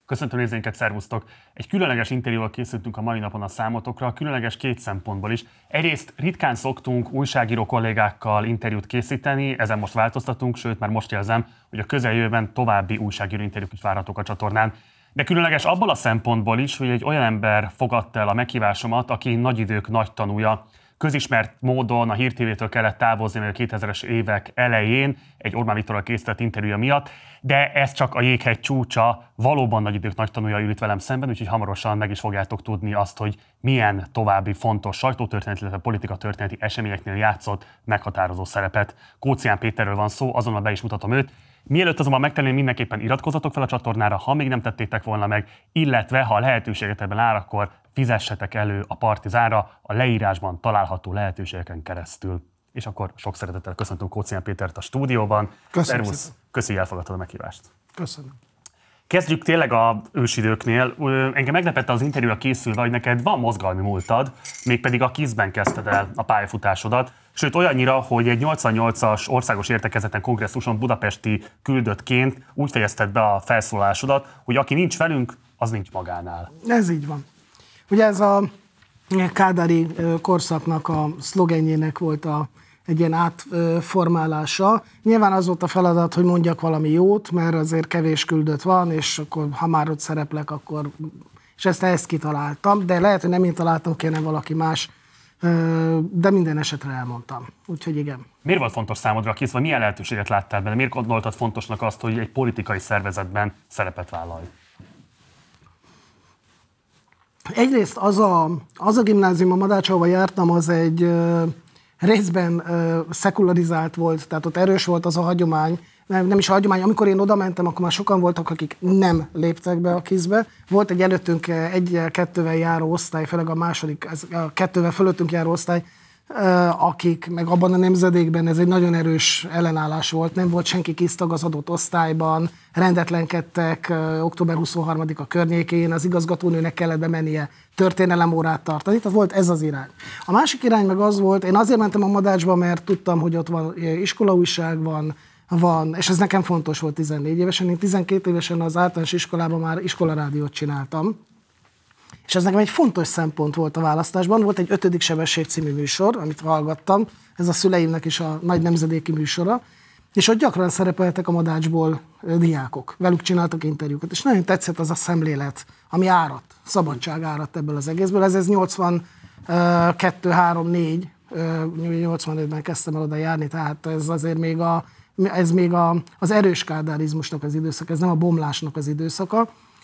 Köszöntöm nézőinket, szervusztok! Egy különleges interjúval készültünk a mai napon a számotokra, különleges két szempontból is. Egyrészt ritkán szoktunk újságíró kollégákkal interjút készíteni, ezen most változtatunk, sőt már most jelzem, hogy a közeljövőben további újságíró interjúk is várhatók a csatornán. De különleges abból a szempontból is, hogy egy olyan ember fogadta el a meghívásomat, aki nagy idők nagy tanúja. Közismert módon a Hír TV-től kellett távozni a 2000-es évek elején egy Orbán Viktorral készített interjúja miatt, de ez csak a jéghegy csúcsa, valóban nagy idők nagy tanúja ül itt velem szemben, úgyhogy hamarosan meg is fogjátok tudni azt, hogy milyen további fontos sajtótörténeti, illetve politikatörténeti eseményeknél játszott meghatározó szerepet. Kócián Péterről van szó, azonnal be is mutatom őt. Mielőtt azonban megtenném, mindenképpen iratkozzatok fel a csatornára, ha még nem tettétek volna meg, illetve ha a lehetőséget ebben áll, akkor fizessetek elő a Partizánra a leírásban található lehetőségeken keresztül. És akkor sok szeretettel köszöntöm Kócián Pétert a stúdióban. Köszönöm. Köszi, hogy elfogadtad a meghívást. Köszönöm. Kezdjük tényleg az ősidőknél. Engem meglepett az interjúra készülve, hogy neked van mozgalmi múltad, mégpedig a KISZ-ben kezdted el a pályafutásodat. Sőt, olyannyira, hogy egy 88-as országos értekezleten, kongresszuson budapesti küldöttként úgy fejezted be a felszólalásodat, hogy aki nincs velünk, az nincs magánál. Ez így van. Ugye ez a kádári korszaknak a szlogenjének volt egy ilyen átformálása. Nyilván az volt a feladat, hogy mondjak valami jót, mert azért kevés küldött van, és akkor ha már ott szereplek, akkor... És ezt kitaláltam, de lehet, hogy nem én találtam ki, hanem valaki más, de minden esetre elmondtam. Úgyhogy igen. Miért volt fontos számodra a KISZ, vagy milyen lehetőséget láttál benne? Miért gondoltad fontosnak azt, hogy egy politikai szervezetben szerepet vállalj? Egyrészt az a gimnázium, a Madács, ahova jártam, az egy részben szekularizált volt, tehát ott erős volt az a hagyomány, nem is a hagyomány, amikor én oda mentem, akkor már sokan voltak, akik nem léptek be a KISZ-be. Volt egy előttünk kettővel járó osztály, főleg a második, a kettővel fölöttünk járó osztály, akik meg abban a nemzedékben ez egy nagyon erős ellenállás volt, nem volt senki KISZ-tag az adott osztályban, rendetlenkedtek október 23-a környékén, az igazgatónőnek kellett bemennie történelemórát tartani, tehát volt ez az irány. A másik irány meg az volt, én azért mentem a Madácsba, mert tudtam, hogy ott van iskolaújság, van, és ez nekem fontos volt 14 évesen, én 12 évesen az általános iskolában már iskolarádiót csináltam, és ez nekem egy fontos szempont volt a választásban. Volt egy 5. sebesség című műsor, amit hallgattam, ez a szüleimnek is a nagy nemzedéki műsora, és ott gyakran szerepeltek a Madácsból diákok, velük csináltak interjúkat, és nagyon tetszett az a szemlélet, ami áradt, szabadság áradt ebből az egészből. Ez 82, 3, 4, 85-ben kezdtem el oda járni, tehát ez azért még az erős kádárizmusnak az időszaka, ez nem a bomlásnak az időszaka.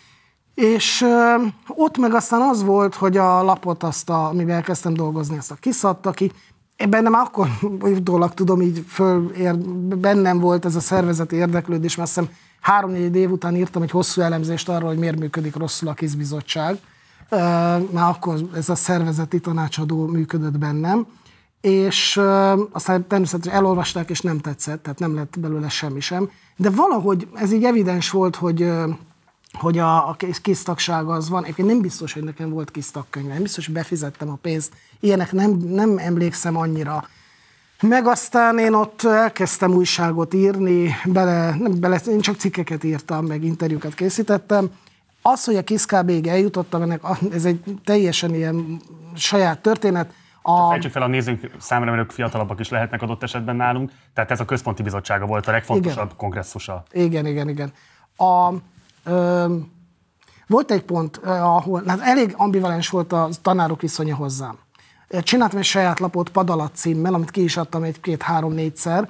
És ott meg aztán az volt, hogy a lapot, amivel elkezdtem dolgozni, azt kiszadta ki. Bennem akkor utólag tudom, így bennem volt ez a szervezeti érdeklődés, mert azt hiszem 3-4 év után írtam egy hosszú elemzést arról, hogy miért működik rosszul a KISZ bizottság. Már akkor ez a szervezeti tanácsadó működött bennem. És aztán természetesen elolvasták, és nem tetszett, tehát nem lett belőle semmi sem. De valahogy ez így evidens volt, hogy a KISZ tagság az van. Egyébként nem biztos, hogy nekem volt KISZ tagkönyve, nem biztos, hogy befizettem a pénzt. Ilyenek nem emlékszem annyira. Meg aztán én ott elkezdtem újságot írni, én csak cikkeket írtam, meg interjúkat készítettem. Az, hogy a KISZ KB-ig eljutottam, ez egy teljesen ilyen saját történet. Fejtsük fel a nézőnk számára, mert ők fiatalabbak is lehetnek adott esetben nálunk. Tehát ez a központi bizottsága volt a legfontosabb kongresszusa. Igen. Volt egy pont, ahol elég ambivalens volt a tanárok viszonya hozzám. Csináltam egy saját lapot Padalat címmel, amit ki is adtam 1-2-3-4-szer.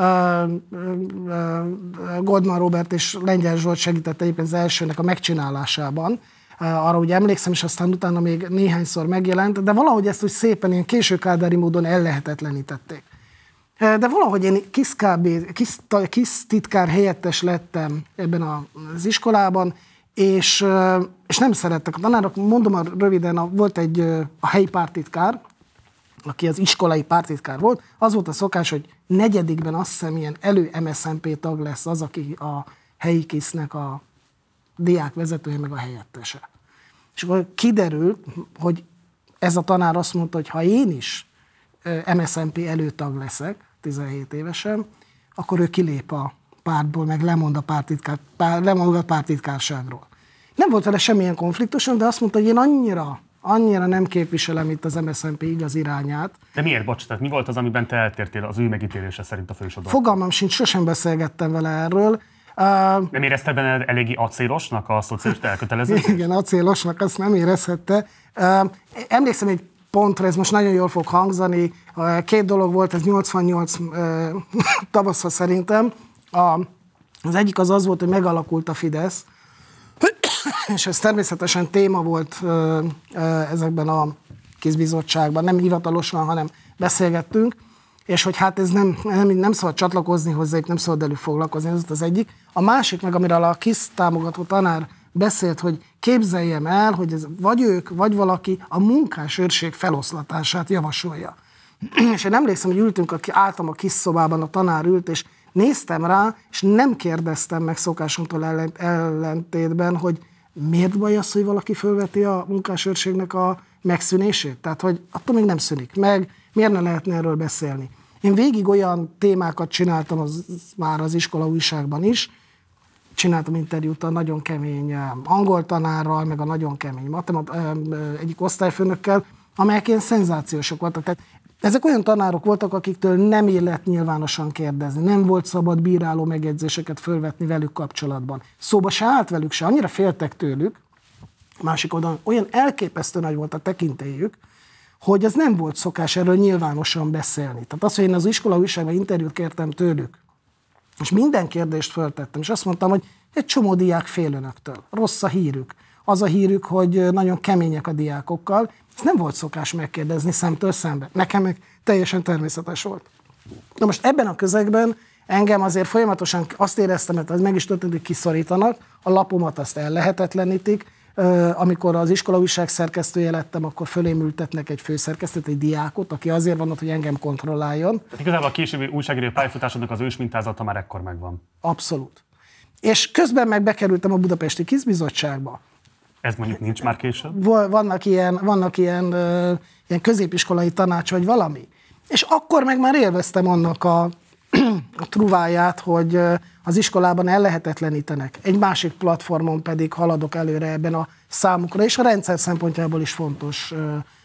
Goldman Robert és Lengyel Zsolt segített egyébként az elsőnek a megcsinálásában. Arra úgy emlékszem, és aztán utána még néhányszor megjelent, de valahogy ezt úgy szépen ilyen késő kádári módon ellehetetlenítették. De valahogy én KISZ titkár helyettes lettem ebben az iskolában, és nem szerettek a tanárok. Mondom röviden, volt a helyi pártitkár, aki az iskolai pártitkár volt, az volt a szokás, hogy 4. azt hiszem ilyen elő-MSZNP tag lesz az, aki a helyi KISZ-nek a diákvezetője, meg a helyettese. És akkor kiderült, hogy ez a tanár azt mondta, hogy ha én is MSZNP előtag leszek, 17 évesen, akkor ő kilép a pártból, meg lemond a pártitkárságról. Nem volt vele semmilyen konfliktusom, de azt mondta, hogy én annyira nem képviselem itt az MSZNP igaz irányát. De miért, bocs, tehát mi volt az, amiben te eltértél az ő megítélése szerint a fősodor? Fogalmam sincs, sosem beszélgettem vele erről. Nem érezted benne eléggé acélosnak a szocialista elköteleződést? Igen, acélosnak, azt nem érezhette. Emlékszem egy pontra, ez most nagyon jól fog hangzani. Két dolog volt, ez 88 tavaszra szerintem. Az egyik az volt, hogy megalakult a Fidesz, és ez természetesen téma volt ezekben a KISZ-bizottságban, nem hivatalosan, hanem beszélgettünk, és hogy hát ez nem szabad csatlakozni hozzá, nem szabad elő foglalkozni, ez az egyik. A másik meg, amiről a KISZ támogató tanár beszélt, hogy képzeljem el, hogy ez vagy ők, vagy valaki a munkásőrség feloszlatását javasolja. És én emlékszem, hogy álltam a KISZ szobában, a tanár ült, és néztem rá, és nem kérdeztem meg szokásomtól ellentétben, hogy miért baj az, hogy valaki fölveti a munkásőrségnek a megszűnését? Tehát, hogy attól még nem szűnik meg, miért ne lehetne erről beszélni? Én végig olyan témákat csináltam már az iskola újságban is, csináltam interjút a nagyon kemény angol tanárral, meg a nagyon kemény egyik osztályfőnökkel, amelyek ilyen szenzációsok voltak. Tehát ezek olyan tanárok voltak, akiktől nem illet nyilvánosan kérdezni, nem volt szabad bíráló megjegyzéseket fölvetni velük kapcsolatban. Szóba se állt velük se, annyira féltek tőlük, másik oldalon olyan elképesztő nagy volt a tekintélyük, hogy ez nem volt szokás erről nyilvánosan beszélni. Tehát az, hogy én az iskola újságban interjút kértem tőlük, és minden kérdést föltettem, és azt mondtam, hogy egy csomó diák fél önöktől. Rossz a hírük. Az a hírük, hogy nagyon kemények a diákokkal. Ez nem volt szokás megkérdezni szemtől szembe. Nekem meg teljesen természetes volt. Na most ebben a közegben engem azért folyamatosan azt éreztem, hogy meg is történt, hogy kiszorítanak, a lapomat azt ellehetetlenítik. Amikor az iskola újság szerkesztője lettem, akkor fölém ültetnek egy főszerkesztőt, egy diákot, aki azért van ott, hogy engem kontrolláljon. Tehát igazából a későbbi újságíró pályafutásodnak az ősmintázata már ekkor megvan. Abszolút. És közben meg bekerültem a Budapesti KISZ-bizottságba. Ez mondjuk nincs már később? Vannak ilyen középiskolai tanács, vagy valami. És akkor meg már élveztem annak a truváját, hogy az iskolában ellehetetlenítenek. Egy másik platformon pedig haladok előre ebben a számukra, és a rendszer szempontjából is fontos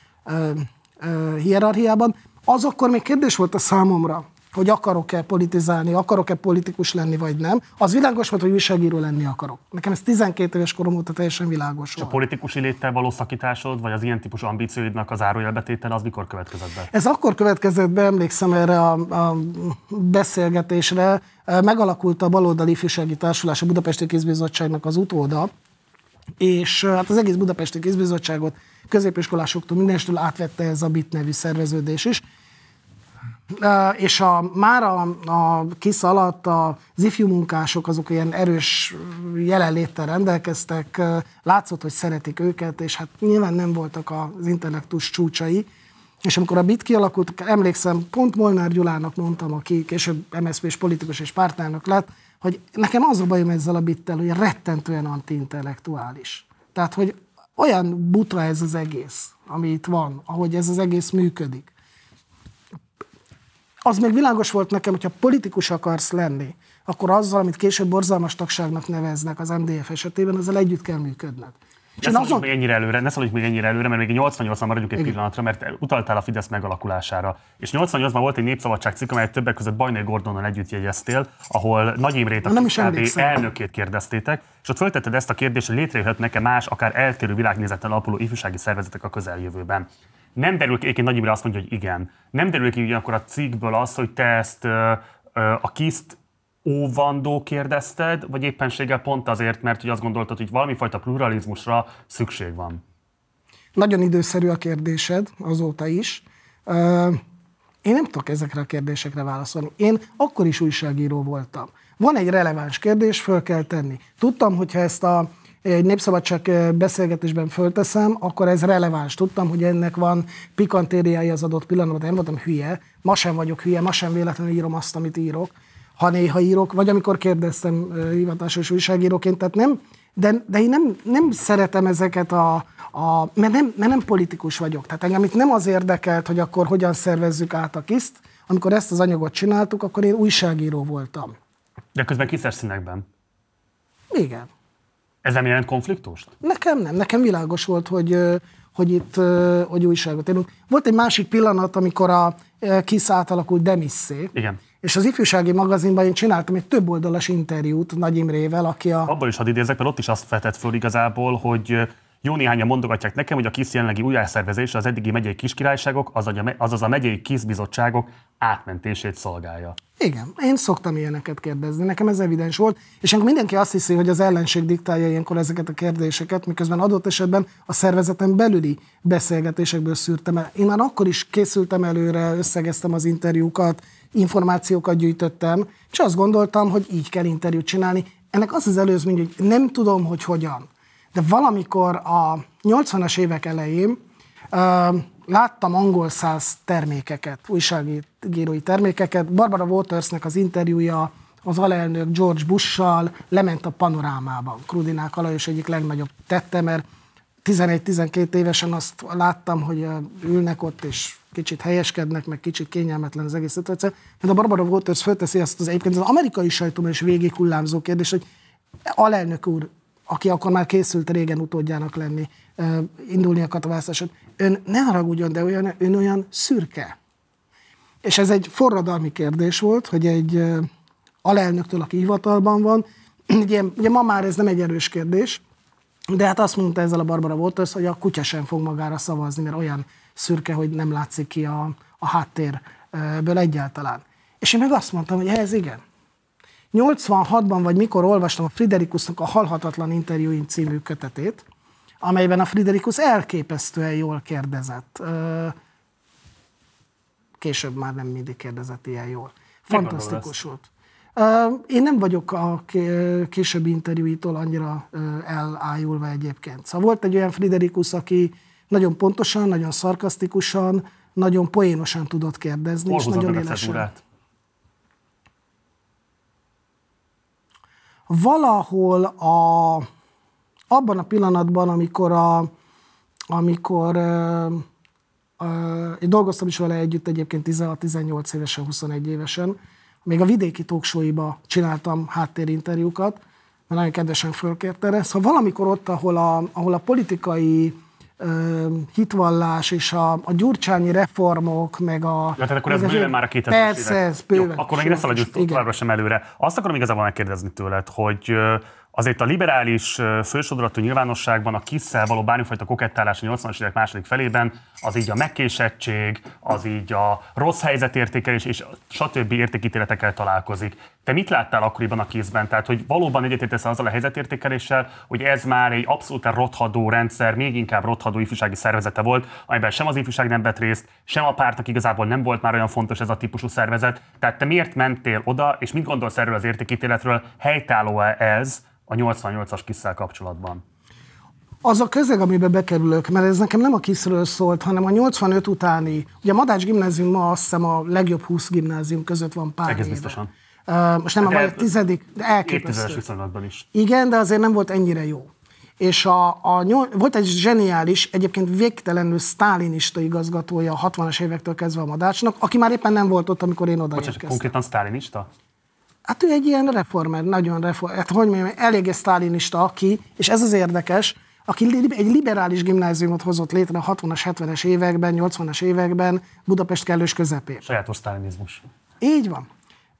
hierarchiában. Az akkor még kérdés volt a számomra, hogy akarok-e politizálni, akarok-e politikus lenni, vagy nem. Az világos volt, hogy újságíró lenni akarok. Nekem ez 12 éves korom óta teljesen világos volt. A politikusi léttel való szakításod, vagy az ilyen típusú ambícióidnak az zárójelbetétel, az mikor következett be? Ez akkor következett be, emlékszem erre a beszélgetésre. Megalakult a Baloldali Ifjúsági Társulás, a Budapesti KISZ-bizottságnak az utóda, és hát az egész Budapesti KISZ-bizottságot középiskolásoktól mindenestől átvette ez a BIT nevű szerveződés is. És már a KISZ alatt az ifjú munkások azok ilyen erős jelenléttel rendelkeztek, látszott, hogy szeretik őket, és hát nyilván nem voltak az intellektus csúcsai. És amikor a BIT kialakult, emlékszem, pont Molnár Gyulának mondtam, aki később MSZP-s politikus és pártelnök lett, hogy nekem az a bajom ezzel a BIT-tel, hogy rettentően anti-intellektuális. Tehát, hogy olyan buta ez az egész, ami itt van, ahogy ez az egész működik. Az még világos volt nekem, hogyha politikus akarsz lenni, akkor azzal, amit később borzalmas tagságnak neveznek az MDF esetében, azzal együtt kell működned. Ne szaladjunk még ennyire előre, mert még 88-ban maradjunk egy pillanatra, mert utaltál a Fidesz megalakulására. És 88-ban volt egy Népszabadság cikk, amelyet többek között Bajnai Gordonnal együtt jegyeztél, ahol Nagy Imrét, a KISZ elnökét kérdeztétek, és ott föltetted ezt a kérdést, hogy létrejöhetnek-e más, akár eltérő világnézeten alapuló ifjúsági szervezetek a közeljövőben. Nem derül ki, egyébként Nagy Imre azt mondja, hogy igen. Nem derül ki ugyanakkor a cikkből az, hogy te ezt a KISZ-t óvandó kérdezted, vagy éppenséggel pont azért, mert hogy azt gondoltad, hogy valamifajta pluralizmusra szükség van? Nagyon időszerű a kérdésed, azóta is. Én nem tudok ezekre a kérdésekre válaszolni. Én akkor is újságíró voltam. Van egy releváns kérdés, föl kell tenni. Tudtam, hogyha ezt egy Népszabadság beszélgetésben fölteszem, akkor ez releváns. Tudtam, hogy ennek van pikantériája az adott pillanatban, nem voltam hülye, ma sem vagyok hülye, ma sem véletlenül írom azt, amit írok, ha néha írok, vagy amikor kérdeztem hivatásos újságíróként, tehát nem, de én nem szeretem ezeket mert nem politikus vagyok. Tehát engem itt nem az érdekelt, hogy akkor hogyan szervezzük át a KISZ-t. Amikor ezt az anyagot csináltuk, akkor én újságíró voltam. De közben kiszes színekben. Igen. Ez nem jelent konfliktust? Nekem nem. Nekem világos volt, hogy itt hogy újságot írunk. Volt egy másik pillanat, amikor a KISZ átalakult Demisszé. Igen. És az ifjúsági magazinban én csináltam egy több oldalas interjút Nagy Imrével, aki Abból is hadd idézek, mert ott is azt vetett föl igazából, hogy jó néhányan mondogatják nekem, hogy a KISZ jelenlegi újjászervezése az eddigi megyei kiskirályságok, azaz a megyei KISZ bizottságok átmentését szolgálja. Igen, én szoktam ilyeneket kérdezni, nekem ez evidens volt, és akkor mindenki azt hiszi, hogy az ellenség diktálja ilyenkor ezeket a kérdéseket, miközben adott esetben a szervezeten belüli beszélgetésekből szűrtem el. Én már akkor is készültem előre, összegeztem az interjúkat, információkat gyűjtöttem, és azt gondoltam, hogy így kell interjút csinálni. Ennek az előzmény, hogy nem tudom, hogy hogyan, de valamikor a 80-as évek elején láttam angol száz termékeket, újságírói termékeket. Barbara Waltersnek az interjúja az alelnök George Bush-sal lement a Panorámában. Krudinák Alajos egyik legnagyobb tette, mert 11-12 évesen azt láttam, hogy ülnek ott, és kicsit helyeskednek, meg kicsit kényelmetlen az egész szituáció. De a Barbara Walters fölteszi azt az egyébként az amerikai sajtóban is végig hullámzó kérdés, hogy alelnök úr, aki akkor már készült régen utódjának lenni, indulni akart a választáson, ön ne haragudjon, de ön olyan szürke. És ez egy forradalmi kérdés volt, hogy egy alelnöktől, aki hivatalban van, ugye ma már ez nem egy erős kérdés, de hát azt mondta ezzel a Barbara Walters, hogy a kutya sem fog magára szavazni, mert olyan szürke, hogy nem látszik ki a háttérből egyáltalán. És én meg azt mondtam, hogy ez igen. 86-ban vagy mikor olvastam a Friderikusnak a Halhatatlan interjúim című kötetét, amelyben a Friderikus elképesztően jól kérdezett. Később már nem mindig kérdezett ilyen jól. Fantasztikus volt. Én nem vagyok a későbbi interjúitól annyira elájulva egyébként. Szóval volt egy olyan Friderikus, aki nagyon pontosan, nagyon szarkasztikusan, nagyon poénosan tudott kérdezni. Hol és nagyon meg a cezúrát? Valahol abban a pillanatban, amikor én dolgoztam is vele együtt egyébként 16-18 évesen, 21 évesen, még a vidéki talkshowiba csináltam háttérinterjúkat, mert nagyon kedvesen fölkért erre. Szóval valamikor ott, ahol a politikai hitvallás és a gyurcsányi reformok, meg a... Ja, tehát akkor ez bőven már a 2000-es Persze, ez bőven. Jó, akkor még ne szaladjunk továbbra sem előre. Azt akarom igazából megkérdezni tőled, hogy azért a liberális fősodratú nyilvánosságban a KISZ-szel való bármifajta kokettálás a 80-as évek második felében, az így a megkésettség, az így a rossz helyzetértékelés és stb. Értékítéletekkel találkozik. Te mit láttál akkoriban a KISZ-ben? Tehát, hogy valóban egyetértesz azzal a helyzetértékeléssel, hogy ez már egy abszolút rothadó rendszer, még inkább rothadó ifjúsági szervezete volt, amiben sem az ifjúság nem vett részt, sem a pártnak igazából nem volt már olyan fontos ez a típusú szervezet. Tehát te miért mentél oda, és mit gondolsz erről az értékítéletről? Helytálló-e ez a 88-as KISZ-szel kapcsolatban? Az a közeg, amiben bekerülök, mert ez nekem nem a KISZ-ről szólt, hanem a 85 utáni. Ugye a Madács gimnázium ma azt hiszem a legjobb 20 gimnázium között van pár egész éve. Biztosan. Most nem a 10., de elképesztő. 2000-es viszonylatban is. Igen, de azért nem volt ennyire jó. És volt egy zseniális, egyébként végtelenül sztálinista igazgatója a 60-as évektől kezdve a Madácsnak, aki már éppen nem volt ott, amikor én odaérkeztem. Konkrétan sztálinista? Hát ő egy ilyen reformer, nagyon reformer, hát hogy mondjam, eléggé sztálinista, aki, és ez az érdekes, aki egy liberális gimnáziumot hozott létre a 60-as, 70-es években, 80-as években, Budapest kellős közepén. Sajátos sztálinizmus. Így van.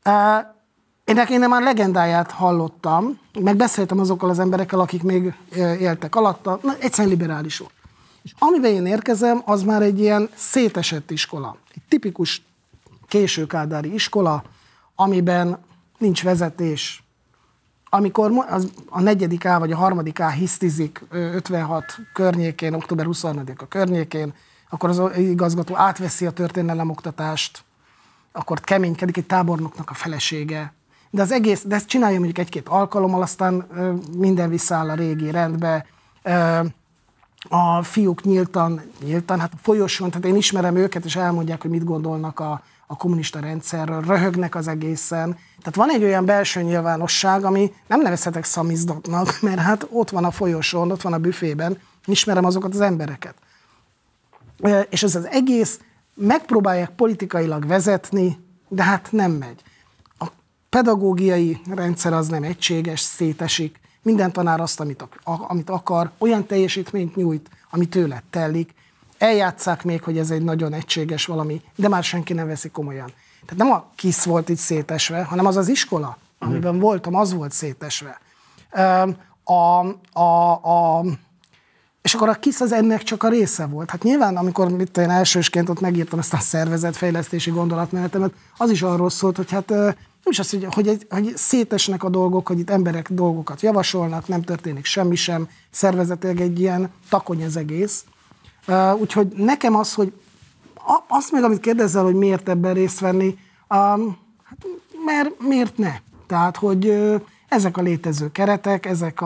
Én már legendáját hallottam, meg beszéltem azokkal az emberekkel, akik még éltek alatta, egyszerűen liberális volt. És amiben én érkezem, az már egy ilyen szétesett iskola. Egy tipikus későkádári iskola, amiben nincs vezetés. Amikor a 4. A vagy a 3. A hisztizik 56 környékén, október 23-a környékén, akkor az igazgató átveszi a történelemoktatást, akkor keménykedik egy tábornoknak a felesége. De ezt csinálja mondjuk 1-2 alkalommal, aztán minden visszaáll a régi rendbe. A fiúk nyíltan, hát a folyosón, tehát én ismerem őket, és elmondják, hogy mit gondolnak a kommunista rendszerről, röhögnek az egészen. Tehát van egy olyan belső nyilvánosság, ami nem nevezhetek szamizdatnak, mert hát ott van a folyosón, ott van a büfében, ismerem azokat az embereket. És ez az egész megpróbálják politikailag vezetni, de hát nem megy. A pedagógiai rendszer az nem egységes, szétesik. minden tanár azt, amit akar, olyan teljesítményt nyújt, ami tőle telik, eljátsszák még, hogy ez egy nagyon egységes valami, de már senki nem veszi komolyan. Tehát nem a KISZ volt itt szétesve, hanem az az iskola, amiben voltam, az volt szétesve. És akkor a KISZ az ennek csak a része volt. Hát nyilván, amikor én elsősként ott megírtam ezt a szervezetfejlesztési gondolatmenetemet, az is arról szólt, hogy hát nem is az, hogy szétesnek a dolgok, hogy itt emberek dolgokat javasolnak, nem történik semmi sem, szervezetileg egy ilyen takony az egész. Úgyhogy nekem az, hogy azt meg, amit kérdezzel, hogy miért ebben részt venni, hát miért ne? Tehát, hogy ezek a létező keretek,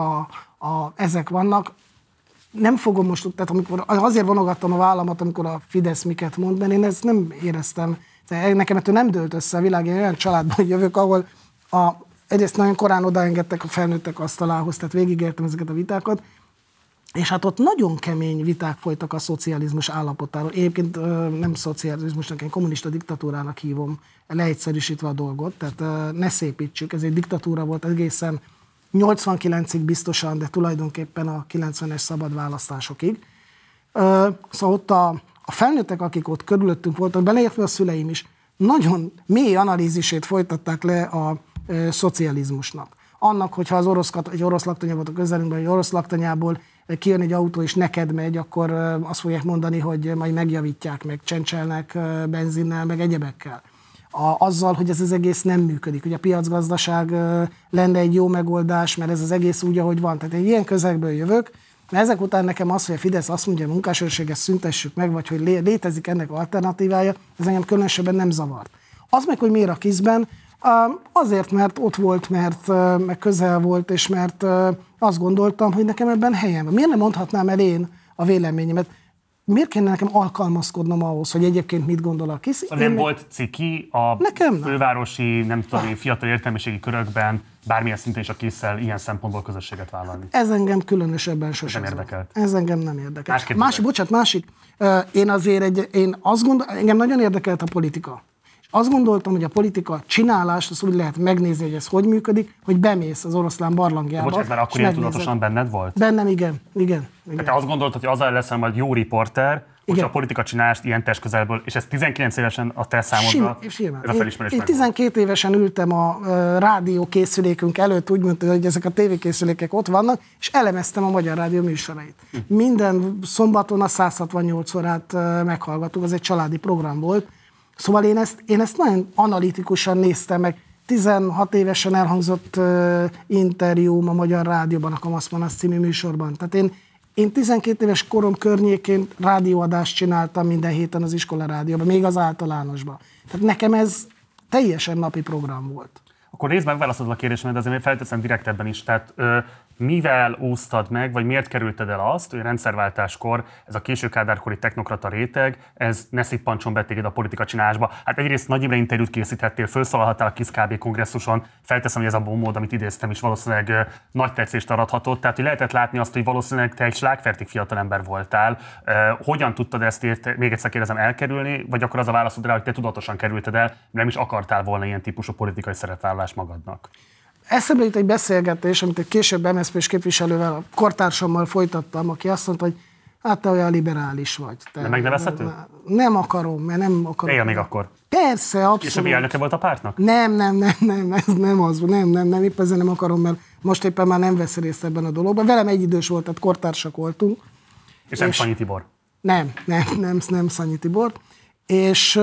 ezek vannak. Nem fogom most, tehát amikor, azért vonogattam a vállamat, amikor a Fidesz miket mond, mert én ezt nem éreztem. Nekem ettől nem dőlt össze a világ, én olyan családban jövök, ahol egyrészt nagyon korán odaengedtek a felnőttek asztalához, tehát végigértem ezeket a vitákat, és hát ott nagyon kemény viták folytak a szocializmus állapotáról. Egyébként nem szocializmusnak, én kommunista diktatúrának hívom, leegyszerűsítve a dolgot, tehát ne szépítsük, ez egy diktatúra volt egészen 89-ig biztosan, de tulajdonképpen a 90-es szabad választásokig. Szóval ott a felnőttek, akik ott körülöttünk voltak, beleértve a szüleim is, nagyon mély analízisét folytatták le a szocializmusnak. Annak, hogyha egy orosz laktanya volt a közelünkben, egy orosz laktanyából kijön egy autó és neked megy, akkor azt fogják mondani, hogy majd megjavítják, meg csencselnek benzinnel, meg egyebekkel. Azzal, hogy ez az egész nem működik. Ugye a piacgazdaság lenne egy jó megoldás, mert ez az egész úgy, ahogy van. Tehát egy ilyen közegből jövök, mert ezek után nekem az, hogy a Fidesz azt mondja, hogy a munkásőrséget szüntessük meg, vagy hogy létezik ennek alternatívája, ez engem különösebben nem zavart. Az meg, hogy miért a KISZ-ben, azért, mert ott volt, mert meg közel volt, és mert azt gondoltam, hogy nekem ebben helyem van. Miért nem mondhatnám el én a véleményemet? Miért kéne nekem alkalmazkodnom ahhoz, hogy egyébként mit gondol a KISZ? Szóval nem volt ciki a fővárosi, nem tudom, fiatal értelmiségi körökben, bármilyen szinten is a KISZ-szel ilyen szempontból közösséget vállalni. Ez engem különösebben sosem érdekelt. Ez engem nem érdekel. Másik. Én azt gondolom, engem nagyon érdekelt a politika. Azt gondoltam, hogy a politika csinálást, azt úgy lehet megnézni, hogy ez hogy működik, hogy bemész az oroszlán barlangjába. Bocsánat, mert akkor ilyen tudatosan benned volt? Bennem, igen. Tehát te azt gondoltad, hogy azzal leszel majd jó riporter, hogyha a politika csinálást ilyen testközelből, és ez 19 évesen a te számodra, ez a felismerés Én 12 évesen ültem a rádió készülékünk előtt, úgy mondta, hogy ezek a tévékészülékek ott vannak, és elemeztem a Magyar Rádió műsorait. Minden szombaton a 168 órát meghallgattuk, az egy családi program volt. Szóval én ezt nagyon analitikusan néztem meg. 16 évesen elhangzott interjúm a Magyar Rádióban, a Kamaszmanasz című műsorban. Tehát én 12 éves korom környékén rádióadást csináltam minden héten az iskola rádióban, még az általánosban. Tehát nekem ez teljesen napi program volt. Akkor nézd meg, válaszolod a kérdésemet, de azért felteszem direkt ebben is. Tehát mivel úsztad meg, vagy miért kerülted el azt, hogy a rendszerváltáskor ez a késő kádárkori technokrata réteg, ez ne szippancson be téged a politika csinálásba? Hát egyrészt Nagy Imre interjút készíthettél, felszólalhattál a KISZ KB kongresszuson, felteszem, hogy ez a bombód, amit idéztem is, valószínűleg nagy tetszést arathatott, tehát hogy lehetett látni azt, hogy valószínűleg te egy slágfertig fiatalember voltál. Hogyan tudtad ezt még egyszer kérdezem elkerülni, vagy akkor az a válaszod rá, hogy te tudatosan kerülted el, nem is akartál volna ilyen típusú politikai szerepvállalást magadnak? Eszembe jut egy beszélgetés, amit egy később MSZP-s képviselővel, a kortársammal folytattam, aki azt mondta, hogy hát te olyan liberális vagy. Nem megnevezhető? Nem akarom, mert nem akarom. Él még akkor? Persze, abszolút. Későbbi elnöke volt a pártnak? Nem, ez nem az, nem, épp ezzel nem akarom, mert most éppen már nem vesz részt ebben a dologban. Velem egy idős volt, tehát kortársak voltunk. És nem Szanyi Tibor? Nem Szanyi Tibor. És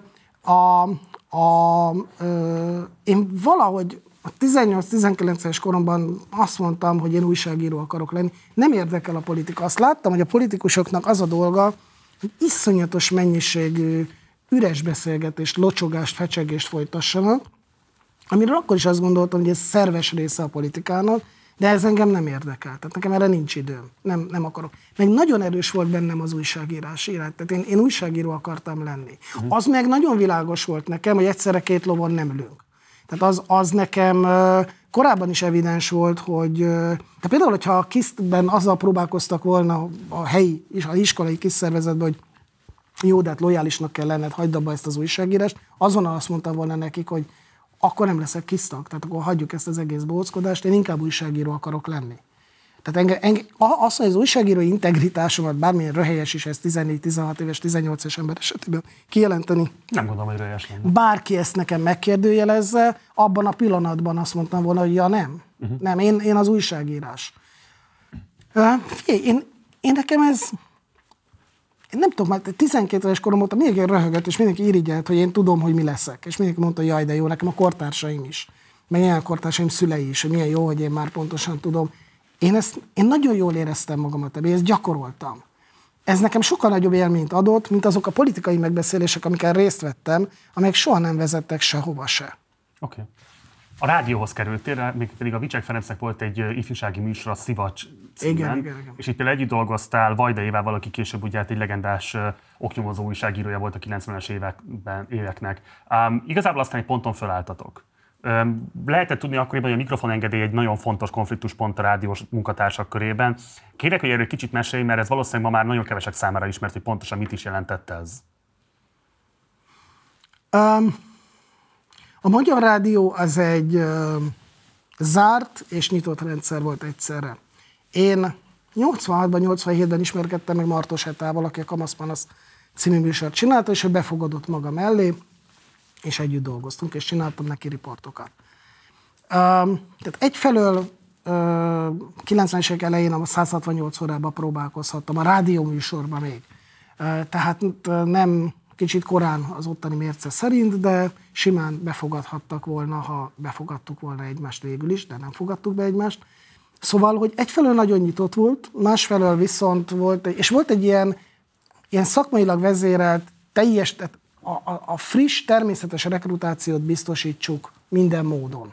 én valahogy a 18-19-es koromban azt mondtam, hogy én újságíró akarok lenni. Nem érdekel a politika. Azt láttam, hogy a politikusoknak az a dolga, hogy iszonyatos mennyiségű üres beszélgetést, locsogást, fecsegést folytassanak, amiről akkor is azt gondoltam, hogy ez szerves része a politikának, de ez engem nem érdekel. Tehát nekem erre nincs időm. Nem akarok. Meg nagyon erős volt bennem az újságírás irány. Tehát én újságíró akartam lenni. Az meg nagyon világos volt nekem, hogy egyszerre két lovon nem ülünk. Tehát az nekem korábban is evidens volt, hogy tehát például, hogyha a KISZ-ben azzal próbálkoztak volna a helyi, az iskolai KISZ szervezetben, hogy jó, de hát lojálisnak kell lenned, hagyd abba ezt az újságírást, azonnal azt mondtam volna nekik, hogy akkor nem leszek kisztag, tehát akkor hagyjuk ezt az egész bóckodást, én inkább újságíró akarok lenni. Tehát az, hogy az újságírói integritásomat, bármilyen röhelyes is ez 14-16 éves, 18 éves ember esetében kijelenteni. Nem gondolom, hogy röhelyes lenne. Bárki ezt nekem megkérdőjelezze, abban a pillanatban azt mondtam volna, hogy ja nem. Nem, én az újságírás. Figyelj, én nekem ez... Én nem tudom, már 12 éves korom óta mindenki röhögött, és mindenki irigyelt, hogy én tudom, hogy mi leszek. És mindenki mondta, hogy jaj, de jó, nekem a kortársaim is. Meg ilyen kortársaim szülei is, hogy milyen jó, hogy én már pontosan tudom. Én nagyon jól éreztem magamat ebben, ezt gyakoroltam. Ez nekem sokkal nagyobb élményt adott, mint azok a politikai megbeszélések, amikkel részt vettem, amelyek soha nem vezettek sehova se. Oké. A rádióhoz kerültél, még pedig a Vicsek Ferencnek volt egy ifjúsági műsor, a Szivacs címen. Igen. És itt például együtt dolgoztál Vajda Évával, aki később ugye egy legendás oknyomozó újságírója volt a 90-es éveknek. Igazából aztán egy ponton fölálltatok. Lehetett tudni akkoriban, hogy a mikrofonengedély egy nagyon fontos konfliktuspont a rádiós munkatársak körében. Kérek, hogy erről kicsit mesélj, mert ez valószínűleg ma már nagyon kevesek számára ismert, hogy pontosan mit is jelentett ez. A Magyar Rádió az egy zárt és nyitott rendszer volt egyszerre. Én 86-ban, 87-ben ismerkedtem meg Martos Hetával, aki a Kamaszpanasz című műsort csinálta, és ő befogadott maga mellé, és együtt dolgoztunk, és csináltam neki riportokat. Tehát egyfelől 90-es évek elején a 168 órában próbálkozhattam, a rádióműsorban még. Tehát nem kicsit korán az ottani mérce szerint, de simán befogadhattak volna, ha befogadtuk volna egymást végül is, de nem fogadtuk be egymást. Szóval, hogy egyfelől nagyon nyitott volt, másfelől viszont volt, és volt egy ilyen szakmailag vezérelt, teljes, a friss, természetes rekrutációt biztosítsuk minden módon.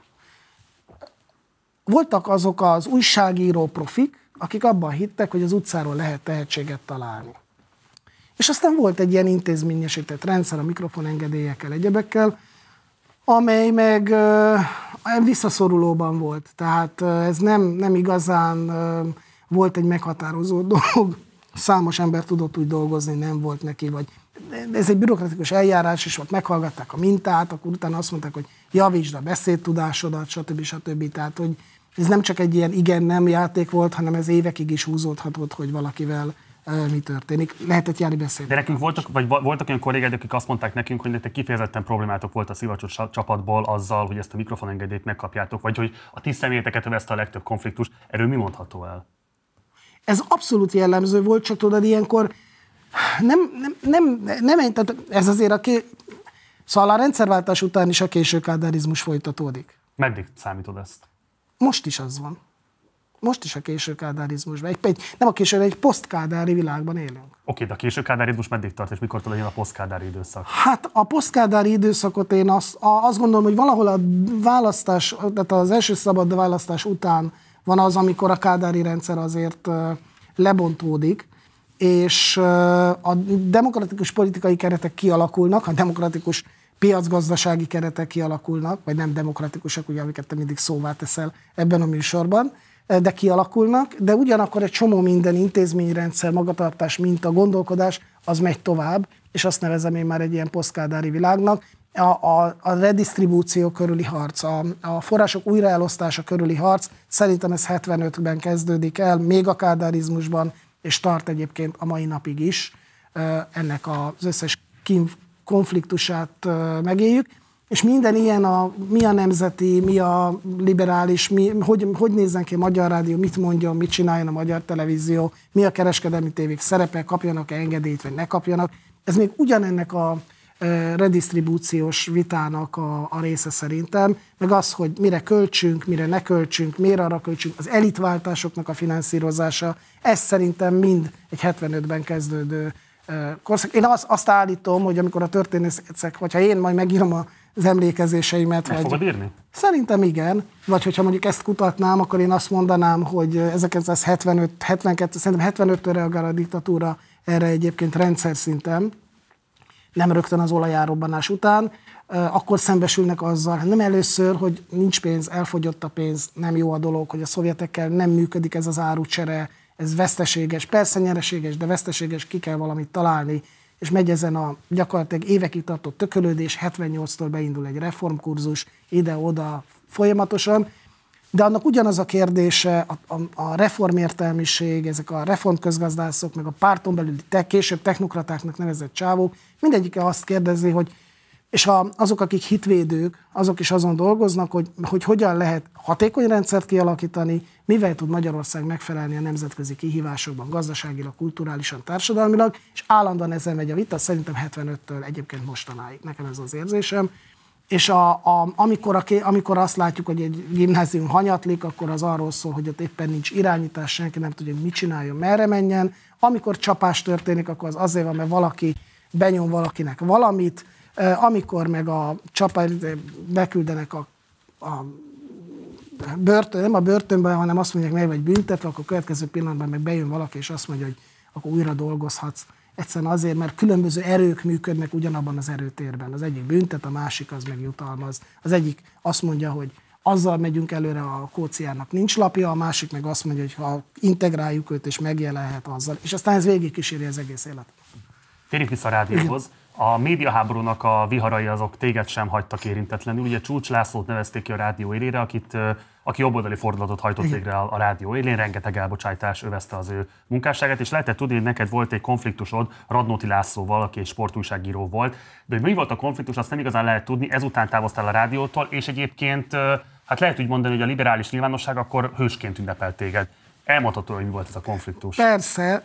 Voltak azok az újságíró profik, akik abban hittek, hogy az utcáról lehet tehetséget találni. És aztán volt egy ilyen intézményesített rendszer a mikrofonengedélyekkel, egyebekkel, amely meg visszaszorulóban volt. Tehát ez nem igazán volt egy meghatározó dolog. Számos ember tudott úgy dolgozni, nem volt neki, vagy ez egy bürokratikus eljárás is volt, meghallgatták a mintát, akkor utána azt mondták, hogy javítsd a beszédtudásodat, stb. Tehát, hogy ez nem csak egy ilyen igen-nem játék volt, hanem ez évekig is húzódhatott, hogy valakivel mi történik. Lehetett járni beszélni. De nekünk voltak olyan kollégáid, akik azt mondták nekünk, hogy nektek kifejezetten problémátok volt a Szivacsos csapatból azzal, hogy ezt a mikrofonengedélyt megkapjátok, vagy hogy a ti személyeteket övezte a legtöbb konfliktus. Erről mi mondható el? Ez abszolút jellemző volt, csak tudod, ilyenkor tehát ez azért szóval a rendszerváltás után is a késő kádárizmus folytatódik. Meddig számítod ezt? Most is az van. Most is a késő kádárizmusban. Nem a késő, egy posztkádári világban élünk. Oké, de a késő kádárizmus meddig tart, és mikortól legyen a posztkádári időszak? Hát a posztkádári időszakot én azt gondolom, hogy valahol a választás, tehát az első szabad választás után van az, amikor a kádári rendszer azért lebontódik, és a demokratikus politikai keretek kialakulnak, a demokratikus piacgazdasági keretek kialakulnak, vagy nem demokratikusak, ugye, amiket te mindig szóvá teszel ebben a műsorban, de kialakulnak, de ugyanakkor egy csomó minden intézményrendszer, magatartás, minta, gondolkodás, az megy tovább, és azt nevezem én már egy ilyen posztkádári világnak. A redistribúció körüli harc, a források újraelosztása körüli harc, szerintem ez 75-ben kezdődik el, még a kádárizmusban, és tart egyébként a mai napig is. Ennek az összes konfliktusát megéljük. És minden ilyen, mi a nemzeti, mi a liberális, hogy nézzen ki a Magyar Rádió, mit mondjon, mit csináljon a Magyar Televízió, mi a kereskedelmi tévék szerepe, kapjanak-e engedélyt, vagy ne kapjanak. Ez még ugyanennek a redistribúciós vitának a része szerintem, meg az, hogy mire költsünk, mire ne költsünk, miért arra költsünk, az elitváltásoknak a finanszírozása, ez szerintem mind egy 75-ben kezdődő korszak. Én azt állítom, hogy amikor a történészek, vagy ha én majd megírom az emlékezéseimet. Meg fogod írni? Szerintem igen. Vagy hogyha mondjuk ezt kutatnám, akkor én azt mondanám, hogy 1972, szerintem 75-től reagál a diktatúra erre egyébként rendszer szinten, nem rögtön az olajárobbanás után, akkor szembesülnek azzal, nem először, hogy nincs pénz, elfogyott a pénz, nem jó a dolog, hogy a szovjetekkel nem működik ez az árucsere, ez veszteséges, persze nyereséges, de veszteséges, ki kell valamit találni, és megy ezen a gyakorlatilag évekig tartó tökölődés, 78-tól beindul egy reformkurzus, ide-oda folyamatosan, de annak ugyanaz a kérdése, a reformértelmiség, ezek a reformközgazdászok, meg a párton belüli később technokratáknak nevezett csávók, mindegyike azt kérdezi, hogy és azok, akik hitvédők, azok is azon dolgoznak, hogy hogyan lehet hatékony rendszert kialakítani, mivel tud Magyarország megfelelni a nemzetközi kihívásokban, gazdaságilag, kulturálisan, társadalmilag, és állandóan ezen megy a vita, szerintem 75-től egyébként mostanáig, nekem ez az érzésem. És amikor azt látjuk, hogy egy gimnázium hanyatlik, akkor az arról szól, hogy ott éppen nincs irányítás, senki nem tudja, mit csináljon, merre menjen. Amikor csapás történik, akkor az azért van, mert valaki benyom valakinek valamit, amikor meg a csapás beküldenek a börtön, nem a börtönben, hanem azt mondják, meg vagy büntetve, akkor a következő pillanatban meg bejön valaki, és azt mondja, hogy akkor újra dolgozhatsz. Egyszerűen azért, mert különböző erők működnek ugyanabban az erőtérben. Az egyik büntet, a másik az meg jutalmaz. Az egyik azt mondja, hogy azzal megyünk előre, a kóciának nincs lapja, a másik meg azt mondja, hogy ha integráljuk őt és megjelenhet azzal. És aztán ez végig kíséri az egész élet. Térjünk vissza a rádióhoz. A médiaháborúnak a viharai azok téged sem hagytak érintetlenül. Ugye Csúcs Lászlót nevezték ki a rádió élére, aki jobboldali fordulatot hajtott végre a rádió élén, rengeteg elbocsátás övezte az ő munkásságát, és lehetett tudni, hogy neked volt egy konfliktusod Radnóti Lászlóval, aki egy sportújságíró volt. De hogy mi volt a konfliktus, azt nem igazán lehet tudni, ezután távoztál a rádiótól, és egyébként hát lehet úgy mondani, hogy a liberális nyilvánosság akkor hősként ünnepelt téged. Elmondható, hogy mi volt ez a konfliktus? Persze.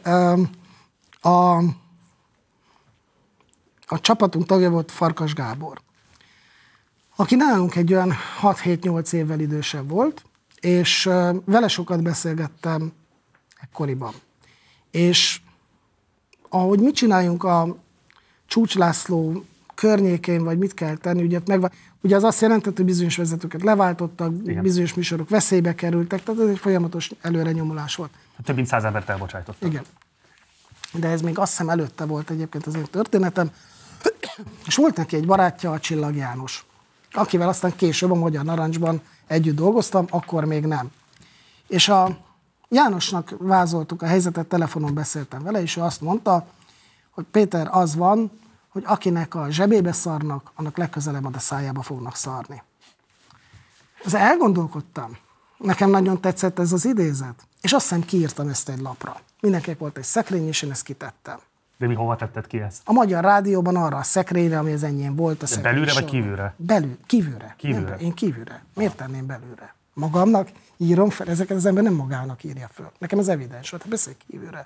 A csapatunk tagja volt Farkas Gábor, aki nálunk egy olyan 6-7-8 évvel idősebb volt, és vele sokat beszélgettem ekkoriban. És ahogy mit csináljunk a Csúcs László környékén, vagy mit kell tenni, ugye az azt jelentett, hogy bizonyos vezetőket leváltottak, igen, bizonyos műsorok veszélybe kerültek, tehát ez egy folyamatos előrenyomulás volt. Több mint 100 embert elbocsátottak. Igen. De ez még azt hiszem előtte volt egyébként az én történetem. És volt neki egy barátja, a Csillag János, akivel aztán később a Magyar Narancsban együtt dolgoztam, akkor még nem. És a Jánosnak vázoltuk a helyzetet, telefonon beszéltem vele, és ő azt mondta, hogy Péter, az van, hogy akinek a zsebébe szarnak, annak legközelebb a szájába fognak szarni. Ezzel elgondolkodtam. Nekem nagyon tetszett ez az idézet, és azt hiszem kiírtam ezt egy lapra. Mindenkinek volt egy szekrény, és én ezt kitettem. De mi hova tetted ki ezt? A Magyar Rádióban arra a szekrényre, ami az enyém volt. A belülre vagy kívülre? Kívülre. Kívülre. Én kívülre. Miért tenném belülre? Magamnak írom fel, ezeket az ember nem magának írja föl. Nekem ez evidens volt, beszélj kívülre.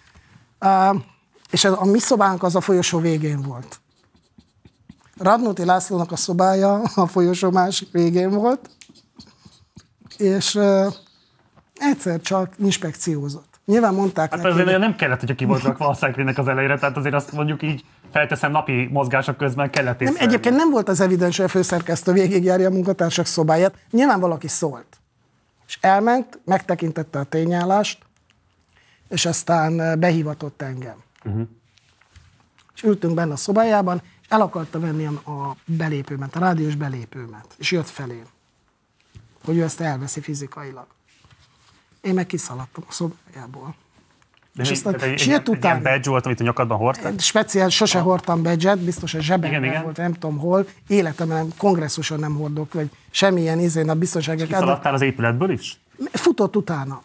És a mi szobánk az a folyosó végén volt. Radnóti Lászlónak a szobája a folyosó másik végén volt, és egyszer csak inspekciózott. Nyilván mondták neki... azért nem kellett, hogyha ki volt rakva a szekrénynek az elejére, tehát azért azt mondjuk így felteszem napi mozgások közben kellett észrevenni. Egyébként nem volt az evidens, hogy a főszerkesztő végigjárja a munkatársak szobáját. Nyilván valaki szólt. És elment, megtekintette a tényállást, és aztán behívatott engem. És ültünk benne a szobájában, és el akarta venni a belépőmet, a rádiós belépőmet. És jött felém, hogy ő ezt elveszi fizikailag. Én meg kiszaladtam a szobájából. De és egy ilyen badge volt, amit a nyakadban hordtál? Speciális, sose hordtam badge-et, biztos, hogy zsebemben volt, nem tudom hol. Életemben kongresszuson nem hordok, vagy semmilyen a biztonságok. Kiszaladtál az épületből is? Futott utána.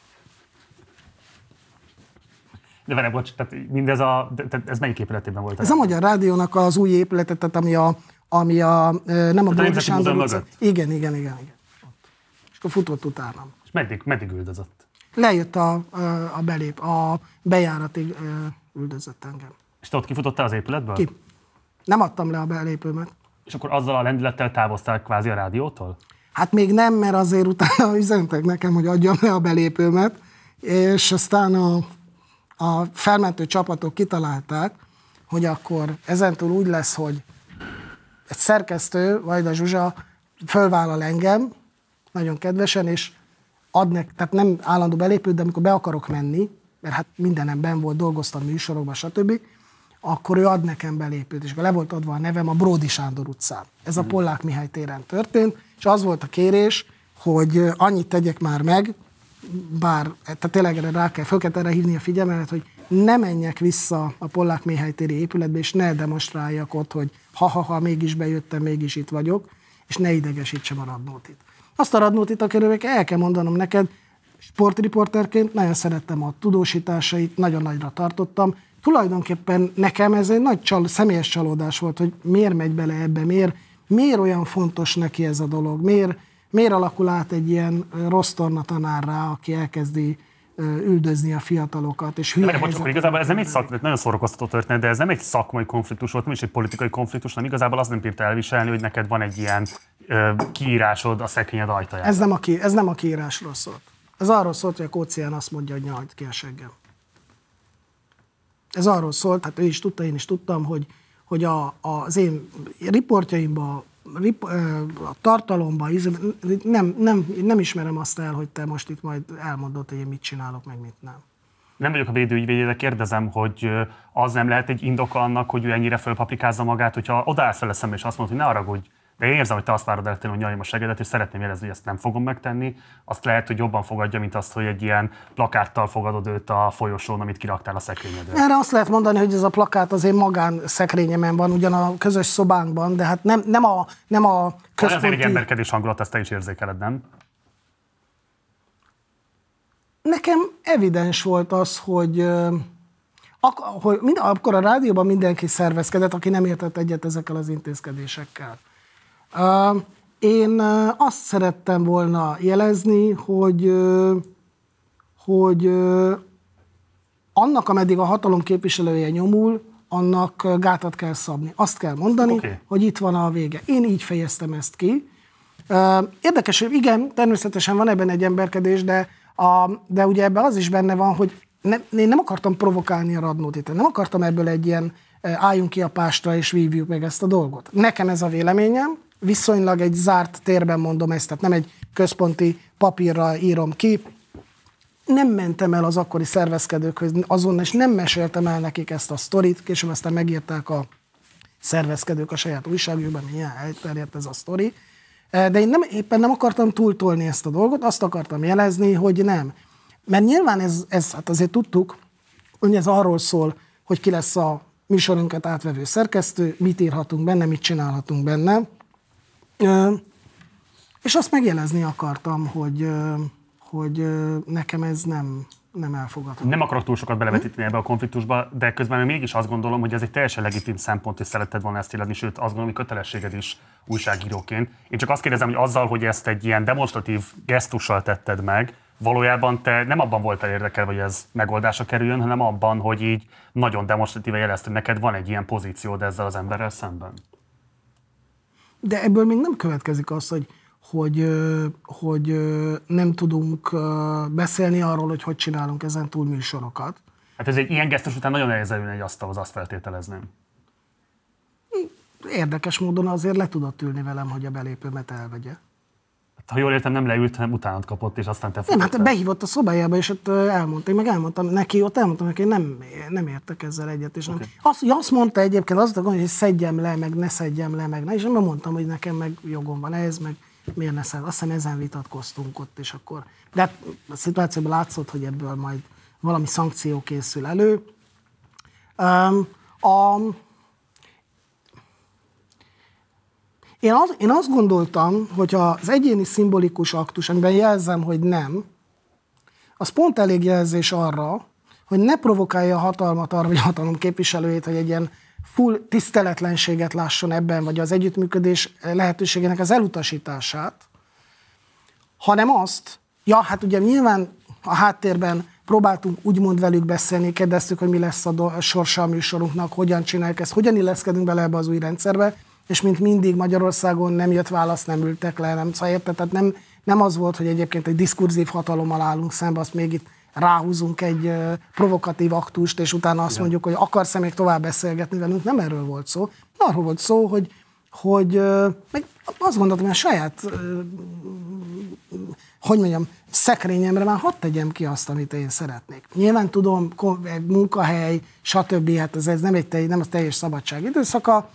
De vele, bocs, tehát mindez ez melyik épületében volt? Ez a Magyar Rádiónak az új épülete, tehát ami nem a Bródi Sándor utca. Igen. És akkor futott utána. És meddig üldözött? Lejött a bejáratig üldözött engem. És te ott kifutottál az épületből? Ki. Nem adtam le a belépőmet. És akkor azzal a lendülettel távoztál kvázi a rádiótól? Hát még nem, mert azért utána üzentek nekem, hogy adjam le a belépőmet, és aztán a felmentő csapatok kitalálták, hogy akkor ezentúl úgy lesz, hogy egy szerkesztő, Vajda Zsuzsa fölvállal engem, nagyon kedvesen, és adnak, tehát nem állandó belépőt, de amikor be akarok menni, mert hát mindenem benn volt, dolgoztam műsorokban, stb., akkor ő ad nekem belépőt, és le volt adva a nevem a Bródi Sándor utcán. Ez a Pollák Mihály téren történt, és az volt a kérés, hogy annyit tegyek már meg, bár tehát tényleg föl kell erre hívni a figyelmet, hogy ne menjek vissza a Pollák Mihály téri épületbe, és ne demonstráljak ott, hogy ha, mégis bejöttem, mégis itt vagyok, és ne idegesítsem a Radnótit. Azt a Radnótit, akiről el kell mondanom neked, sportriporterként nagyon szerettem a tudósításait, nagyon nagyra tartottam. Tulajdonképpen nekem ez egy nagy személyes csalódás volt, hogy miért megy bele ebbe, miért olyan fontos neki ez a dolog, miért alakul át egy ilyen rossz tornatanárrá, aki elkezdi üldözni a fiatalokat, és hülye helyzetet. Igazából ez nem egy nagyon szórakoztató történet, de ez nem egy szakmai konfliktus volt, nem is egy politikai konfliktus, hanem igazából azt nem bírta elviselni, hogy neked van egy ilyen kiírásod a szekrényed ajtajában. Ez nem a kiírásról szólt. Ez arról szólt, hogy a Kócián azt mondja, hogy nyald ki a seggem. Ez arról szólt, hát ő is tudta, én is tudtam, hogy az én riportjaimban, a tartalomban nem ismerem azt el, hogy te most itt majd elmondod, hogy én mit csinálok, meg mit nem. Nem vagyok a védőügyvédje, de kérdezem, hogy az nem lehet egy indok annak, hogy ő ennyire fölpaprikázza magát, hogyha odaállsz vele szembe, és azt mondod, hogy ne haragudj, de én érzem, hogy te azt várod el tőlem, hogy nyaljam a segedet, és szeretném jelezni, hogy ezt nem fogom megtenni. Azt lehet, hogy jobban fogadja, mint azt, hogy egy ilyen plakáttal fogadod őt a folyosón, amit kiraktál a szekrényedre. Erre azt lehet mondani, hogy ez a plakát az én magán szekrényemen van, ugyan a közös szobánkban, de hát nem a központi... Ez egy emberkedés hangulat, ezt te is érzékeled, nem? Nekem evidens volt az, hogy akkor a rádióban mindenki szervezkedett, aki nem értett egyet ezekkel az intézkedésekkel. Én azt szerettem volna jelezni, hogy annak, ameddig a hatalom képviselője nyomul, annak gátat kell szabni. Azt kell mondani, hogy itt van a vége. Én így fejeztem ezt ki. Érdekes, hogy igen, természetesen van ebben egy emberkedés, de ugye ebben az is benne van, hogy én nem akartam provokálni a Radnótit. Nem akartam ebből egy ilyen álljunk ki a pástra és vívjuk meg ezt a dolgot. Nekem ez a véleményem, viszonylag egy zárt térben mondom ezt, tehát nem egy központi papírra írom ki. Nem mentem el az akkori szervezkedőkhöz azonnal, és nem meséltem el nekik ezt a sztorit, később aztán megírták a szervezkedők a saját újságjukban, milyen elterjedt ez a sztori. De én éppen nem akartam túltolni ezt a dolgot, azt akartam jelezni, hogy nem. Mert nyilván ez hát azért tudtuk, hogy ez arról szól, hogy ki lesz a műsorunkat átvevő szerkesztő, mit írhatunk benne, mit csinálhatunk benne. És azt megjelezni akartam, hogy nekem ez nem elfogadható. Nem akarok túl sokat belevetíteni ebbe a konfliktusba, de közben mégis azt gondolom, hogy ez egy teljesen legitim szempont, és szeretted volna ezt jelezni, sőt azt gondolom, hogy kötelességed is újságíróként. Én csak azt kérdezem, hogy azzal, hogy ezt egy ilyen demonstratív gesztussal tetted meg, valójában te nem abban voltál érdekelve, hogy ez megoldásra kerüljön, hanem abban, hogy így nagyon demonstratíve jelezted, neked van egy ilyen pozíciód ezzel az emberrel szemben. De ebből még nem következik az, hogy nem tudunk beszélni arról, hogy csinálunk ezen túl műsorokat. Hát ez egy ilyen gesztus után nagyon nehéz ülni egy asztalhoz, azt feltételezném. Érdekes módon azért le tudott ülni velem, hogy a belépőmet elvegye. Ha jól értem, nem leült, hanem utánat kapott, és aztán te nem, hát behívott a szobájába, és ott elmondtam neki, hogy nem értek ezzel egyet. És okay. Azt mondta egyébként, hogy szedjem le, meg ne szedjem le, meg ne, és én mondtam, hogy nekem meg jogom van ez, meg miért ne szed. Azt hiszem ezen vitatkoztunk ott, és akkor. De hát a szituációban látszott, hogy ebből majd valami szankció készül elő. Én azt gondoltam, hogy az egyéni szimbolikus aktus, amiben jelzem, hogy nem, az pont elég jelzés arra, hogy ne provokálja a hatalmat arra, vagy a hatalom képviselőjét, hogy egy ilyen full tiszteletlenséget lásson ebben, vagy az együttműködés lehetőségének az elutasítását, hanem azt, hát ugye nyilván a háttérben próbáltunk úgymond velük beszélni, kérdeztük, hogy mi lesz a sorsa a műsorunknak, hogyan csináljuk ezt, hogyan illeszkedünk bele ebbe az új rendszerbe, és mint mindig Magyarországon nem jött válasz, nem ültek le, nem szóval érte, tehát nem az volt, hogy egyébként egy diskurzív hatalommal állunk szembe, azt még itt ráhúzunk egy provokatív aktust, és utána azt mondjuk, hogy akarsz-e még tovább beszélgetni velünk, nem erről volt szó. Arról volt szó, hogy meg azt gondoltam, hogy a saját, szekrényemre már hadd tegyem ki azt, amit én szeretnék. Nyilván tudom, munkahely, stb. Hát ez nem a teljes szabadság időszaka.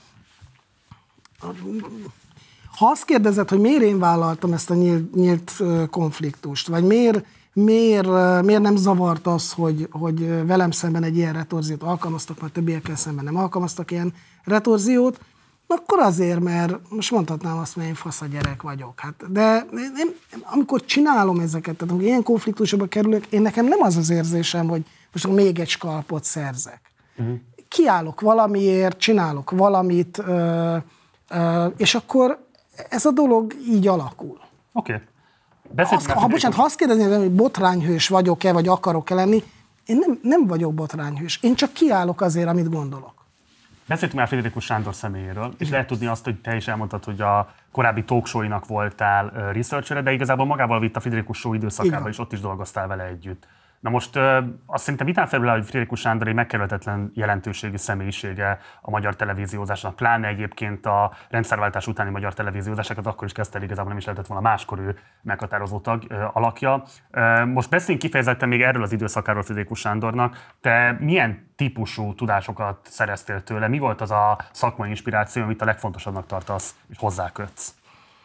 Ha azt kérdezed, hogy miért én vállaltam ezt a nyílt konfliktust, vagy miért nem zavart az, hogy velem szemben egy ilyen retorziót alkalmaztak, mert többiekkel szemben nem alkalmaztak ilyen retorziót, akkor azért, mert most mondhatnám azt, hogy én fasz a gyerek vagyok. Hát, de amikor csinálom ezeket, tehát amikor ilyen konfliktusokba kerülök, nekem nem az az érzésem, hogy most még egy skalpot szerzek. Kiállok valamiért, csinálok valamit, és akkor ez a dolog így alakul. Oké. Ha azt kérdezni, hogy botrányhős vagyok-e, vagy akarok-e lenni, én nem vagyok botrányhős. Én csak kiállok azért, amit gondolok. Beszéltünk már Friedrichus Sándor személyéről, és lehet tudni azt, hogy te is elmondtad, hogy a korábbi talkshow-inak voltál researchere, de igazából magával vitt a Friedrichus Show időszakában, és ott is dolgoztál vele együtt. Na most azt szerintem vitán felül áll, hogy Friedrichus Sándor egy megkerülhetetlen jelentőségű személyisége a magyar televíziózásnak, pláne egyébként a rendszerváltás utáni magyar televíziózásokat akkor is kezdte, igazából nem is lehetett volna máskor ő meghatározó tag alakja. Most beszéljünk kifejezetten még erről az időszakáról Friedrichus Sándornak. Te milyen típusú tudásokat szereztél tőle? Mi volt az a szakmai inspiráció, amit a legfontosabbnak tartasz és hozzákötsz?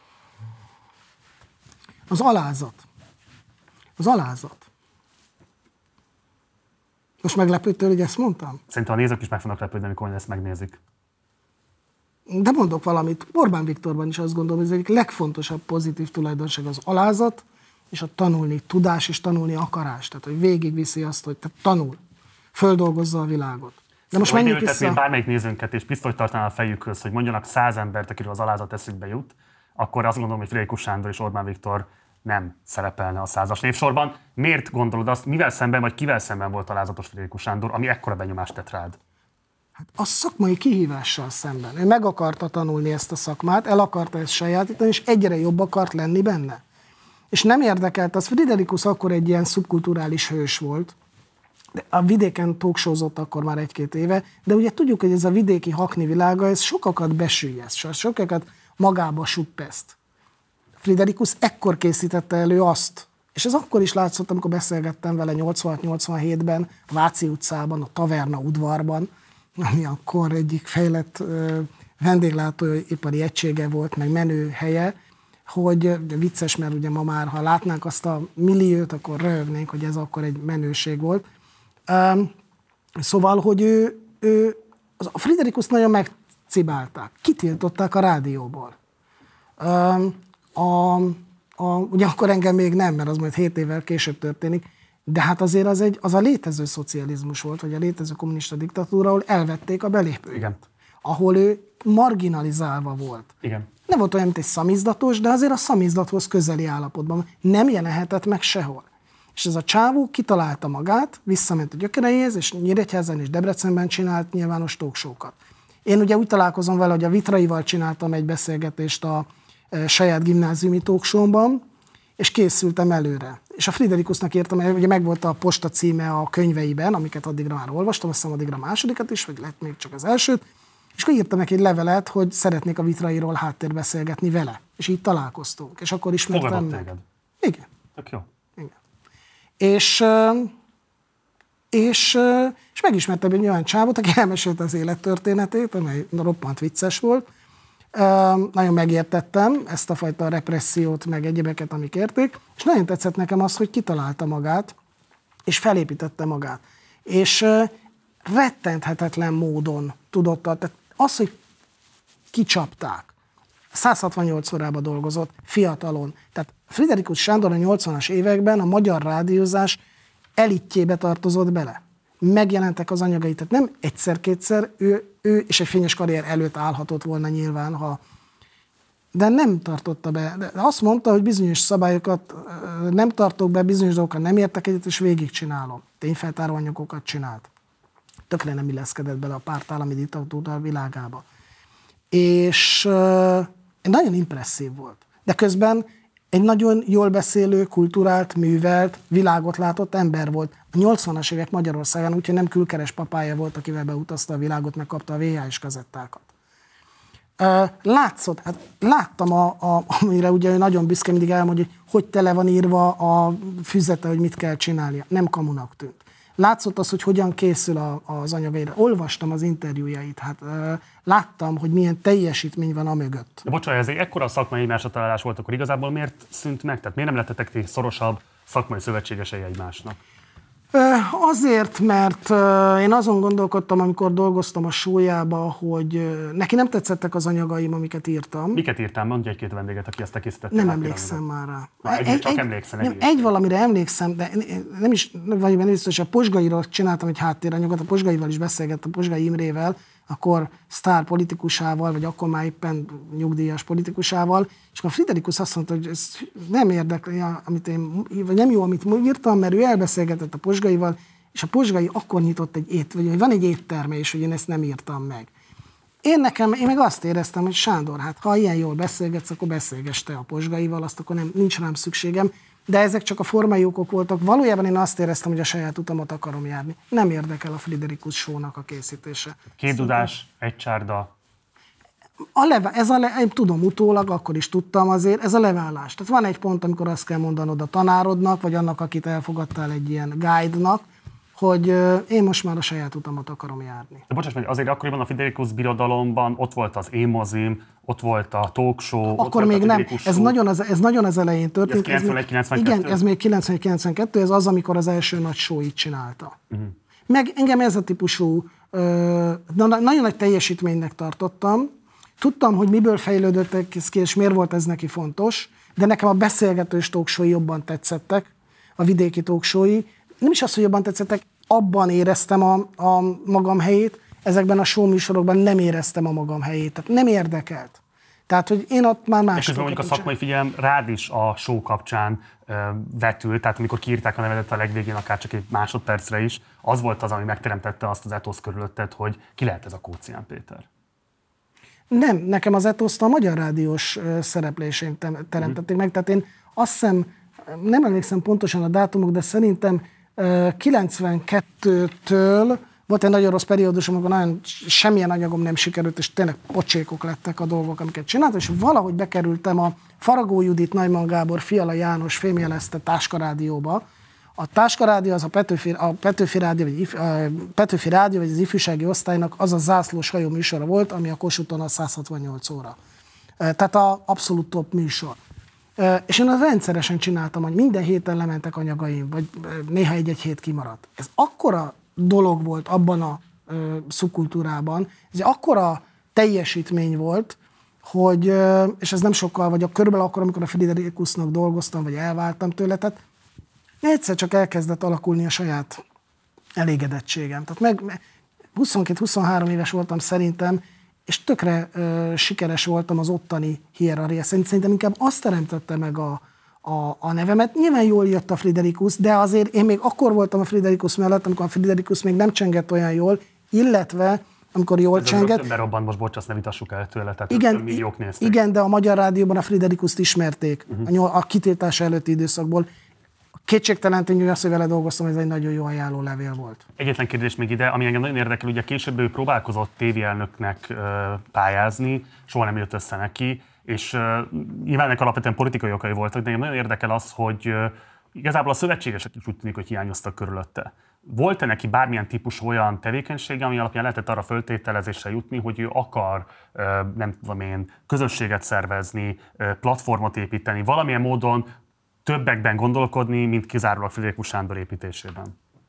Az alázat. Az alázat. Most meglepődtél, hogy ezt mondtam? Szerintem a nézők is meg fognak lepődni, amikor ezt megnézik. De mondok valamit. Orbán Viktorban is azt gondolom, hogy ez egyik legfontosabb pozitív tulajdonság az alázat, és a tanulni tudás és tanulni akarás. Tehát, hogy végigviszi azt, hogy te tanul, földolgozza a világot. De most menjünk vissza. Bármelyik nézőnket és pisztolyt tartaná a fejükhöz, hogy mondjanak 100 embert, akiről az alázat eszükbe jut, akkor azt gondolom, hogy Friedrichus Sándor és Orbán Viktor nem szerepelne a 100-as névsorban. Miért gondolod azt, mivel szemben vagy kivel szemben volt alázatos Friedrichus Sándor, ami ekkora benyomást tett rád? Hát a szakmai kihívással szemben. Ő meg akarta tanulni ezt a szakmát, el akarta ezt sajátítani, és egyre jobb akart lenni benne. És nem érdekelt, az Friedrichus akkor egy ilyen szubkulturális hős volt, de a vidéken talkshowzott akkor már 1-2 éve, de ugye tudjuk, hogy ez a vidéki hakni világa, ez sokakat besüllyeszt, sokakat magába suppeszt. Friedrichus ekkor készítette elő azt, és ez akkor is látszott, amikor beszélgettem vele 86-87-ben, a Váci utcában, a Taverna udvarban, ami akkor egyik fejlett vendéglátóipari egysége volt, meg menő helye, hogy vicces, mert ugye ma már, ha látnánk azt a milliót, akkor röhögnénk, hogy ez akkor egy menőség volt. Szóval, hogy a Friedrichust nagyon megcibálták, kitiltották a rádióból. Ugye akkor engem még nem, mert az majd 7 évvel később történik, de hát azért az a létező szocializmus volt, vagy a létező kommunista diktatúra, ahol elvették a belépőjét. Igen. Ahol ő marginalizálva volt. Igen. Nem volt olyan, mint egy szamizdatos, de azért a szamizdathoz közeli állapotban. Nem jelenhetett meg sehol. És ez a csávó kitalálta magát, visszament a gyökereihez, és Nyíregyházán és Debrecenben csinált nyilvános talkshow-kat. Én ugye úgy találkozom vele, hogy a Vitraival csináltam egy beszélgetést a saját gimnáziumi talkshow-ban, és készültem előre. És a Friedrichusnak írtam, ugye megvolt a posta címe a könyveiben, amiket addigra már olvastam, azt hiszem addigra a másodikat is, vagy lett még csak az elsőt, és akkor írtam neki egy levelet, hogy szeretnék a Vitrairól háttérbeszélgetni vele. És így találkoztunk. És akkor ismertem meg. Téged. Igen. Tök jó. Igen. És megismertem egy olyan csávot, aki elmesélte az élettörténetét, amely roppant vicces volt. Nagyon megértettem ezt a fajta repressziót, meg egyébeket, amik érték, és nagyon tetszett nekem az, hogy kitalálta magát, és felépítette magát. És rettenthetetlen módon tudott, tehát az, hogy kicsapták, 168 órában dolgozott, fiatalon. Tehát Friedrichus Sándor a 80-as években a magyar rádiózás elitjébe tartozott bele. Megjelentek az anyagai, tehát nem egyszer-kétszer, ő és egy fényes karrier előtt állhatott volna nyilván, de nem tartotta be. De azt mondta, hogy bizonyos szabályokat nem tartok be, bizonyos dolgokat nem értek egyet, és végigcsinálom. Tényfeltáró anyagokat csinált. Tökre nem illeszkedett bele a pártállami diktatúra világába. És nagyon impresszív volt. De közben egy nagyon jól beszélő, kulturált, művelt, világot látott ember volt. A 80-as évek Magyarországon, úgyhogy nem külkeres papája volt, akivel beutazta a világot, megkapta a VHS kazettákat. Látszott, hát láttam, amire ugye ő nagyon büszke mindig elmondja, hogy tele van írva a füzete, hogy mit kell csinálnia. Nem kamunak tűnt. Látszott az, hogy hogyan készül az anyagaira. Olvastam az interjújait, hát láttam, hogy milyen teljesítmény van amögött. De bocsánat, ez egy ekkora szakmai egymásra találás volt, akkor igazából miért szűnt meg? Tehát miért nem lettetek ti szorosabb szakmai szövetségesei egymásnak? Azért, mert én azon gondolkodtam, amikor dolgoztam a sójába, hogy neki nem tetszettek az anyagaim, amiket írtam. Miket írtál? Mondj egy-két vendéget, aki ezt te készítettél. Nem emlékszem már rá. Egy valamire emlékszem, de nem is, vagy nem biztos, a Posgairól csináltam egy háttéranyagot, a Posgaival is beszélgettem, a Posgai Imrével, akkor sztár politikusával, vagy akkor már éppen nyugdíjas politikusával, és akkor Friderikus azt mondta, hogy ez nem érdekli, vagy nem jó, amit írtam, mert ő elbeszélgetett a Posgaival, és a Posgai akkor nyitott vagy van egy étterme, és hogy én ezt nem írtam meg. Én meg azt éreztem, hogy Sándor, hát ha ilyen jól beszélgetsz, akkor beszélgess te a Posgaival, azt akkor nincs rám szükségem. De ezek csak a formai okok voltak. Valójában én azt éreztem, hogy a saját utamat akarom járni. Nem érdekel a Friderikus show-nak a készítése. Két dudás, egy csárda. Én tudom utólag, akkor is tudtam azért, ez a levállás. Tehát van egy pont, amikor azt kell mondanod a tanárodnak, vagy annak, akit elfogadtál egy ilyen guide-nak, hogy én most már a saját utamat akarom járni. De bocsáss meg, azért akkoriban a Friderikus birodalomban ott volt az Én mozim, ott volt a talk show, akkor még nem. Ez nagyon az elején történt. Ez 91-92? Igen, ez még 91-92, ez az, amikor az első nagy show-it csinálta. Meg engem ez a típusú nagyon nagy teljesítménynek tartottam. Tudtam, hogy miből fejlődött ki, és miért volt ez neki fontos, de nekem a beszélgetős talk show-i jobban tetszettek, a vidéki talk show-i. Nem is az, hogy jobban tetszettek, abban éreztem a magam helyét, ezekben a show műsorokban nem éreztem a magam helyét, tehát nem érdekelt. Tehát, hogy én ott már más. És közben mondjuk a szakmai figyelem rád is a show kapcsán vetült, tehát amikor kiírták a nevedet a legvégén, akár csak egy másodpercre is, az volt az, ami megteremtette azt az etosz körülötted, hogy ki lehet ez a Kócián Péter? Nem, nekem az etoszt a Magyar Rádiós szereplésén teremtették meg, tehát én azt hiszem, nem emlékszem pontosan a dátumok, de szerintem 92-től volt egy nagyon rossz periódus, amikor semmilyen anyagom nem sikerült, és tényleg pocsékok lettek a dolgok, amiket csináltam, és valahogy bekerültem a Faragó Judit, Neumann Gábor, Fiala János fémjelezte Táskarádióba. A Táskarádió az a Petőfi Rádió, vagy az ifjúsági osztálynak az a zászlós hajó műsora volt, ami a Kossuthon a 168 óra. Tehát a abszolút top műsor. És én rendszeresen csináltam, hogy minden héten lementek anyagaim, vagy néha egy-egy hét kimaradt. Ez akkora dolog volt abban a szubkultúrában, ez akkora teljesítmény volt, hogy, és ez nem sokkal, vagy körülbelül akkor, amikor a Friderikusnak dolgoztam, vagy elváltam tőle, tehát egyszer csak elkezdett alakulni a saját elégedettségem. Tehát 22-23 éves voltam szerintem, és tökre sikeres voltam az ottani hierarchia. Szerintem inkább azt teremtette meg a nevemet. Nyilván jól jött a Friderikus, de azért én még akkor voltam a Friderikus mellett, amikor a Friderikus még nem csengett olyan jól, illetve amikor jól csengett. Többen robbant, most bocs, azt ne vitassuk el tőle, tehát igen, több milliók nézték. Igen, de a Magyar Rádióban a Friderikuszt ismerték a kitiltása előtti időszakból. Kétségtelen tényleg az, hogy vele dolgoztam, ez egy nagyon jó ajánló levél volt. Egyetlen kérdés még ide, ami engem nagyon érdekel, ugye később ő próbálkozott tévéelnöknek pályázni, soha nem jött össze neki, és nyilván ennek alapvetően politikai okai voltak, de engem nagyon érdekel az, hogy igazából a szövetségesek is úgy tűnik, hogy hiányoztak körülötte. Volt-e neki bármilyen típusú olyan tevékenysége, ami alapján lehetett arra föltételezésre jutni, hogy ő akar, nem tudom én, közösséget szervezni, platformot építeni, valamilyen módon többekben gondolkodni, mint kizárólag Friderikus Sándor építésében?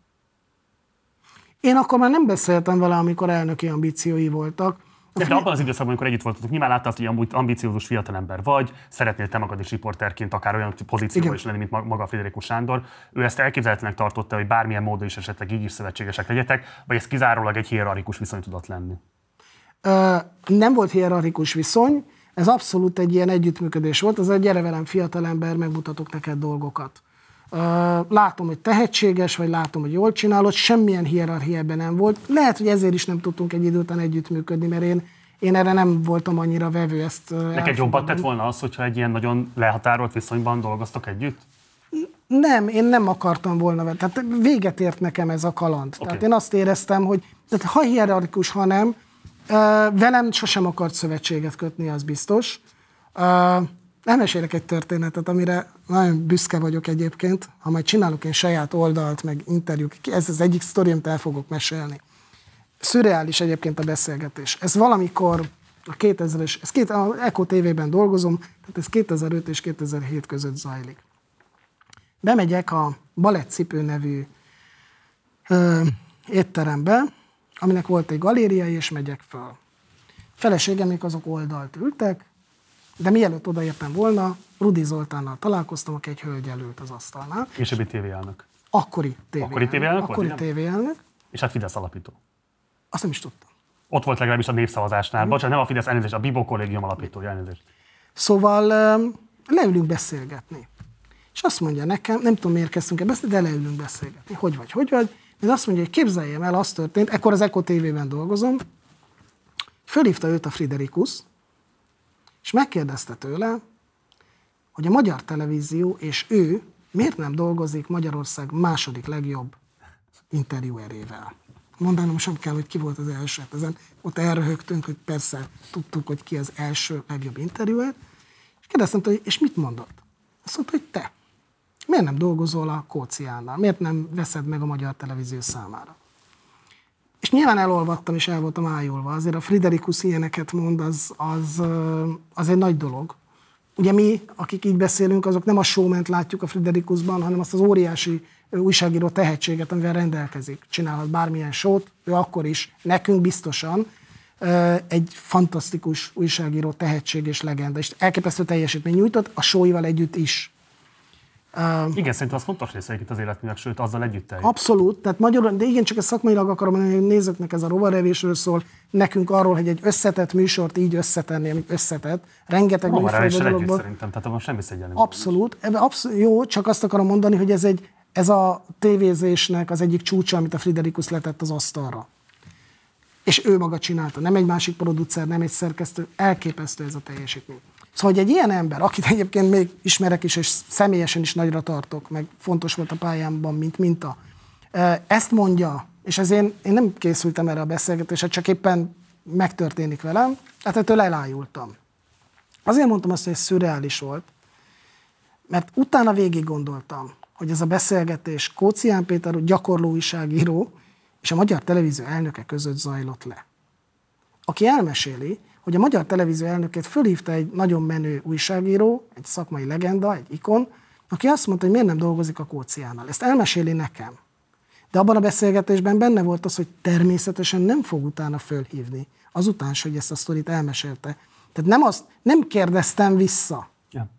Én akkor már nem beszéltem vele, amikor elnöki ambíciói voltak. De abban az időszakban, amikor együtt voltatok, nyilván láttad, hogy ambiciózus fiatalember vagy, szeretnél te magad is riporterként akár olyan pozícióban is lenni, mint maga Friderikus Sándor. Ő ezt elképzelhetőnek tartotta, hogy bármilyen módon is esetleg így is szövetségesek legyetek, vagy ez kizárólag egy hierarchikus viszony tudott lenni? Nem volt hierarchikus viszony, ez abszolút egy ilyen együttműködés volt, az egy gyere velem fiatalember, megmutatok neked dolgokat. Látom, hogy tehetséges, vagy látom, hogy jól csinálod, semmilyen hierarchiában nem volt. Lehet, hogy ezért is nem tudtunk egy idő után együttműködni, mert én erre nem voltam annyira vevő. Neked jobban tett volna az, hogyha egy ilyen nagyon lehatárolt viszonyban dolgoztok együtt? Nem, én nem akartam volna vele. Tehát véget ért nekem ez a kaland. Okay. Tehát én azt éreztem, hogy ha hierarchikus, ha nem, velem sosem akart szövetséget kötni, az biztos. Elmesélek egy történetet, amire nagyon büszke vagyok egyébként, ha majd csinálok én saját oldalt, meg interjúk, ez az egyik sztori, amit el fogok mesélni. Szürreális egyébként a beszélgetés. Ez valamikor a 2000-es, a Eko TV-ben dolgozom, tehát ez 2005 és 2007 között zajlik. Bemegyek a Balettcipő nevű étterembe, aminek volt egy galériai, és megyek föl. Feleségemék azok oldalt ültek, de mielőtt odaértem volna, Rudi Zoltánnal találkoztam, aki egy hölgyel ült az asztalnál. Későbbi tévéelnök. Akkori tévéelnök. És hát Fidesz alapító. Azt nem is tudtam. Ott volt legalábbis a népszavazásnál. Bocsánat, nem a Fidesz, elnézést, a Bibó kollégium alapítója, elnézést. Szóval leülünk beszélgetni. És azt mondja nekem, nem tudom miért kezdtünk beszélni, de leülünk beszélgetni. Hogy vagy? De azt mondja, hogy képzeljem el, az történt, ekkor az Eko TV-ben dolgozom, fölhívta őt a Friderikus, és megkérdezte tőle, hogy a Magyar Televízió és ő miért nem dolgozik Magyarország második legjobb interjúerével. Mondanom sem kell, hogy ki volt az első. Ezen ott elröhögtünk, hogy persze tudtuk, hogy ki az első legjobb interjúer. És kérdeztem, hogy és mit mondott? Azt mondta, hogy te. Miért nem dolgozol a Kóciánnal? Miért nem veszed meg a Magyar Televízió számára? És nyilván elolvattam, és el voltam ájulva. Azért a Friderikus ilyeneket mond, az egy nagy dolog. Ugye mi, akik így beszélünk, azok nem a showment látjuk a Friderikusban, hanem azt az óriási újságíró tehetséget, amivel rendelkezik. Csinálhat bármilyen showt, ő akkor is, nekünk biztosan egy fantasztikus újságíró tehetség és legenda. És elképesztő teljesítmény nyújtott, a showival együtt is. Igen, szerintem az fontos része itt az életműnek, sőt, azzal együtt eljön. Abszolút, tehát magyarul, de igen, csak ezt szakmailag akarom mondani, hogy nézőknek ez a rovarevésről szól, nekünk arról, hogy egy összetett műsort így összetenni, amit összetett, rengeteg műfajta dologból. Szerintem, tehát abban semmi szégyenlő. Abszolút, jó, csak azt akarom mondani, hogy ez a tévézésnek az egyik csúcsa, amit a Friderikus letett az asztalra. És ő maga csinálta, nem egy másik producer, nem egy szerkesztő, elképesztő ez a teljesítmény. Szóval, hogy egy ilyen ember, akit egyébként még ismerek is, és személyesen is nagyra tartok, meg fontos volt a pályámban, mint minta, ezt mondja, és ezért én nem készültem erre a beszélgetésre, csak éppen megtörténik velem, hát ettől elájultam. Azért mondtam azt, hogy ez szürreális volt, mert utána végig gondoltam, hogy ez a beszélgetés Kócián Péter gyakorló újságíró és a Magyar Televízió elnöke között zajlott le. Aki elmeséli, hogy a Magyar Televízió elnökét fölhívta egy nagyon menő újságíró, egy szakmai legenda, egy ikon, aki azt mondta, hogy miért nem dolgozik a Kóciánnal. Ezt elmeséli nekem. De abban a beszélgetésben benne volt az, hogy természetesen nem fog utána fölhívni, azután, hogy ezt a sztorit elmesélte. Tehát nem kérdeztem vissza,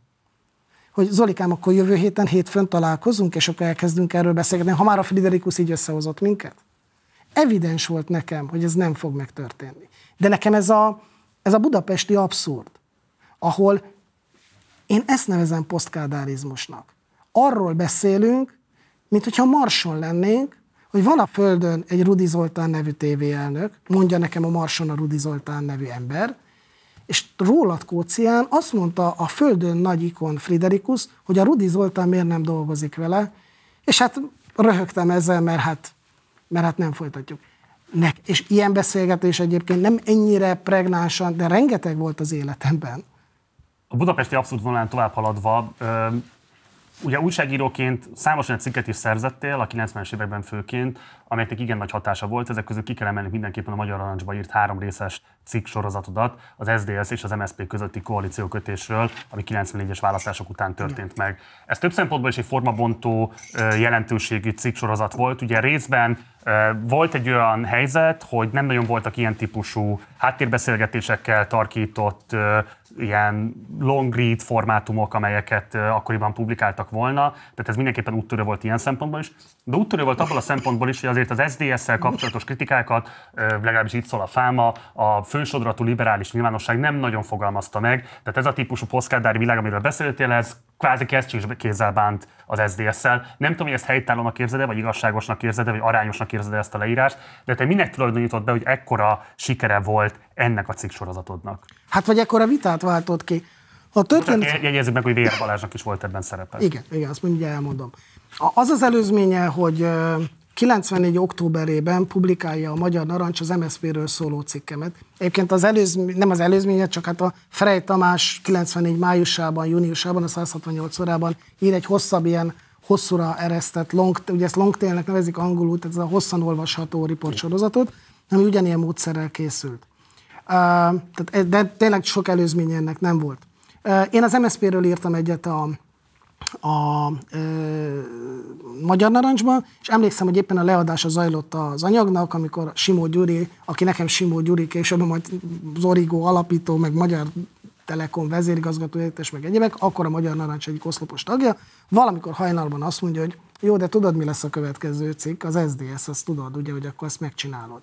hogy Zolikám, akkor jövő hétfőn találkozunk, és akkor elkezdünk erről beszélgetni, ha már a Friderikus így összehozott minket. Evidens volt nekem, hogy ez nem fog megtörténni. De nekem ez a budapesti abszurd, ahol én ezt nevezem posztkádárizmusnak. Arról beszélünk, mint hogyha Marson lennénk, hogy van a Földön egy Rudi Zoltán nevű tévéelnök, mondja nekem a Marson a Rudi Zoltán nevű ember, és rólad Kócián azt mondta a Földön nagy ikon Friderikus, hogy a Rudi Zoltán miért nem dolgozik vele, és hát röhögtem ezzel, mert hát nem folytatjuk. És ilyen beszélgetés egyébként nem ennyire pregnánsan, de rengeteg volt az életemben. A budapesti abszolút vonalán tovább haladva, ugye újságíróként számos olyan cikket is szerzettél, a 90-es években főként, amelyeknek igen nagy hatása volt. Ezek közül ki kell emelni mindenképpen a Magyar Narancsba írt 3 részes cikk sorozatodat, az SZDSZ és az MSZP közötti koalíciókötésről, ami 94-es választások után történt meg. Ez több szempontból is egy formabontó jelentőségű cikk sorozat volt. Ugye részben volt egy olyan helyzet, hogy nem nagyon voltak ilyen típusú háttérbeszélgetésekkel tarkított ilyen long read formátumok, amelyeket akkoriban publikáltak volna. Tehát ez mindenképpen úttörő volt ilyen szempontból is. De úttörő volt abból a szempontból is, hogy azért az SZDSZ-szel kapcsolatos kritikákat, legalábbis itt szól a fáma, a fősodratú liberális nyilvánosság nem nagyon fogalmazta meg. Tehát ez a típusú posztkádári világ, amiről beszéltél, ez kvázi kézzel bánt az SZDSZ-szel. Nem tudom, hogy ezt helytállónak érzed-e, vagy igazságosnak érzed-e, vagy arányosnak érzed-e ezt a leírást, de te minek tulajdonítottad be, hogy ekkora sikere volt ennek a cikksorozatodnak? Hát vagy ekkora vitát váltott ki. Jegyezzük meg, hogy Vér Balázsnak is volt ebben szerepe. Igen, azt mindjárt elmondom. Az az előzménye, hogy 94. októberében publikálja a Magyar Narancs az MSZP-ről szóló cikkemet. Egyébként nem az előzménye, csak hát a Frey Tamás 94. májusában, júniusában, a 168 órában ír egy hosszabb, ilyen hosszúra eresztett, ugye ezt longtailnek nevezik angolul, tehát ez a hosszan olvasható riportsorozatot, ami ugyanilyen módszerrel készült. De tényleg sok előzménye ennek nem volt. Én az MSZP-ről írtam egyet a Magyar Narancsban, és emlékszem, hogy éppen a leadása zajlott az anyagnak, amikor Simó Gyuri, aki nekem Simó Gyuri, később majd az Origo alapító, meg Magyar Telekom vezérigazgató helyettes, meg egyébek, akkor a Magyar Narancs egyik oszlopos tagja, valamikor hajnalban azt mondja, hogy jó, de tudod, mi lesz a következő cikk, az SZDSZ, azt tudod, ugye, hogy akkor ezt megcsinálod.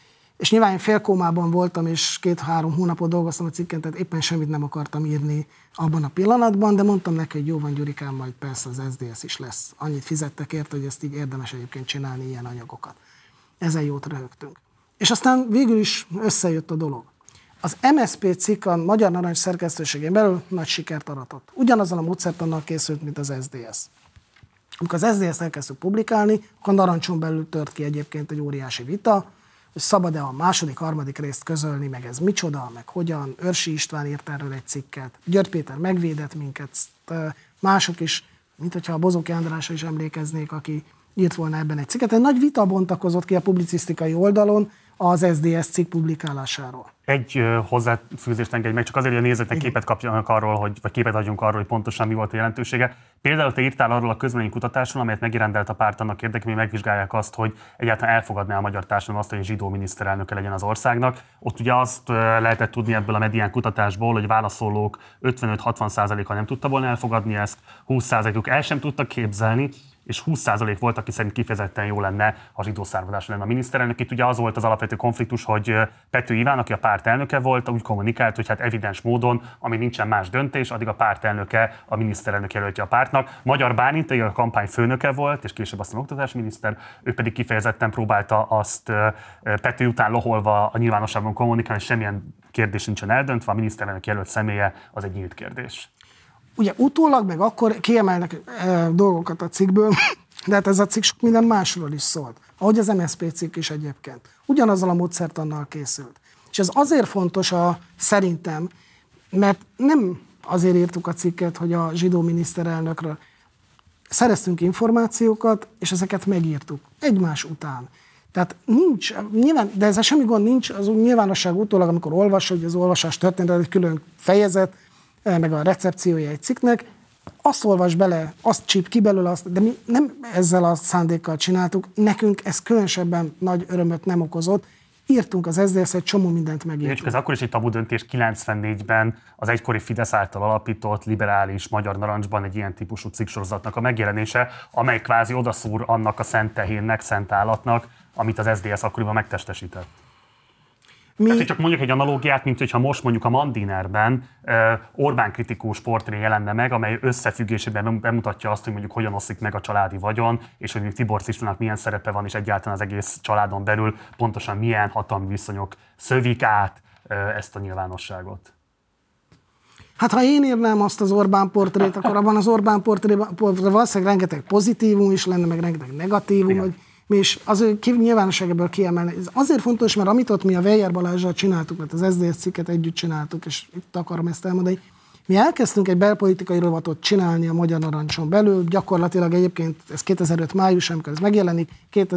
És nyilván én félkómában voltam, és 2-3 hónapot dolgoztam a cikken, tehát éppen semmit nem akartam írni abban a pillanatban, de mondtam neki, hogy jó van, Gyurikám, majd persze az SZDSZ is lesz. Annyit fizettek érte, hogy ezt így érdemes egyébként csinálni, ilyen anyagokat. Ezen jót röhögtünk. És aztán végül is összejött a dolog. Az MSZP cikk a Magyar Narancs szerkesztőségén belül nagy sikert aratott. Ugyanazzal a módszertannal készült, mint az SZDSZ. Amikor az SZDSZ elkezdtük publikálni, akkor a Narancson belül tört ki egyébként egy óriási vita, hogy szabad-e a második, harmadik részt közölni, meg ez micsoda, meg hogyan. Őrsi István írt erről egy cikket, György Péter megvédett minket, mások is, mint hogyha a Bozóki Andrásra is emlékeznék, aki írt volna ebben egy cikket. Egy nagy vita bontakozott ki a publicisztikai oldalon az SZDSZ cikk publikálásáról. Egy hozzáfűzést engedj meg, csak azért, hogy a nézőknek képet kapjanak arról, vagy képet adjunk arról, hogy pontosan mi volt a jelentősége. Például te írtál arról a közvéleménykutatásról, amelyet megirendelt a párt annak érdekében, hogy megvizsgálják azt, hogy egyáltalán elfogadná a magyar társadalom azt, hogy egy zsidó miniszterelnöke legyen az országnak. Ott ugye azt lehetett tudni ebből a medián kutatásból, hogy válaszolók 55-60%-a nem tudta volna elfogadni ezt, 20%-uk el sem tudta képzelni, és 20% volt, aki szerint kifejezetten jó lenne, ha zsidó származású lenne a miniszterelnök. Itt ugye az volt az alapvető konfliktus, hogy Pető Iván, aki a párt elnöke volt, úgy kommunikált, hogy hát evidens módon, ami nincsen más döntés, addig a párt elnöke a miniszterelnök jelöltje a pártnak. Magyar Bálint, a kampány főnöke volt, és később aztán oktatási miniszter, ő pedig kifejezetten próbálta azt Pető után loholva a nyilvánosságban kommunikálni, hogy semmilyen kérdés nincsen eldöntve, a miniszterelnök jelölt személye az egy nyílt kérdés. Ugye utólag meg akkor kiemelnek dolgokat a cikkből, de hát ez a cikk sok minden másról is szólt. Ahogy az MSZP cikk is egyébként. Ugyanazzal a módszertannal készült. És ez azért fontos szerintem, mert nem azért írtuk a cikket, hogy a zsidó miniszterelnökről szereztünk információkat, és ezeket megírtuk egymás után. Tehát nincs, nyilván, de ezzel semmi gond nincs, az nyilvánosság utólag, amikor olvas, hogy az olvasás történt, egy külön fejezet, meg a recepciója egy cikknek, azt olvas bele, azt csíp ki belőle, de mi nem ezzel a szándékkal csináltuk, nekünk ez különösebben nagy örömöt nem okozott, írtunk az SZDSZ egy csomó mindent megírtunk. Ez akkor is egy tabu döntés 94-ben az egykori Fidesz által alapított liberális Magyar Narancsban egy ilyen típusú cikksorozatnak a megjelenése, amely kvázi odaszúr annak a szent tehénnek, szent állatnak, amit az SZDSZ akkoriban megtestesített. Tehát, csak mondjuk egy analógiát, mint hogyha most mondjuk a Mandinerben Orbán kritikus portré jelenne meg, amely összefüggésében bemutatja azt, hogy mondjuk hogyan oszlik meg a családi vagyon, és hogy Tibor Istvának milyen szerepe van, és egyáltalán az egész családon belül pontosan milyen hatalmi viszonyok szövik át ezt a nyilvánosságot. Hát ha én írnám azt az Orbán portrét, akkor abban az Orbán portréban valószínűleg rengeteg pozitívum is lenne, meg rengeteg negatívum, hogy és azért nyilvánosságból kiemelni. Ez azért fontos, mert amit ott mi a Weyer Balázsral csináltuk, mert az SZDSZ cikket együtt csináltuk, és itt akarom ezt elmondani, mi elkezdtünk egy belpolitikai rovatot csinálni a Magyar Narancson belül, gyakorlatilag egyébként ez 2005 május, amikor ez megjelenik,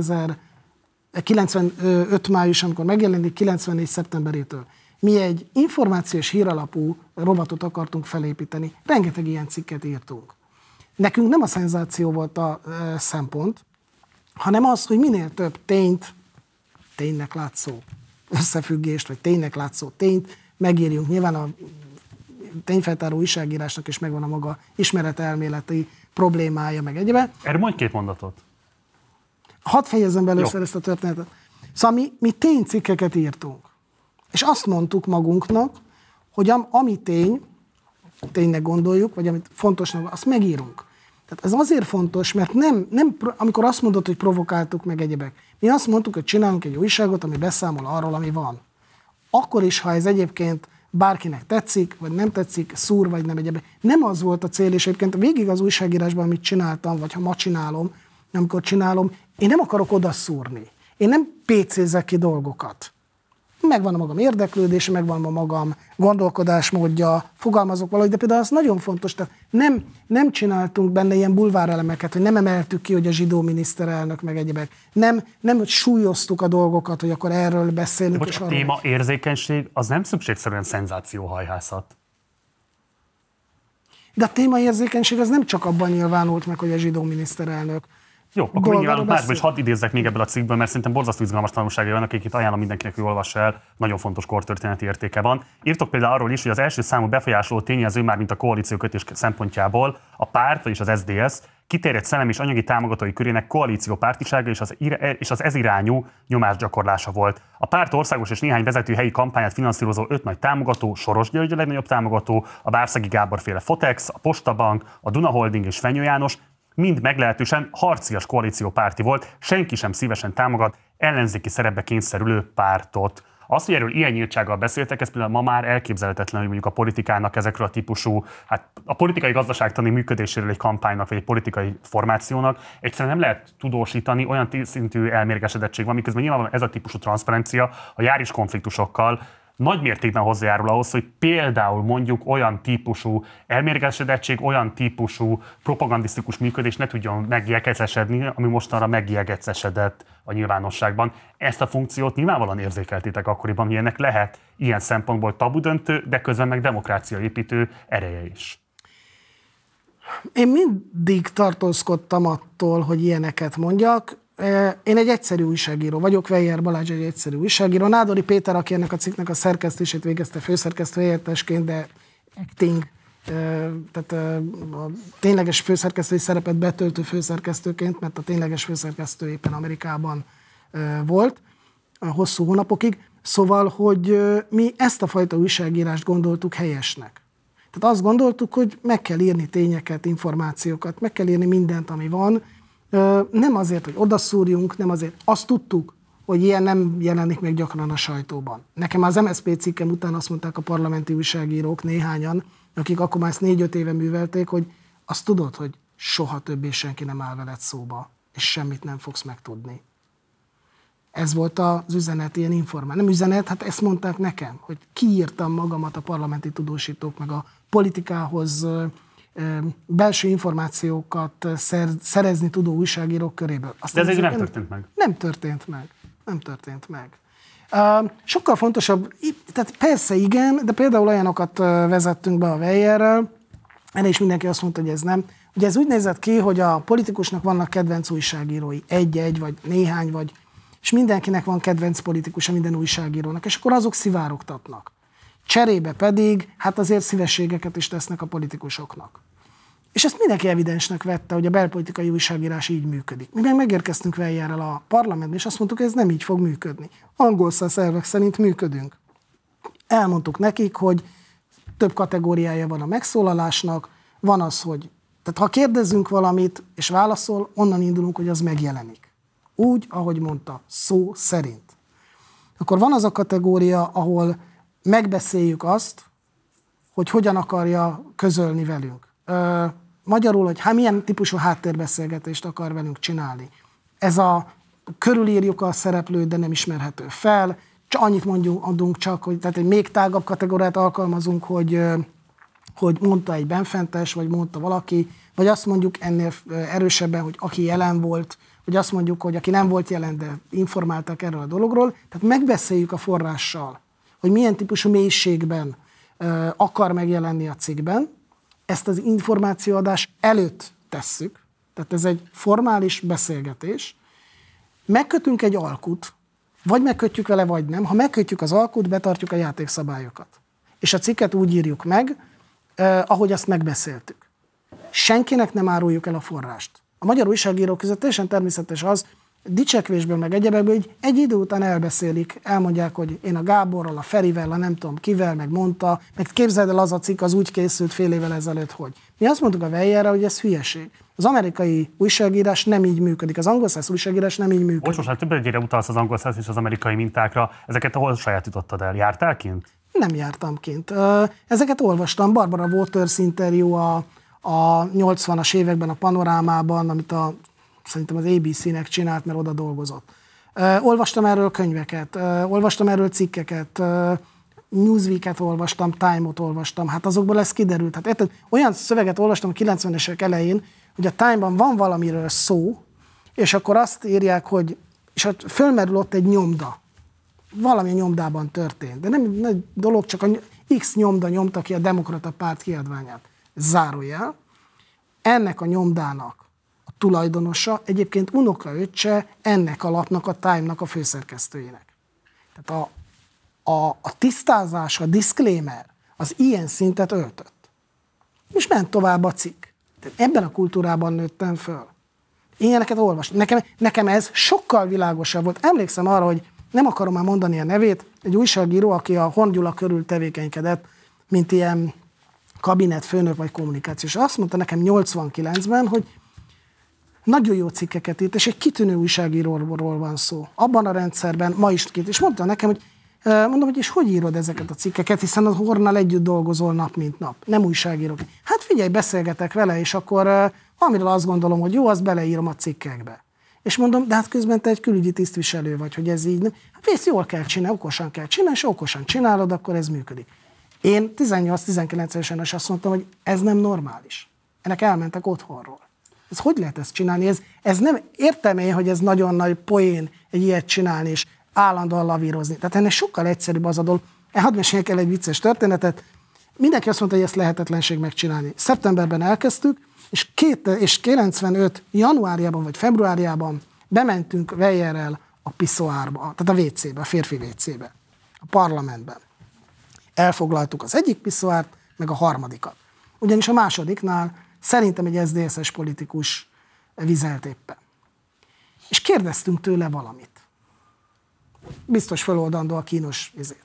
95 május, amikor megjelenik, 94 szeptemberétől. Mi egy információs híralapú rovatot akartunk felépíteni, rengeteg ilyen cikket írtunk. Nekünk nem a szenzáció volt a szempont, hanem az, hogy minél több ténynek látszó összefüggést, vagy ténynek látszó tényt megírjunk. Nyilván a tényfeltáró újságírásnak is megvan a maga ismeretelméleti problémája, meg egyébként. Erről mondj 2 mondatot. Hadd fejezzem be először ezt a történetet. Szóval mi ténycikkeket írtunk. És azt mondtuk magunknak, hogy ami ténynek gondoljuk, vagy amit fontosnak, azt megírunk. Tehát ez azért fontos, mert nem, amikor azt mondod, hogy provokáltuk meg egyebek, mi azt mondtuk, hogy csinálunk egy újságot, ami beszámol arról, ami van. Akkor is, ha ez egyébként bárkinek tetszik, vagy nem tetszik, szúr, vagy nem egyebek. Nem az volt a cél, és egyébként végig az újságírásban, amit csináltam, vagy ha ma csinálom, amikor csinálom, én nem akarok odaszúrni. Én nem PC-zek ki dolgokat. Megvan a magam érdeklődése, megvan a magam gondolkodásmódja, fogalmazok valahogy, de például az nagyon fontos, tehát nem csináltunk benne ilyen bulvárelemeket, hogy nem emeltük ki, hogy a zsidó miniszterelnök meg egyebek. Nem hogy súlyoztuk a dolgokat, hogy akkor erről beszélünk. A téma érzékenység az nem szükségszerűen szenzációhajhászat. De a témaérzékenység az nem csak abban nyilvánult meg, hogy a zsidó miniszterelnök. Jó, akkor nyilván másból is hadd idézzek még ebből a cikkből, mert szerintem borzasztó izgalmas tanulságai vannak, akik itt ajánlom mindenkinek, hogy olvassa el, nagyon fontos kortörténeti értéke van. Írtok például arról is, hogy az első számú befolyásoló tényező már mint a koalíciókötés szempontjából a párt, vagyis az SZDSZ kiterjedt szellemi és anyagi támogatói körének koalíciópártisága és az ezirányú nyomásgyakorlása volt. A párt országos és néhány vezető helyi kampányát finanszírozó 5 nagy támogató, Soros György a legnagyobb támogató, a Várszegi Gábor féle Fotex, a Postabank, a Duna Holding és Fenyő János mind meglehetősen harcias koalíciópárti volt, senki sem szívesen támogat ellenzéki szerepbe kényszerülő pártot. Azt, hogy erről ilyen nyíltsággal beszéltek, ez például ma már elképzelhetetlen, hogy mondjuk a politikának ezekről a típusú, hát a politikai gazdaságtani működéséről egy kampánynak, vagy egy politikai formációnak egyszerűen nem lehet tudósítani, olyan szintű elmérgesedettség van, miközben nyilvánvalóan ez a típusú transzparencia a járis konfliktusokkal nagy mértékben hozzájárul ahhoz, hogy például mondjuk olyan típusú elmérgesedettség, olyan típusú propagandisztikus működés ne tudjon megjegecesedni, ami mostanra megjegecesedett a nyilvánosságban. Ezt a funkciót nyilvánvalóan érzékeltétek akkoriban, hogy ennek lehet ilyen szempontból tabudöntő, de közben meg demokráciaépítő ereje is. Én mindig tartózkodtam attól, hogy ilyeneket mondjak. Én egy egyszerű újságíró vagyok, Weyer Balázs egy egyszerű újságíró. Nádori Péter, aki ennek a cikknek a szerkesztését végezte főszerkesztő helyettesként, de acting, tehát a tényleges főszerkesztői szerepet betöltő főszerkesztőként, mert a tényleges főszerkesztő éppen Amerikában volt hosszú hónapokig. Szóval, hogy mi ezt a fajta újságírást gondoltuk helyesnek. Tehát azt gondoltuk, hogy meg kell írni tényeket, információkat, meg kell írni mindent, ami van. Nem azért, hogy odaszúrjunk, nem azért. Azt tudtuk, hogy ilyen nem jelenik meg gyakran a sajtóban. Nekem az MSZP cikkem után azt mondták a parlamenti újságírók néhányan, akik akkor már ezt 4-5 éve művelték, hogy azt tudod, hogy soha többé senki nem áll veled szóba, és semmit nem fogsz megtudni. Ez volt az üzenet, ilyen informál. Nem üzenet, hát ezt mondták nekem, hogy kiírtam magamat a parlamenti tudósítók, meg a politikához belső információkat szerezni tudó újságírók köréből. De ez nem történt meg. Nem történt meg. Sokkal fontosabb, tehát persze igen, de például olyanokat vezettünk be a Weyerrel, erre is mindenki azt mondta, hogy ez nem. Ugye ez úgy nézett ki, hogy a politikusnak vannak kedvenc újságírói, egy-egy, vagy néhány, vagy, és mindenkinek van kedvenc politikusa, minden újságírónak, és akkor azok szivárogtatnak. Cserébe pedig, hát azért szívességeket is tesznek a politikusoknak. És ezt mindenki evidensnek vette, hogy a belpolitikai újságírás így működik. Mi meg megérkeztünk Weyerrel a parlamentbe, és azt mondtuk, hogy ez nem így fog működni. Angol száz elvek szerint működünk. Elmondtuk nekik, hogy több kategóriája van a megszólalásnak, van az, hogy tehát ha kérdezzünk valamit, és válaszol, onnan indulunk, hogy az megjelenik. Úgy, ahogy mondta, szó szerint. Akkor van az a kategória, ahol megbeszéljük azt, hogy hogyan akarja közölni velünk. Magyarul, hogy milyen típusú háttérbeszélgetést akar velünk csinálni. Ez a körülírjuk a szereplőt, de nem ismerhető fel. Csak annyit adunk csak, hogy tehát egy még tágabb kategóriát alkalmazunk, hogy mondta egy benfentes, vagy mondta valaki, vagy azt mondjuk ennél erősebben, hogy aki jelen volt, vagy azt mondjuk, hogy aki nem volt jelen, de informáltak erről a dologról. Tehát megbeszéljük a forrással, hogy milyen típusú mélységben akar megjelenni a cikkben. Ezt az információadás előtt tesszük, tehát ez egy formális beszélgetés. Megkötünk egy alkut, vagy megkötjük vele, vagy nem. Ha megkötjük az alkut, betartjuk a játékszabályokat. És a cikket úgy írjuk meg, ahogy azt megbeszéltük. Senkinek nem áruljuk el a forrást. A magyar újságírók között teljesen természetes az, dicsekvésből, meg egyebekből, hogy egy idő után elbeszélik, elmondják, hogy én a Gáborral, a Ferivel, a nem tudom kivel, meg mondta, meg képzeld el, az a cikk az úgy készült fél évvel ezelőtt, hogy. Mi azt mondtuk a Weyerre, hogy ez hülyeség. Az amerikai újságírás nem így működik, az angol száz újságírás nem így működik. Bocs, most több egyre utalsz az angol száz és az amerikai mintákra, ezeket hol sajátítottad el? Jártál kint? Nem jártam kint. Ezeket olvastam. Barbara Waters interjú a 80-as években a Panorámában, amit szerintem az ABC-nek csinált, mert oda dolgozott. Olvastam erről könyveket, olvastam erről cikkeket, Newsweek-et olvastam, Time-ot olvastam, hát azokból ez kiderült. Hát érted, olyan szöveget olvastam a 90-esek elején, hogy a Time-ban van valamiről szó, és akkor azt írják, hogy és ott fölmerül ott egy nyomda. Valami nyomdában történt. De nem egy dolog, csak a X nyomda nyomta ki a Demokrata Párt kiadványát. zárójel. Ennek a nyomdának a tulajdonosa egyébként unokaöccse ennek a lapnak, a Time-nak a főszerkesztőjének. Tehát a tisztázás, a disclaimer az ilyen szintet öltött. És ment tovább a cikk. Tehát ebben a kultúrában nőttem föl. Én ilyeneket olvastam. Nekem ez sokkal világosabb volt. Emlékszem arra, hogy nem akarom már mondani a nevét, egy újságíró, aki a Horn Gyula körül tevékenykedett, mint ilyen kabinetfőnök vagy kommunikációs. Azt mondta nekem 89-ben, hogy nagyon jó cikkeket írt, és egy kitűnő újságíróról van szó. Abban a rendszerben ma is két. És mondta nekem, hogy mondom, hogy és hogy írod ezeket a cikkeket, hiszen a Hornnal együtt dolgozol nap, mint nap. Nem újságírók. Hát figyelj, beszélgetek vele, és akkor amiről azt gondolom, hogy jó, azt beleírom a cikkekbe. És mondom, de hát közben te egy külügyi tisztviselő vagy, hogy ez így nem. Hát vész, jól kell csinálni, okosan kell csinálni, és okosan csinálod, akkor ez működik. Én 18-19 évesen is azt mondtam, hogy ez nem normális. Ennek elmentek otthonról. Ez hogy lehet ezt csinálni? Ez nem értem én, hogy ez nagyon nagy poén egy ilyet csinálni, és állandóan lavírozni. Tehát ennek sokkal egyszerűbb az a dolog. Hadd meséljek el egy vicces történetet. Mindenki azt mondta, hogy ezt lehetetlenség megcsinálni. Szeptemberben elkezdtük, és 95 januárjában vagy februárjában bementünk Weyerrel a piszoárba, tehát a WC-be, a férfi WC-be, a parlamentben. Elfoglaltuk az egyik piszoárt, meg a harmadikat. Ugyanis a másodiknál szerintem egy SZDSZ-es politikus vizelt éppen. És kérdeztünk tőle valamit. Biztos feloldandó a kínos vizét.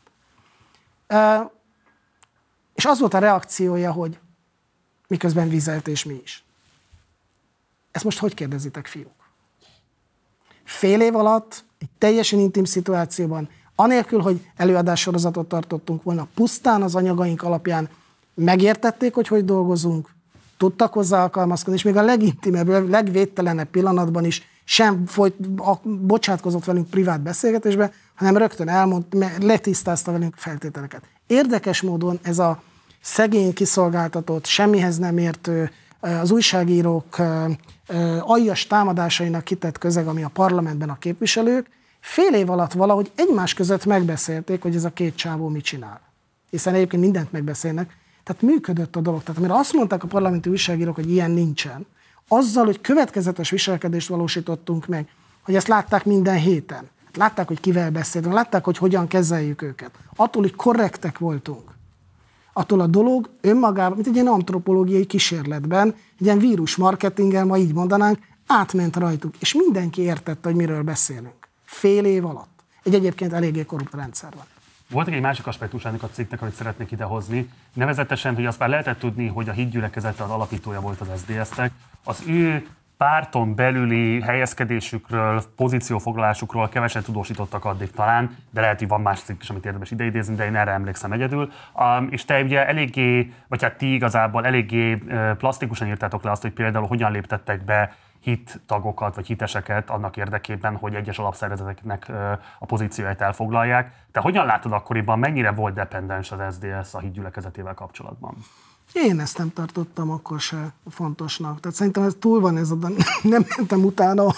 És az volt a reakciója, hogy miközben vizelt, és mi is. Ezt most hogy kérdezitek, fiúk? Fél év alatt, egy teljesen intim szituációban, anélkül, hogy előadássorozatot tartottunk volna, pusztán az anyagaink alapján megértették, hogy dolgozunk, tudtak hozzá alkalmazkodni, és még a legintimebb, legvédtelenebb pillanatban is sem bocsátkozott velünk privát beszélgetésbe, hanem rögtön letisztázta velünk feltételeket. Érdekes módon ez a szegény, kiszolgáltatott, semmihez nem értő, az újságírók aljas támadásainak kitett közeg, ami a parlamentben a képviselők, fél év alatt valahogy egymás között megbeszélték, hogy ez a két csávó mit csinál. Hiszen egyébként mindent megbeszélnek. Tehát működött a dolog. Tehát amire azt mondták a parlamenti újságírók, hogy ilyen nincsen, azzal, hogy következetes viselkedést valósítottunk meg, hogy ezt látták minden héten. Látták, hogy kivel beszélünk, látták, hogy hogyan kezeljük őket. Attól, hogy korrektek voltunk. Attól a dolog önmagában, mint egy ilyen antropológiai kísérletben, egy ilyen vírusmarketinggel, ma így mondanánk, átment rajtuk. És mindenki értette, hogy miről beszélünk. Fél év alatt. Egy egyébként eléggé korrupt rendszer van. Volt egy másik aspektusának a cikknek, amit szeretnék idehozni. Nevezetesen, hogy azt már lehetett tudni, hogy a Hídgyülekezete az alapítója volt az SZDSZ-nek. Az ő párton belüli helyezkedésükről, pozíciófoglalásukról keveset tudósítottak addig talán, de lehet, hogy van más cikk is, amit érdemes ideidézni, de én erre emlékszem egyedül. És te ugye eléggé, vagy hát ti igazából eléggé plastikusan írtátok le azt, hogy például hogyan léptettek be hit tagokat, vagy hiteseket annak érdekében, hogy egyes alapszervezeteknek a pozícióját elfoglalják. Te hogyan látod akkoriban, mennyire volt dependens az SZDSZ a Hídgyülekezetével kapcsolatban? Én ezt nem tartottam akkor se fontosnak. Tehát szerintem ez túl van ez nem mentem utána.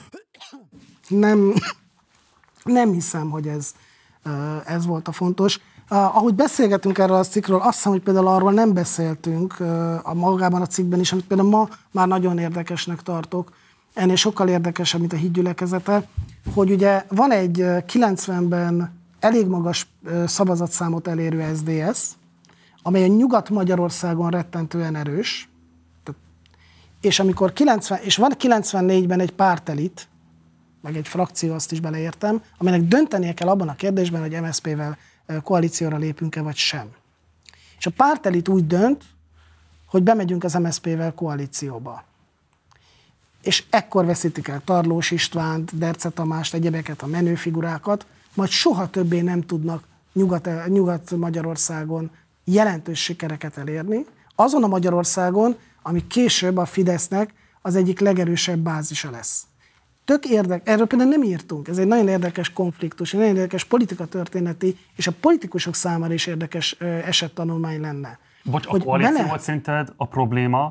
Nem hiszem, hogy ez volt a fontos. Ahogy beszélgetünk erről a cikkről, azt hiszem, hogy például arról nem beszéltünk magában a cikkben is, amit például ma már nagyon érdekesnek tartok, ennél sokkal érdekesebb, mint a Hídgyülekezete, hogy ugye van egy 90-ben elég magas szavazatszámot elérő SZDSZ, amely a Nyugat-Magyarországon rettentően erős, és amikor és van 94-ben egy pártelit, meg egy frakció, azt is beleértem, aminek döntenie kell abban a kérdésben, hogy MSZP-vel koalícióra lépünk-e, vagy sem. És a pártelit úgy dönt, hogy bemegyünk az MSZP-vel koalícióba. És ekkor veszítik el Tarlós Istvánt, Derce Tamást, egyebeket, a menő figurákat, majd soha többé nem tudnak Nyugat-Magyarországon jelentős sikereket elérni, azon a Magyarországon, ami később a Fidesznek az egyik legerősebb bázisa lesz. Tök érdekes, erről például nem írtunk, ez egy nagyon érdekes konfliktus, egy nagyon érdekes politikatörténeti, és a politikusok számára is érdekes esettanulmány lenne. Bocs, a koalíció volt szerinted a probléma,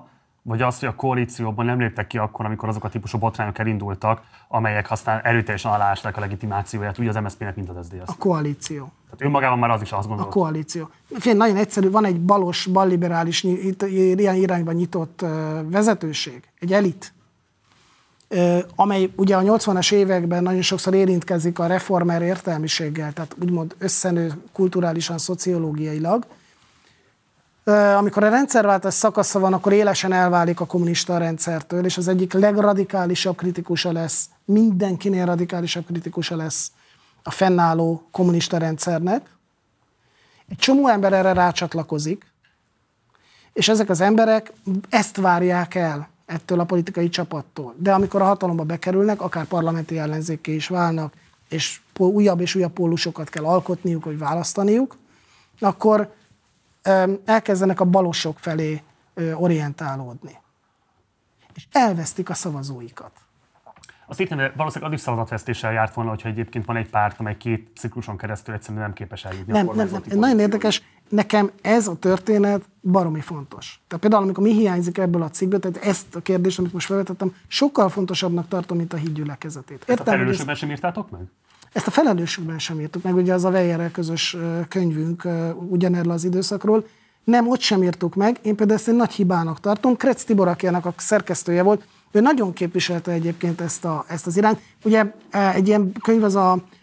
vagy az, hogy a koalícióban nem léptek ki akkor, amikor azok a típusú botrányok elindultak, amelyek aztán erőteljesen aláásták a legitimációját, úgy az MSZP-nek, mint az SZDSZ. A koalíció. Tehát önmagában már az is azt gondolt. A koalíció. Nagyon egyszerű, van egy balos, balliberális, ilyen irányba nyitott vezetőség, egy elit, amely ugye a 80-as években nagyon sokszor érintkezik a reformer értelmiséggel, tehát úgymond összenő kulturálisan, szociológiailag. Amikor a rendszerváltás szakasza van, akkor élesen elválik a kommunista rendszertől, és az egyik legradikálisabb kritikusa lesz, mindenkinél radikálisabb kritikusa lesz a fennálló kommunista rendszernek. Egy csomó ember erre rácsatlakozik, és ezek az emberek ezt várják el ettől a politikai csapattól. De amikor a hatalomba bekerülnek, akár parlamenti ellenzékké is válnak, és újabb pólusokat kell alkotniuk, vagy választaniuk, akkor elkezdenek a balosok felé orientálódni. És elvesztik a szavazóikat. Azt hittem, hogy valószínűleg az is szavazatvesztéssel járt volna, hogyha egyébként van egy párt, amely 2 cikluson keresztül egyszerűen nem képes eljutni a kormányzati. Nagyon érdekes, nekem ez a történet baromi fontos. Tehát például, amikor mi hiányzik ebből a cikkből, tehát ezt a kérdést, amit most felvetettem, sokkal fontosabbnak tartom, mint a híd gyülekezetét. Ezt a felelősségben sem írtátok meg? Ezt a felelősségben sem írtuk meg, ugye az a Weierrel közös könyvünk ugyanerről az időszakról. Nem, ott sem írtuk meg, én például ezt egy nagy hibának tartom. Kretz Tibor, aki ennek a szerkesztője volt, ő nagyon képviselte egyébként ezt az irányt. Ugye egy ilyen könyv az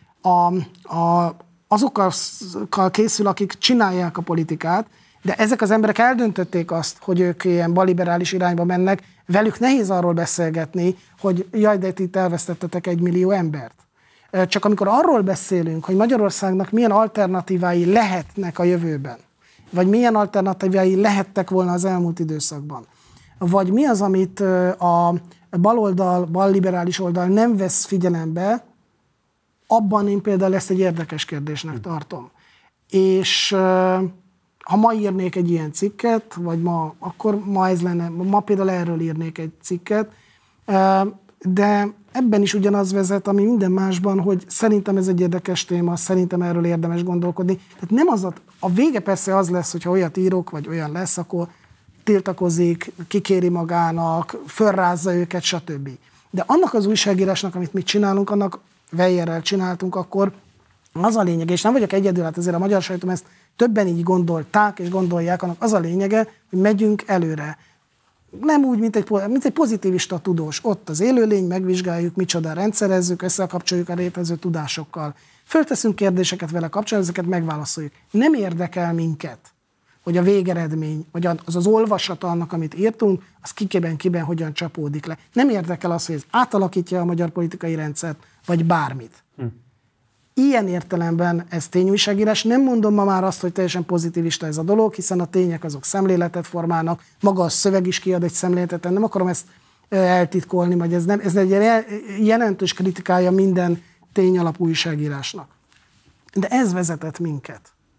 azokkal készül, akik csinálják a politikát, de ezek az emberek eldöntötték azt, hogy ők ilyen balliberális irányba mennek. Velük nehéz arról beszélgetni, hogy jaj, de itt elvesztettetek 1 millió embert. Csak amikor arról beszélünk, hogy Magyarországnak milyen alternatívái lehetnek a jövőben, vagy milyen alternatívái lehettek volna az elmúlt időszakban, vagy mi az, amit a baloldal, balliberális oldal nem vesz figyelembe, abban én például ezt egy érdekes kérdésnek tartom. És ha ma írnék egy ilyen cikket, vagy akkor ma ez lenne, ma például erről írnék egy cikket, de ebben is ugyanaz vezet, ami minden másban, hogy szerintem ez egy érdekes téma, szerintem erről érdemes gondolkodni. Tehát nem a vége persze az lesz, hogyha olyat írok, vagy olyan lesz, akkor tiltakozik, kikéri magának, fölrázza őket, stb. De annak az újságírásnak, amit mi csinálunk, annak Weierrel csináltunk, akkor az a lényeg, és nem vagyok egyedül, hát azért a magyar sajtom ezt többen így gondolták, és gondolják, annak az a lényege, hogy megyünk előre. Nem úgy, mint egy pozitivista tudós. Ott az élőlény, megvizsgáljuk, micsoda rendszerezzük, összekapcsoljuk a létező tudásokkal. Fölteszünk kérdéseket vele kapcsolatban, ezeket megválaszoljuk. Nem érdekel minket, hogy a végeredmény, vagy az olvasata annak, amit írtunk, az kiben hogyan csapódik le. Nem érdekel az, hogy ez átalakítja a magyar politikai rendszert, vagy bármit. Ilyen értelemben ez tényújságírás. Nem mondom ma már azt, hogy teljesen pozitivista ez a dolog, hiszen a tények azok szemléletet formálnak, maga a szöveg is kiad egy szemléletet, nem akarom ezt eltitkolni, vagy ez egy jelentős kritikája minden tényalapú újságírásnak. De ez vezetett minket.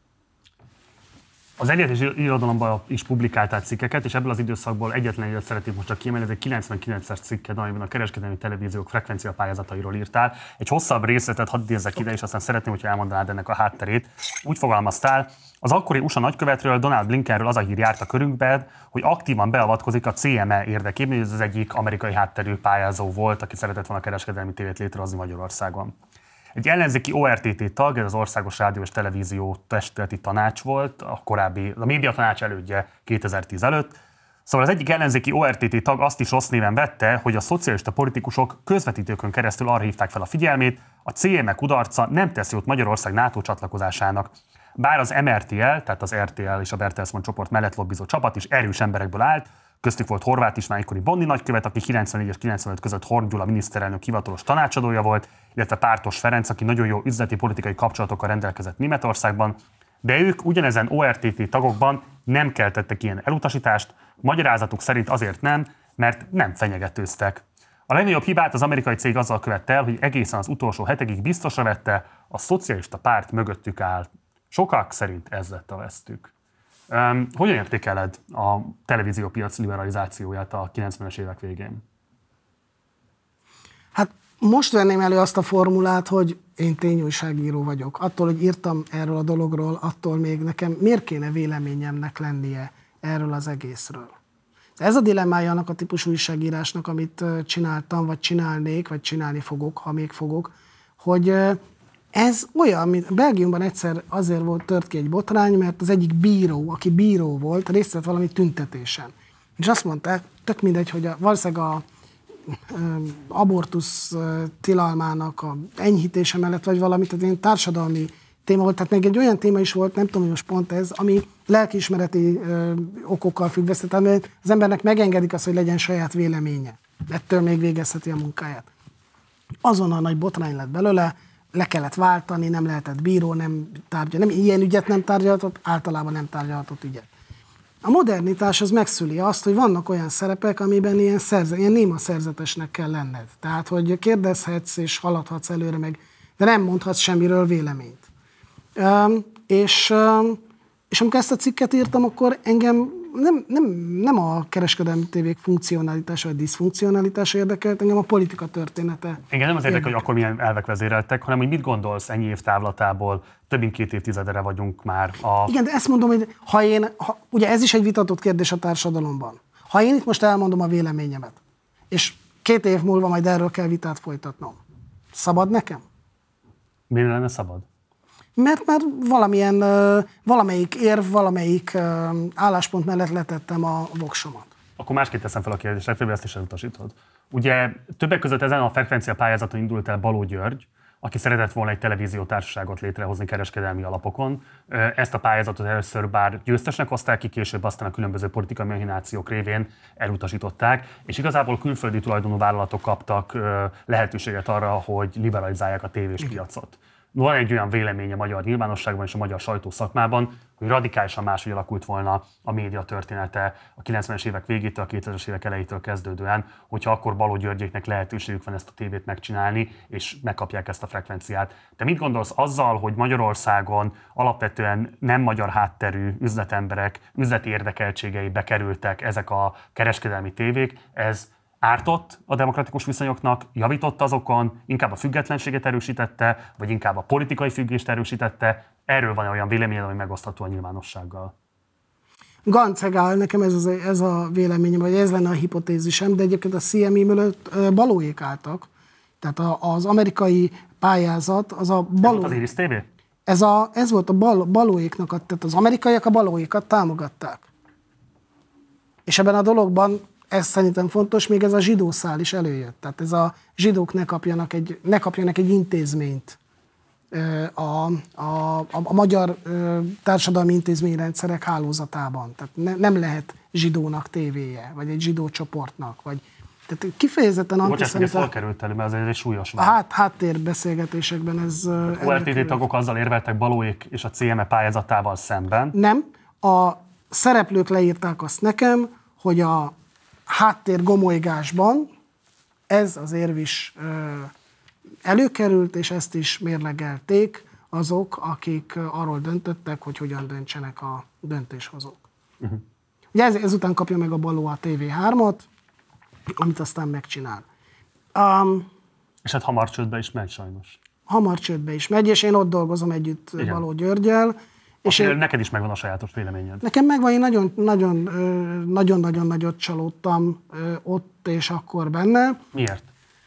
Az Egyet és Irodalomban is publikáltál cikkeket, és ebből az időszakból egyetlen egyet szeretnék most csak kiemelni, ez egy 99-es cikked, amiben a kereskedelmi televíziók frekvencia pályázatairól írtál. Egy hosszabb részletet hadd idézzek ide, és aztán szeretném, hogyha elmondanád ennek a hátterét. Úgy fogalmaztál, az akkori USA nagykövetről, Donald Blinkenről az a hír járt a körünkben, hogy aktívan beavatkozik a CME érdekében, hogy ez az egyik amerikai hátterű pályázó volt, aki szeretett volna kereskedelmi tévét létrehozni Magyarországon. Egy ellenzéki ORTT tag, ez az Országos Rádió és Televízió Testületi Tanács volt, a médiatanács elődje 2010 előtt. Szóval az egyik ellenzéki ORTT tag azt is rossz néven vette, hogy a szocialista politikusok közvetítőkön keresztül arra hívták fel a figyelmét, a CME kudarca nem tesz jót Magyarország NATO csatlakozásának. Bár az MRTL, tehát az RTL és a Bertelsmann csoport mellett lobbizó csapat is erős emberekből állt, köztük volt Horváth István egykori Bonni nagykövet, aki 94 és 95 között Horn Gyula miniszterelnök hivatalos tanácsadója volt, illetve Pártos Ferenc, aki nagyon jó üzleti politikai kapcsolatokkal rendelkezett Németországban, de ők ugyanezen ORTT tagokban nem keltettek ilyen elutasítást, magyarázatuk szerint azért nem, mert nem fenyegetőztek. A legnagyobb hibát az amerikai cég azzal követte el, hogy egészen az utolsó hetekig biztosra vette, a szocialista párt mögöttük áll. Sokak szerint ez lett a vesztük. Hogyan értékeled a televíziópiac liberalizációját a 90-es évek végén? Hát most venném elő azt a formulát, hogy én tényújságíró vagyok. Attól, hogy írtam erről a dologról, attól még nekem miért kéne véleményemnek lennie erről az egészről. Ez a dilemmája annak a típusú újságírásnak, amit csináltam, vagy csinálnék, vagy csinálni fogok, ha még fogok, hogy ez olyan, mint Belgiumban egyszer azért tört ki egy botrány, mert az egyik bíró, aki bíró volt, részt vett valami tüntetésen. És azt mondták, tök mindegy, hogy valószínűleg a abortusz tilalmának a enyhítése mellett, vagy valamit, tehát ilyen társadalmi téma volt, tehát még egy olyan téma is volt, nem tudom, hogy most pont ez, ami lelkiismereti okokkal függ össze, tehát az embernek megengedik azt, hogy legyen saját véleménye. Ettől még végezheti a munkáját. Azonnal nagy botrány lett belőle, le kellett váltani, nem lehetett bíró, nem ilyen ügyet nem tárgyalhatott, általában nem tárgyalhatott ügyet. A modernitás az megszüli azt, hogy vannak olyan szerepek, amiben ilyen néma szerzetesnek kell lenned. Tehát, hogy kérdezhetsz és haladhatsz előre meg, de nem mondhatsz semmiről véleményt. És amikor ezt a cikket írtam, akkor engem nem a kereskedelmi tévék funkcionalitása vagy diszfunkcionalitása érdekelt, engem a politika története. Engem nem az érdekel, hogy akkor milyen elvek vezéreltek, hanem hogy mit gondolsz ennyi év távlatából, több mint 2 évtizedre vagyunk már Igen, de ezt mondom, hogy ugye ez is egy vitatott kérdés a társadalomban. Ha én itt most elmondom a véleményemet, és 2 év múlva majd erről kell vitát folytatnom, szabad nekem? Miért lenne szabad? Mert már valamelyik érv, valamelyik álláspont mellett letettem a voksomat. Akkor másképp teszem fel a kérdést, legfeljebb ezt is elutasítod. Ugye többek között ezen a frekvencia pályázaton indult el Baló György, aki szeretett volna egy televíziótársaságot létrehozni kereskedelmi alapokon. Ezt a pályázatot először bár győztesnek hozták ki, később aztán a különböző politikai machinációk révén elutasították, és igazából külföldi tulajdonú vállalatok kaptak lehetőséget arra, hogy liberalizálják a tévés piacot. Van egy olyan vélemény a magyar nyilvánosságban és a magyar sajtószakmában, hogy radikálisan máshogy alakult volna a média története a 90-es évek végétől, a 2000-es évek elejétől kezdődően, hogyha akkor Baló Györgyéknek lehetőségük van ezt a tévét megcsinálni, és megkapják ezt a frekvenciát. Te mit gondolsz azzal, hogy Magyarországon alapvetően nem magyar hátterű üzletemberek, üzleti érdekeltségei bekerültek ezek a kereskedelmi tévék, ez ártott a demokratikus viszonyoknak, javított azokon, inkább a függetlenséget erősítette, vagy inkább a politikai függést erősítette? Erről van olyan véleményed, ami megosztható a nyilvánossággal? Gancegál, nekem ez a véleményem, vagy ez lenne a hipotézisem, de egyébként a CME mögött Balóék álltak. Tehát az amerikai pályázat, az a Baló... Ez volt az Iris TV? Ez volt a Balóéknak, tehát az amerikaiak a Balóékat támogatták. És ebben a dologban ez szerintem fontos, még ez a zsidószál is előjött. Tehát ez a zsidók ne kapjanak egy intézményt a magyar társadalmi intézményrendszerek hálózatában. Tehát nem lehet zsidónak tévéje, vagy egy zsidó csoportnak, vagy tehát kifejezetten antiszemita... Bocsánat, hogy került elő, mert ez egy súlyos van. Háttérbeszélgetésekben ez... ORTT tagok azzal érveltek Balóék és a CME pályázatával szemben. Nem. A szereplők leírták azt nekem, hogy a háttér gomolygásban ez az érv is előkerült, és ezt is mérlegelték azok, akik arról döntöttek, hogy hogyan döntsenek a döntéshozók. Uh-huh. Ugye ezután kapja meg a Baló a TV3-ot, amit aztán megcsinál. És hát hamar csődbe is megy sajnos. Hamar csődbe is megy, és én ott dolgozom együtt igen. Baló Györgyel. És neked is megvan a sajátos véleményed. Nekem megvan, én nagyon-nagyon nagyot csalódtam ott és akkor benne. Miért?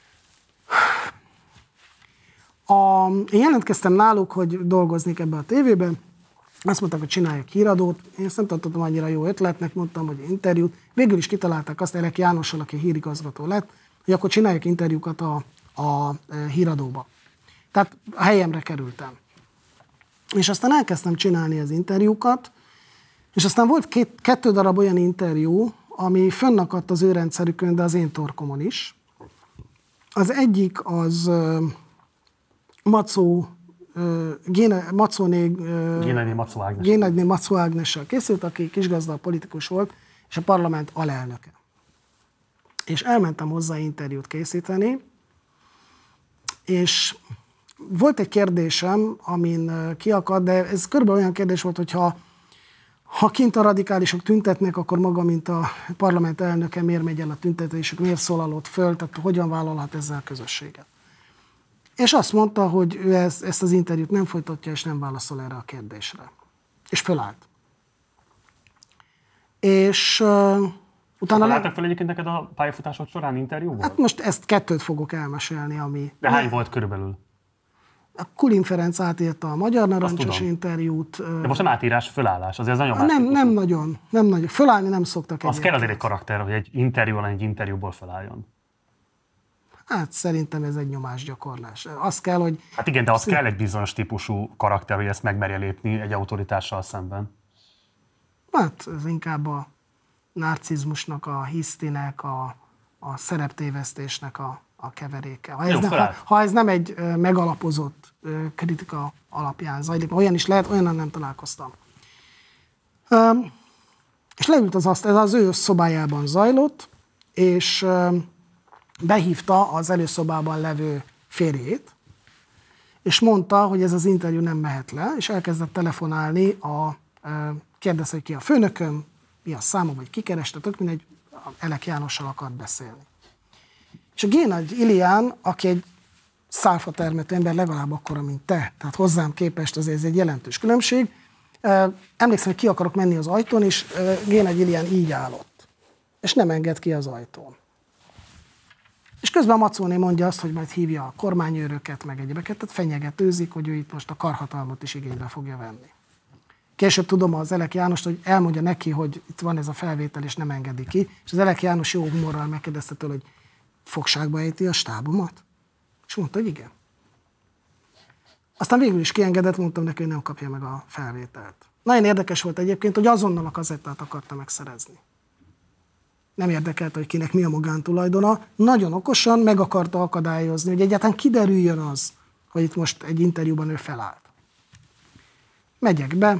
Én jelentkeztem náluk, hogy dolgoznék ebbe a tévében. Azt mondták, hogy csináljak híradót. Én ezt nem tartottam annyira jó ötletnek, mondtam, hogy interjút. Végül is kitalálták azt Elek Jánossal, aki hírigazgató lett, hogy akkor csináljak interjúkat a híradóba. Tehát a helyemre kerültem. És aztán elkezdtem csinálni az interjúkat, és aztán volt 2 darab olyan interjú, ami fönnakadt az ő rendszerükön, de az én torkomon is. Az egyik az Génegyné Macó Ágnessel készült, aki kisgazda politikus volt, és a parlament alelnöke. És elmentem hozzá interjút készíteni, és volt egy kérdésem, amin kiakadt, de ez körülbelül olyan kérdés volt, hogy ha kint a radikálisok tüntetnek, akkor maga, mint a parlament elnöke, miért megy el a tüntetésük, miért szólalott föl, tehát hogyan vállalhat ezzel a közösséget. És azt mondta, hogy ő ezt az interjút nem folytatja, és nem válaszol erre a kérdésre. És fölállt. És Utána láttak fel egyébként neked a pályafutásod során interjúból? Hát most ezt 2 fogok elmesélni, ami... De hány volt körülbelül? A Kulin Ferenc átírta a Magyar Narancsos interjút. De most nem átírás, fölállás, azért ez nagyon más. Nem nagyon. Fölállni nem szoktak. Az kell azért egy karakter, hogy egy interjúból felálljon. Hát szerintem ez egy nyomásgyakorlás. Az kell, hogy... Hát igen, de az kell egy bizonyos típusú karakter, hogy ezt megmerje lépni egy autoritással szemben. Hát ez inkább a narcizmusnak, a hisztinek, a szereptévesztésnek a keveréke. Ha ez nem egy megalapozott kritika alapján zajlik, olyan is lehet, olyan nem találkoztam. És leült ez az ő szobájában zajlott, és behívta az előszobában levő férjét, és mondta, hogy ez az interjú nem mehet le, és elkezdett telefonálni, kérdezte, hogy ki a főnököm, mi a száma, vagy kikereste, tök mindegy, Elek Jánossal akart beszélni. És a Génagy Ilián, aki egy szálfa termető ember, legalább akkora, mint te, tehát hozzám képest azért ez egy jelentős különbség. Emlékszem, hogy ki akarok menni az ajtón, és Génagy Ilián így állott, és nem enged ki az ajtón. És közben a Macóné mondja azt, hogy majd hívja a kormányőröket, meg egyebeket, tehát fenyegetőzik, hogy ő itt most a karhatalmat is igénybe fogja venni. Később tudom az Elek Jánost, hogy elmondja neki, hogy itt van ez a felvétel, és nem engedi ki, és az Elek János jó humorral megkérdezte tőle, hogy fogságba ejti a stábomat? És mondta, hogy igen. Aztán végül is kiengedett, mondtam neki, hogy nem kapja meg a felvételt. Nagyon érdekes volt egyébként, hogy azonnal a kazettát akarta megszerezni. Nem érdekelte, hogy kinek mi a magántulajdona. Nagyon okosan meg akarta akadályozni, hogy egyáltalán kiderüljön az, hogy itt most egy interjúban ő felállt. Megyek be,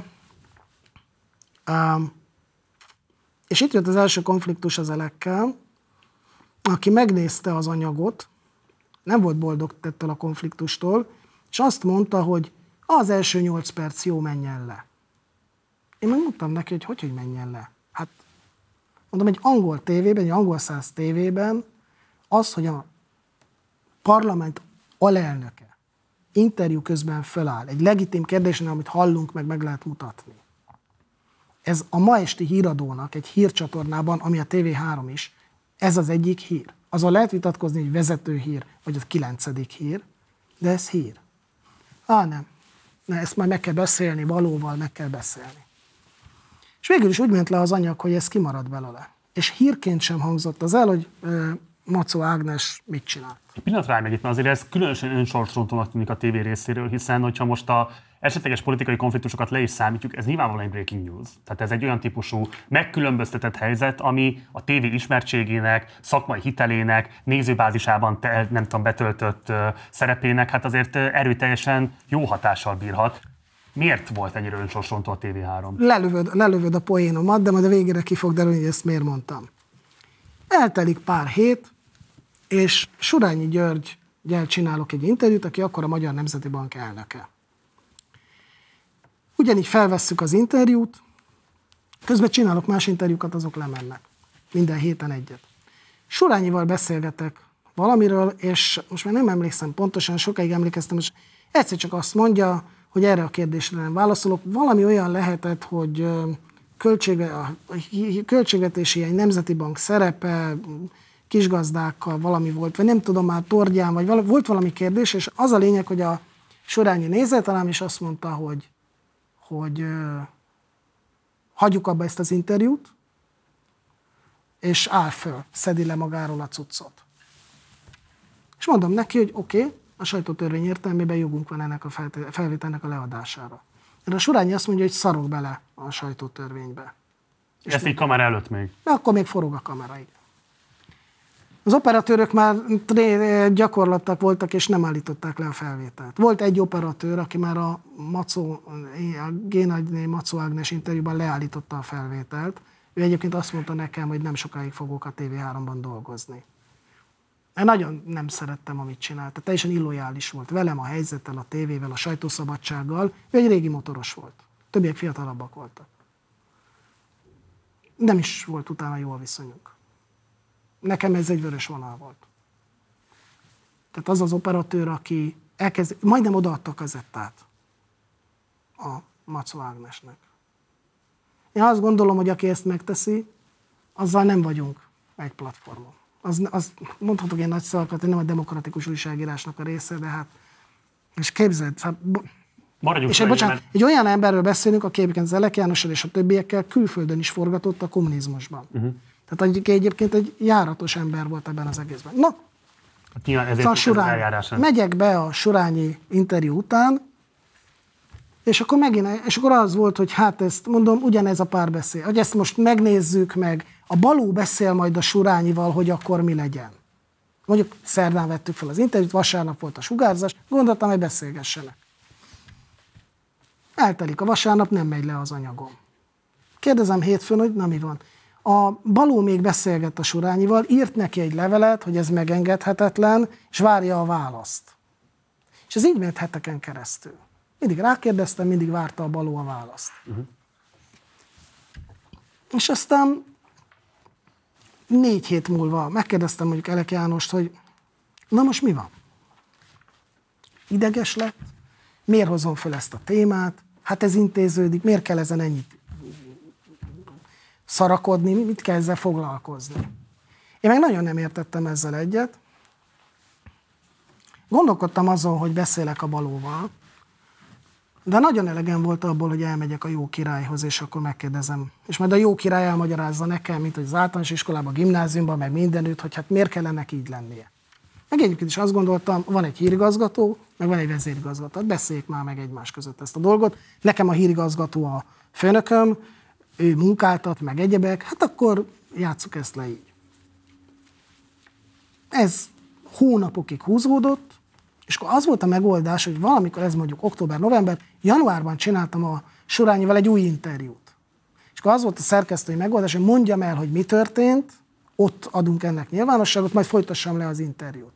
és itt jött az első konfliktus az Elekkel, aki megnézte az anyagot, nem volt boldog ettől a konfliktustól, és azt mondta, hogy az első 8 perc jó, menjen le. Én megmondtam neki, hogy menjen le. Hát mondom, egy angol tévében, egy angol száz tévében az, hogy a parlament alelnöke interjú közben föláll, egy legitim kérdésnél, amit hallunk, meg lehet mutatni. Ez a ma esti híradónak egy hírcsatornában, ami a TV3 is, ez az egyik hír. Azon lehet vitatkozni, hogy vezető hír, vagy a 9. hír, de ez hír. Nem. Ezt majd meg kell beszélni, valóval meg kell beszélni. És végül is úgy ment le az anyag, hogy ez kimarad belőle. És hírként sem hangzott az el, hogy Macó Ágnes mit csinált. Egy pillanat rá még itt, mert azért ez különösen önsorsoltónak tűnik a tévé részéről, hiszen hogyha most a esetleges politikai konfliktusokat le is számítjuk, ez nyilvánvalóan egy breaking news. Tehát ez egy olyan típusú megkülönböztetett helyzet, ami a tévé ismertségének, szakmai hitelének, nézőbázisában betöltött szerepének, hát azért erőteljesen jó hatással bírhat. Miért volt ennyire önsorsoltó a TV3? Lelövöd a poénomat, de majd a végére ki fog derülni, hogy ezt miért mondtam. Eltelik pár hét, és Surányi Györggyel csinálok egy interjút, aki akkor a Magyar Nemzeti Bank elnöke. Ugyanígy felvesszük az interjút, közben csinálok más interjúkat, azok lemennek. Minden héten egyet. Surányival beszélgetek valamiről, és most már nem emlékszem pontosan, sokáig emlékeztem, és egyszer csak azt mondja, hogy erre a kérdésre nem válaszolok. Valami olyan lehetett, hogy költségvetési egy nemzeti bank szerepe, kisgazdákkal valami volt, vagy nem tudom már, Tordján, vagy volt valami kérdés, és az a lényeg, hogy a Surányi nézett rám, és azt mondta, hogy hagyjuk abba ezt az interjút, és áll föl, szedi le magáról a cuccot. És mondom neki, hogy oké, a sajtótörvény értelmében jogunk van ennek a felvételnek a leadására. De a Surányi azt mondja, hogy szarok bele a sajtótörvénybe. És ezt így kamera előtt még? De akkor még forog a kamera, igen. Az operatőrök már gyakorlattak voltak, és nem állították le a felvételt. Volt egy operatőr, aki már a Génagyné Macó Ágnes interjúban leállította a felvételt. Ő egyébként azt mondta nekem, hogy nem sokáig fogok a TV3-ban dolgozni. Én nagyon nem szerettem, amit csinált. Teljesen illojális volt velem, a helyzettel, a tévével, a sajtószabadsággal. Ő egy régi motoros volt. Többiek fiatalabbak voltak. Nem is volt utána jó a viszonyunk. Nekem ez egy vörös vonal volt. Tehát az az operatőr, aki majdnem odaadta a kazettát a Macó Ágnesnek. Én azt gondolom, hogy aki ezt megteszi, azzal nem vagyunk egy platformon. Az mondhatok én nagy szavakat, hogy nem a demokratikus újságírásnak a része, de hát, és képzeld, és egy olyan emberről beszélünk, aki egyébként az Elek Jánossal és a többiekkel külföldön is forgatott a kommunizmusban. Tehát egyébként egy járatos ember volt ebben az egészben. No, megyek be a Surányi interjú után, és akkor az volt, hogy hát ezt mondom, ugyanez a párbeszéd, hogy ezt most megnézzük meg, a Baló beszél majd a Surányival, hogy akkor mi legyen. Mondjuk szerdán vettük fel az interjút, vasárnap volt a sugárzás, gondoltam, hogy beszélgessenek. Eltelik a vasárnap, nem megy le az anyagom. Kérdezem hétfőn, hogy na mi van. A Baló még beszélgett a Surányival, írt neki egy levelet, hogy ez megengedhetetlen, és várja a választ. És ez így ment heteken keresztül. Mindig rákérdeztem, mindig várta a Baló a választ. És aztán 4 hét múlva megkérdeztem mondjuk Elek Jánost, hogy na most mi van? Ideges lett? Miért hozom föl ezt a témát? Hát ez intéződik, miért kell ezen ennyit szarakodni, mit kell ezzel foglalkozni? Én meg nagyon nem értettem ezzel egyet. Gondolkodtam azon, hogy beszélek a Balóval, de nagyon elegem volt abból, hogy elmegyek a Jó Királyhoz, és akkor megkérdezem. És majd a Jó Király elmagyarázza nekem, mint hogy az általános iskolában, a gimnáziumban, meg mindenütt, hogy hát miért kellene neki így lennie. Meg egyébként is azt gondoltam, van egy hírigazgató, meg van egy vezérigazgató. Beszéljék már meg egymás között ezt a dolgot. Nekem a hírigazgató a főnököm, ő munkáltat, meg egyebek, hát akkor játsszuk ezt le így. Ez hónapokig húzódott, és akkor az volt a megoldás, hogy valamikor, ez mondjuk október-november, januárban csináltam a Surányival egy új interjút. És akkor az volt a szerkesztői megoldás, hogy mondjam el, hogy mi történt, ott adunk ennek nyilvánosságot, majd folytassam le az interjút.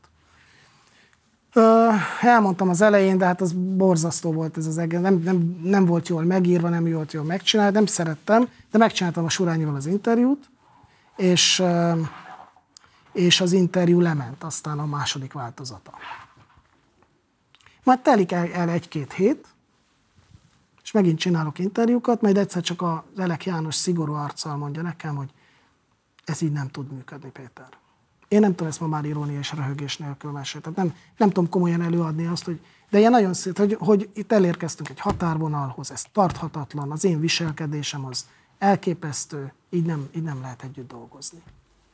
Elmondtam az elején, de hát az borzasztó volt ez az egész. Nem volt jól megírva, nem volt jól megcsinálva, nem szerettem, de megcsináltam a Surányival az interjút, és az interjú lement, aztán a második változata. Majd telik el 1-2 hét, és megint csinálok interjúkat, majd egyszer csak az Elek János szigorú arccal mondja nekem, hogy ez így nem tud működni, Péter. Én nem tudom ezt ma már irónia és röhögés nélkül mesélni. Tehát nem tudom komolyan előadni azt, hogy de ilyen nagyon szép, hogy itt elérkeztünk egy határvonalhoz, ez tarthatatlan, az én viselkedésem az elképesztő, így nem lehet együtt dolgozni.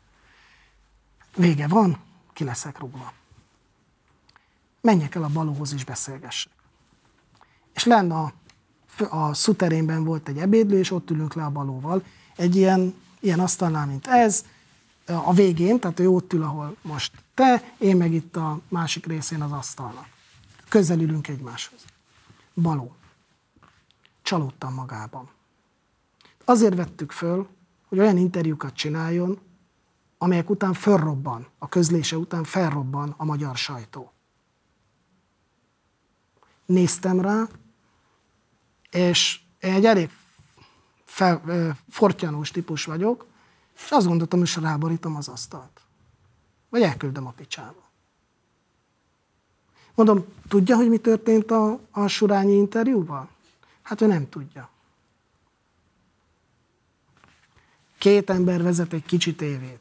Vége van, ki leszek rúgva. Menjek el a Balóhoz és beszélgessek. És lenne a szuterénben volt egy ebédlő, és ott ülünk le a Balóval. Egy ilyen asztalnál, mint ez, a végén, tehát ő ott ül, ahol most te, én meg itt a másik részén az asztalnak. Közel ülünk egymáshoz. Baló. Csalódtam magában. Azért vettük föl, hogy olyan interjúkat csináljon, amelyek után felrobban, a közlése után felrobban a magyar sajtó. Néztem rá, és én egy elég fortyanós típus vagyok, és azt gondoltam, hogy ráborítom az asztalt. Vagy elküldöm a picsába. Mondom, tudja, hogy mi történt a Surányi interjúval? Hát ő nem tudja. 2 ember vezet egy kicsi tévét.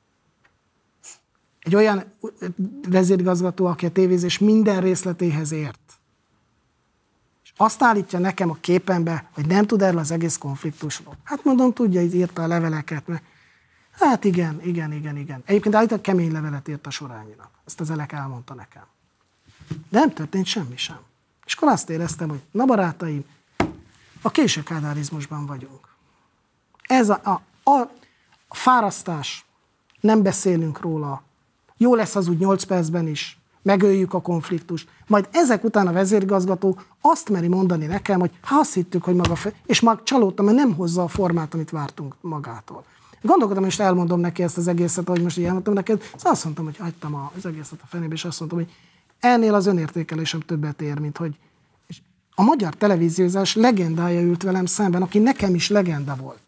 Egy olyan vezérigazgató, aki a tévézés minden részletéhez ért. És azt állítja nekem a képembe, hogy nem tud erről az egész konfliktusról. Hát mondom, tudja, hogy írta a leveleket. Hát igen. Egyébként állítólag kemény levelet írt a Surányinak. Ezt az Elek elmondta nekem. De nem történt semmi sem. És akkor azt éreztem, hogy na barátaim, a későkádárizmusban vagyunk. Ez a fárasztás, nem beszélünk róla, jó lesz az úgy 8 percben is, megöljük a konfliktust, majd ezek után a vezérigazgató azt meri mondani nekem, hogy azt hittük, hogy maga és már csalódtam, mert nem hozza a formát, amit vártunk magától. Gondolkodom, és elmondom neki ezt az egészet, ahogy most így elmondtam neked, szóval azt mondtam, hogy hagytam az egészet a fenébe, és azt mondtam, hogy ennél az önértékelésem többet ér, mint hogy és a magyar televíziózás legendája ült velem szemben, aki nekem is legenda volt.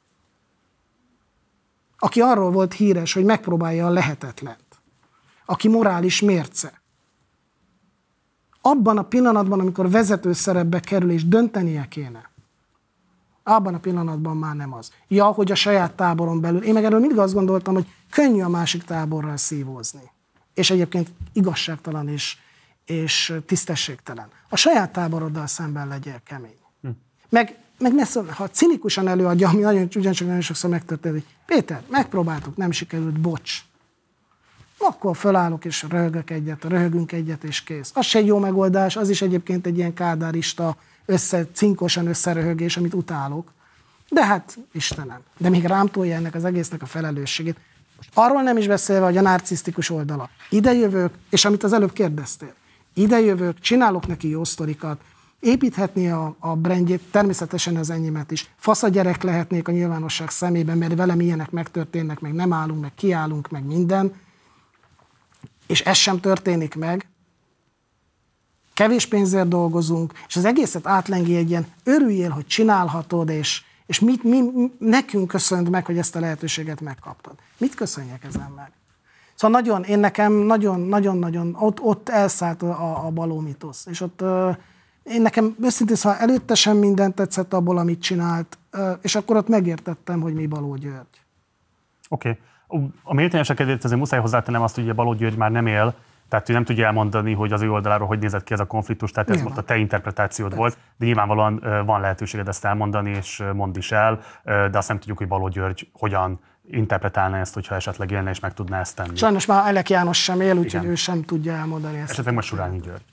Aki arról volt híres, hogy megpróbálja a lehetetlent. Aki morális mérce. Abban a pillanatban, amikor vezető szerepbe kerül és döntenie kéne, Abban a pillanatban már nem az. Ja, hogy a saját táboron belül. Én meg erről mindig azt gondoltam, hogy könnyű a másik táborral szívózni. És egyébként igazságtalan és tisztességtelen. A saját táboroddal szemben legyél kemény. Meg ne szól, ha cinikusan előadja, ami ugyancsak nagyon sokszor megtörténik, hogy Péter, megpróbáltuk, nem sikerült, bocs. Akkor fölállok és röhögünk egyet és kész. Az se egy jó megoldás, az is egyébként egy ilyen kádárista, cinkosan összeröhögés, amit utálok. De hát, Istenem, de még rám tolja ennek az egésznek a felelősségét. Most arról nem is beszélve, hogy a narcisztikus oldala. Ide jövök, és amit az előbb kérdeztél, ide jövök, csinálok neki jó sztorikat, építhetné a brandjét, természetesen az enyémet is. Fasz a gyerek lehetnék a nyilvánosság szemében, mert velem ilyenek megtörténnek, meg nem állunk, meg kiállunk, meg minden. És ez sem történik meg. Kevés pénzért dolgozunk, és az egészet átlengi egy ilyen örüljél, hogy csinálhatod, és nekünk köszönt meg, hogy ezt a lehetőséget megkaptad. Mit köszönjek ezen meg? Szóval nekem nagyon, ott elszállt a baló mitosz. És ott én nekem őszintén szóval előtte sem mindent tetszett abból, amit csinált, és akkor ott megértettem, hogy mi Baló György. Oké. A méltányosság kedvéért azért muszáj hozzátennem azt, hogy Baló György már nem él, tehát ő nem tudja elmondani, hogy az ő oldaláról hogy nézett ki ez a konfliktus, tehát ez most a te interpretációd volt, de nyilvánvalóan van lehetőséged ezt elmondani, és mondd is el, de azt nem tudjuk, hogy Baló György hogyan interpretálna ezt, hogyha esetleg élne, és meg tudná ezt tenni. Sajnos már Elek János sem él, úgyhogy ő sem tudja elmondani ezt. Esetleg most Surányi György.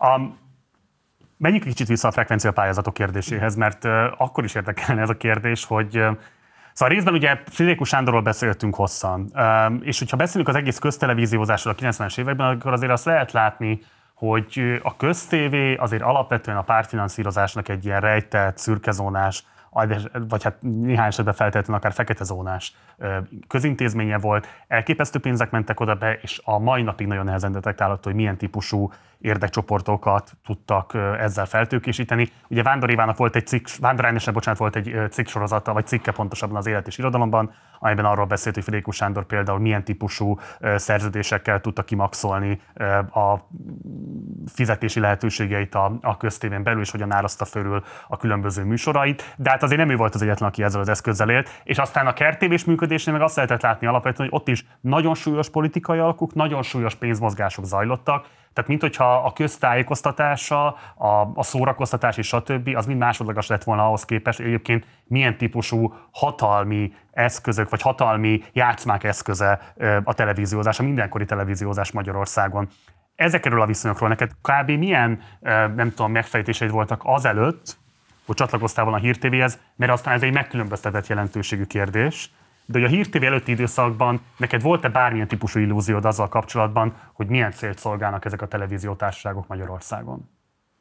Menjünk kicsit vissza a frekvenciapályázatok kérdéséhez, mert akkor is érdekelne ez a kérdés, hogy szóval részben ugye Friderikus Sándorról beszéltünk hosszan, és hogyha beszélünk az egész köztelevíziózásról a 90-es években, akkor azért azt lehet látni, hogy a köztévé azért alapvetően a pártfinanszírozásnak egy ilyen rejtett, szürkezónás, vagy hát néhány esetben feltétlenül akár feketezónás közintézménye volt, elképesztő pénzek mentek oda be, és a mai napig nagyon nehezen detektálható, hogy milyen típusú érdekcsoportokat tudtak ezzel feltőkésíteni. Ugye Vándor Évának volt egy volt egy cikksorozata, vagy cikke pontosabban az Élet és Irodalomban, amiben arról beszélt, hogy Friderikus Sándor például milyen típusú szerződésekkel tudta kimaxolni a fizetési lehetőségeit a köztévén belül, és hogyan árazta fölül a különböző műsorait. De hát azért nem ő volt az egyetlen, aki ezzel az eszközzel élt. És aztán a kertévés működésnél meg azt lehetett látni alapvetően, hogy ott is nagyon súlyos politikai alkuk, nagyon súlyos pénzmozgások zajlottak. Tehát minthogyha a köztájékoztatása, a szórakoztatás és stb. Az mind másodlagos lett volna ahhoz képest, hogy egyébként milyen típusú hatalmi eszközök, vagy hatalmi játszmák eszköze a televíziózás, a mindenkori televíziózás Magyarországon. Ezekről a viszonyokról neked kb. Milyen, nem tudom, megfejtéseid voltak azelőtt, hogy csatlakoztál volna a Hír TV-hez, mert aztán ez egy megkülönböztetett jelentőségű kérdés. De hogy a Hír TV előtti időszakban neked volt-e bármilyen típusú illúziód azzal kapcsolatban, hogy milyen célt szolgálnak ezek a televíziótársaságok Magyarországon?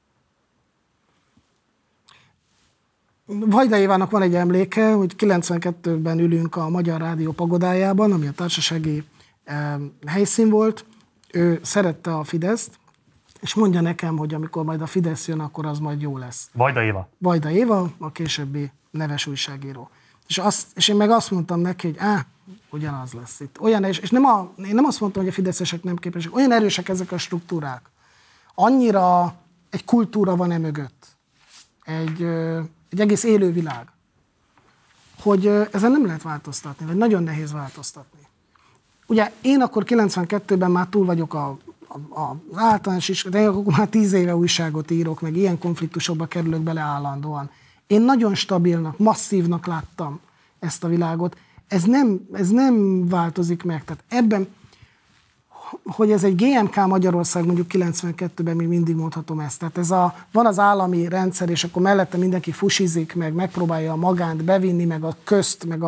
Vajda Évának van egy emléke, hogy 92-ben ülünk a Magyar Rádió pagodájában, ami a társasági helyszín volt. Ő szerette a Fideszt, és mondja nekem, hogy amikor majd a Fidesz jön, akkor az majd jó lesz. Vajda Éva? Vajda Éva, a későbbi neves újságíró. És én meg azt mondtam neki, hogy ugyanaz lesz itt. Olyan és én nem azt mondtam, hogy a fideszesek nem képesek, olyan erősek ezek a struktúrák. Annyira egy kultúra van mögött, egy egész élővilág, hogy ezen nem lehet változtatni, vagy nagyon nehéz változtatni. Ugye én akkor 92-ben már túl vagyok az általános is, de akkor már 10 éve újságot írok, meg ilyen konfliktusokba kerülök bele állandóan. Én nagyon stabilnak, masszívnak láttam ezt a világot. Ez nem változik meg. Tehát ebben, hogy ez egy GMK Magyarország mondjuk 92-ben még mindig mondhatom ezt. Tehát van az állami rendszer, és akkor mellette mindenki fusizik, meg megpróbálja a magánt bevinni, meg a közt, meg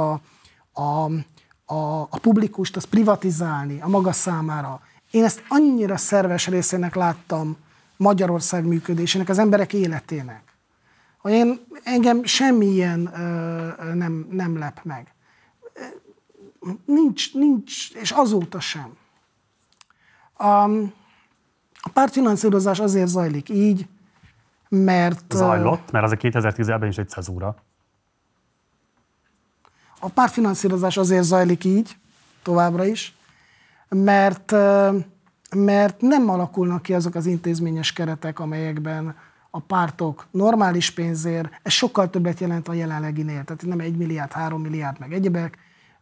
a publikust, azt privatizálni a maga számára. Én ezt annyira szerves részének láttam Magyarország működésének, az emberek életének. Engem semmilyen nem lep meg. Nincs, és azóta sem. A pártfinanszírozás azért zajlik így, mert... Zajlott, mert az a 2010-ben is egy cezúra. A pártfinanszírozás azért zajlik így, továbbra is, mert nem alakulnak ki azok az intézményes keretek, amelyekben a pártok normális pénzért, ez sokkal többet jelent a jelenleginél, tehát nem 1 milliárd, 3 milliárd, meg egyebek.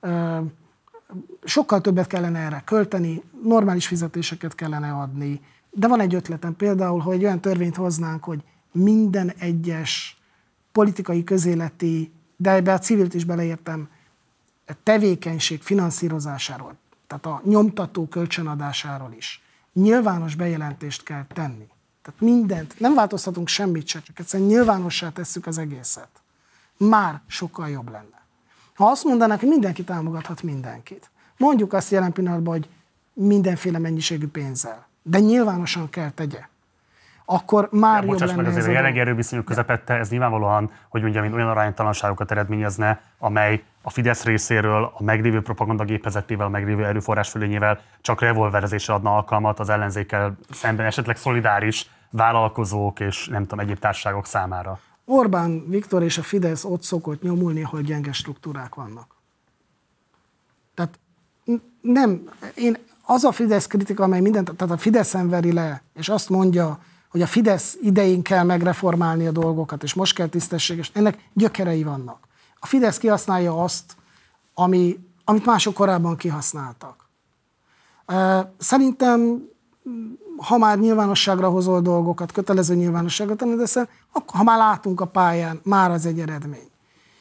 Sokkal többet kellene erre költeni, normális fizetéseket kellene adni. De van egy ötletem például, hogy olyan törvényt hoznánk, hogy minden egyes politikai, közéleti, de ebbe a civilt is beleértem, tevékenység finanszírozásáról, tehát a nyomtató kölcsönadásáról is nyilvános bejelentést kell tenni. Tehát mindent, nem változtatunk semmit se, csak egyszerűen nyilvánossá tesszük az egészet. Már sokkal jobb lenne. Ha azt mondanák, hogy mindenki támogathat mindenkit, mondjuk azt jelen pillanatban, hogy mindenféle mennyiségű pénzzel, de nyilvánosan kell tegye, akkor már jobb lenne meg, ez a jelenlegi erőviszonyok közepette, ez nyilvánvalóan, hogy mondjam, olyan aránytalanságokat eredményezne, amely a Fidesz részéről a meglévő propagandagépezetével, a meglévő erőforrásfölényével csak revolverezésre adna alkalmat az ellenzékkel szemben, esetleg szolidáris vállalkozók és nem tudom, egyéb társaságok számára. Orbán Viktor és a Fidesz ott szokott nyomulni, hogy gyenge struktúrák vannak. Tehát nem, az a Fidesz kritika, amely mindent, tehát a Fideszen veri le, és azt mondja, hogy a Fidesz idején kell megreformálni a dolgokat, és most kell tisztességes, ennek gyökerei vannak. A Fidesz kihasználja azt, amit mások korábban kihasználtak. Szerintem, ha már nyilvánosságra hozol dolgokat, kötelező nyilvánosságra tenni, de ha már látunk a pályán, már az egy eredmény.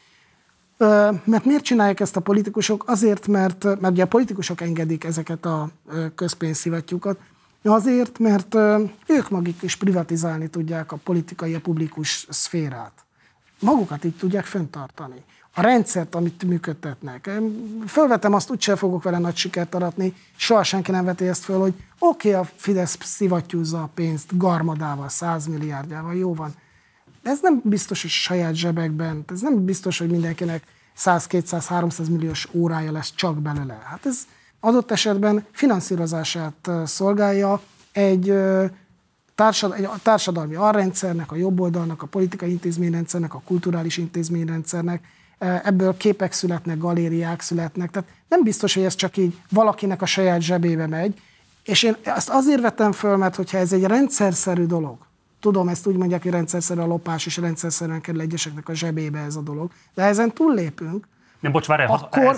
Mert miért csinálják ezt a politikusok? Azért, mert ugye a politikusok engedik ezeket a közpénzszivattyúkat, azért, mert ők maguk is privatizálni tudják a politikai, a publikus szférát. Magukat így tudják fenntartani. A rendszert, amit működtetnek. Fölvetem azt, úgyse fogok vele nagy sikert aratni, soha senki nem veti ezt föl, hogy oké, a Fidesz szivattyúzza a pénzt garmadával, 100 milliárdjával, jó van. De ez nem biztos, hogy saját zsebekben, ez nem biztos, hogy mindenkinek 100-200-300 milliós órája lesz csak belőle. Hát ez adott esetben finanszírozását szolgálja egy társadalmi alrendszernek, a jobboldalnak, a politikai intézményrendszernek, a kulturális intézményrendszernek, ebből képek születnek, galériák születnek, tehát nem biztos, hogy ez csak így valakinek a saját zsebébe megy, és én ezt azért vettem föl, mert hogyha ez egy rendszerszerű dolog, tudom, ezt úgy mondják, hogy rendszerszerű a lopás, és rendszerszerűen kerül egyeseknek a zsebébe ez a dolog, de ezen túllépünk, nem, bocs, várj,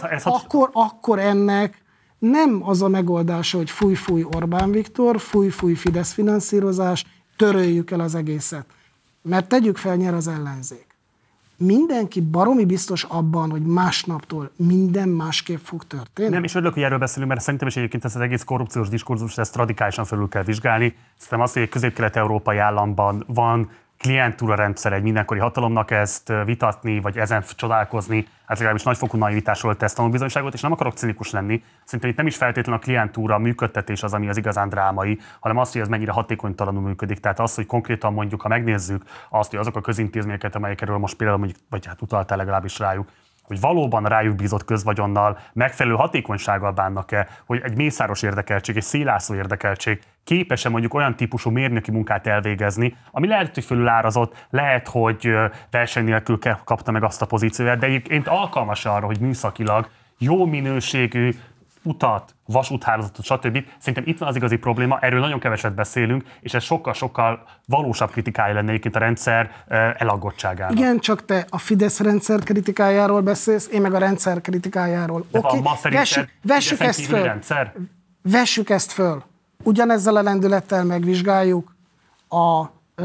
akkor ennek nem az a megoldása, hogy fúj-fúj Orbán Viktor, fúj-fúj Fidesz finanszírozás, töröljük el az egészet. Mert tegyük fel, nyer az ellenzék. Mindenki baromi biztos abban, hogy másnaptól minden másképp fog történni? Nem, és örülök, hogy erről beszélünk, mert szerintem is egyébként ezt az egész korrupciós diskurzus, ezt radikálisan felül kell vizsgálni. Szerintem az, hogy egy közép-kelet-európai államban van klientúra rendszer egy mindenkori hatalomnak, ezt vitatni, vagy ezen csodálkozni, hát legalábbis nagyfokú naivitásról tesz tanúbizonyságot, és nem akarok cinikus lenni. Szerintem itt nem is feltétlenül a klientúra működtetés az, ami az igazán drámai, hanem az, hogy ez mennyire hatékonytalanul működik. Tehát az, hogy konkrétan mondjuk, ha megnézzük azt, hogy azok a közintézményeket, amelyekről most például mondjuk, vagy hát utaltál legalábbis rájuk, hogy valóban rájuk bízott közvagyonnal megfelelő hatékonysággal bánnak-e, hogy egy mészáros érdekeltség, egy szélászó érdekeltség képes-e mondjuk olyan típusú mérnöki munkát elvégezni, ami lehet, hogy fölülárazott, lehet, hogy verseny nélkül kapta meg azt a pozícióját, de egyébként alkalmas arra, hogy műszakilag jó minőségű utat, vasúthálózatot, stb. Szerintem itt van az igazi probléma, erről nagyon keveset beszélünk, és ez sokkal-sokkal valósabb kritikája lenne egyébként a rendszer elagottságának. Igen, csak te a Fidesz rendszer kritikájáról beszélsz, én meg a rendszer kritikájáról. De okay. Ma vessük ezt föl. Rendszer? Vessük ezt föl. Ugyanezzel a lendülettel megvizsgáljuk a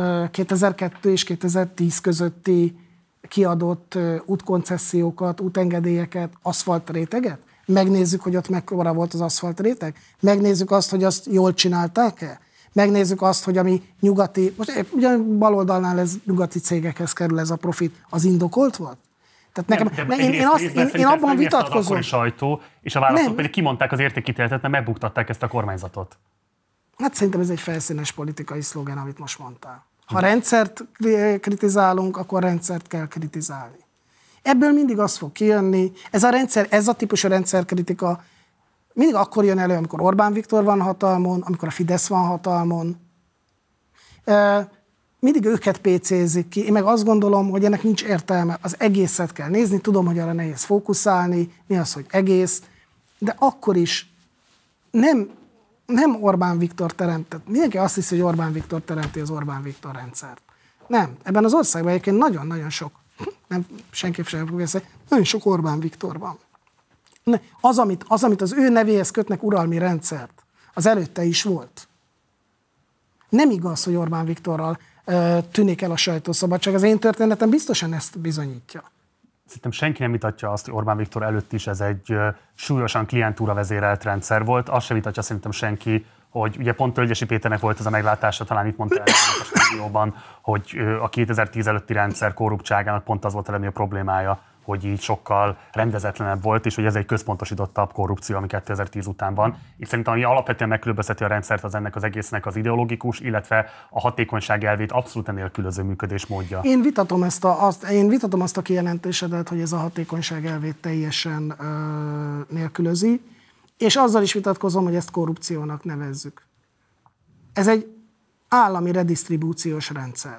2002 és 2010 közötti kiadott útkoncesziókat, útengedélyeket, aszfaltréteget. Megnézzük, hogy ott mekkora volt az aszfaltréteg. Megnézzük azt, hogy azt jól csinálták-e. Megnézzük azt, hogy ami nyugati, most ugyan baloldalnál ez nyugati cégekhez kerül ez a profit, az indokolt volt? Tehát nekem, én abban vitatkozom. Az sajtó, és a választók pedig kimondták az értékítéletet, mert megbuktatták ezt a kormányzatot. Hát szerintem ez egy felszínes politikai szlogen, amit most mondtál. Ha rendszert kritizálunk, akkor rendszert kell kritizálni. Ebből mindig az fog kijönni, ez a típusú rendszerkritika mindig akkor jön elő, amikor Orbán Viktor van hatalmon, amikor a Fidesz van hatalmon. Mindig őket pécézik ki. Én meg azt gondolom, hogy ennek nincs értelme. Az egészet kell nézni, tudom, hogy arra nehéz fókuszálni, mi az, hogy egész, de akkor is nem Orbán Viktor teremtett. Mindenki azt hiszi, hogy Orbán Viktor teremti az Orbán Viktor rendszert. Nem. Ebben az országban egyébként nagyon-nagyon sok, nem senképp sem fogja ezt, nagyon sok Orbán Viktor van. Az, amit az ő nevéhez kötnek uralmi rendszert, az előtte is volt. Nem igaz, hogy Orbán Viktorral tűnik el a sajtószabadság. Az én történetem biztosan ezt bizonyítja. Szerintem senki nem vitatja azt, hogy Orbán Viktor előtt is ez egy súlyosan klientúra vezérelt rendszer volt. Azt sem vitatja szerintem senki, hogy ugye pont Tölgyesi Péternek volt ez a meglátása, talán itt mondta el a stúdióban, hogy a 2010 előtti rendszer korruptságának pont az volt a legnagyobb problémája, hogy így sokkal rendezetlenebb volt, és hogy ez egy központosítottabb korrupció, ami 2010 után van. Itt szerintem, ami alapvetően megkülönbözteti a rendszert, az ennek az egésznek az ideológikus, illetve a hatékonyság elvét abszolút nélkülöző működésmódja. Én vitatom azt a kijelentésedet, hogy ez a hatékonyság elvét teljesen nélkülözi, és azzal is vitatkozom, hogy ezt korrupciónak nevezzük. Ez egy állami redisztribúciós rendszer,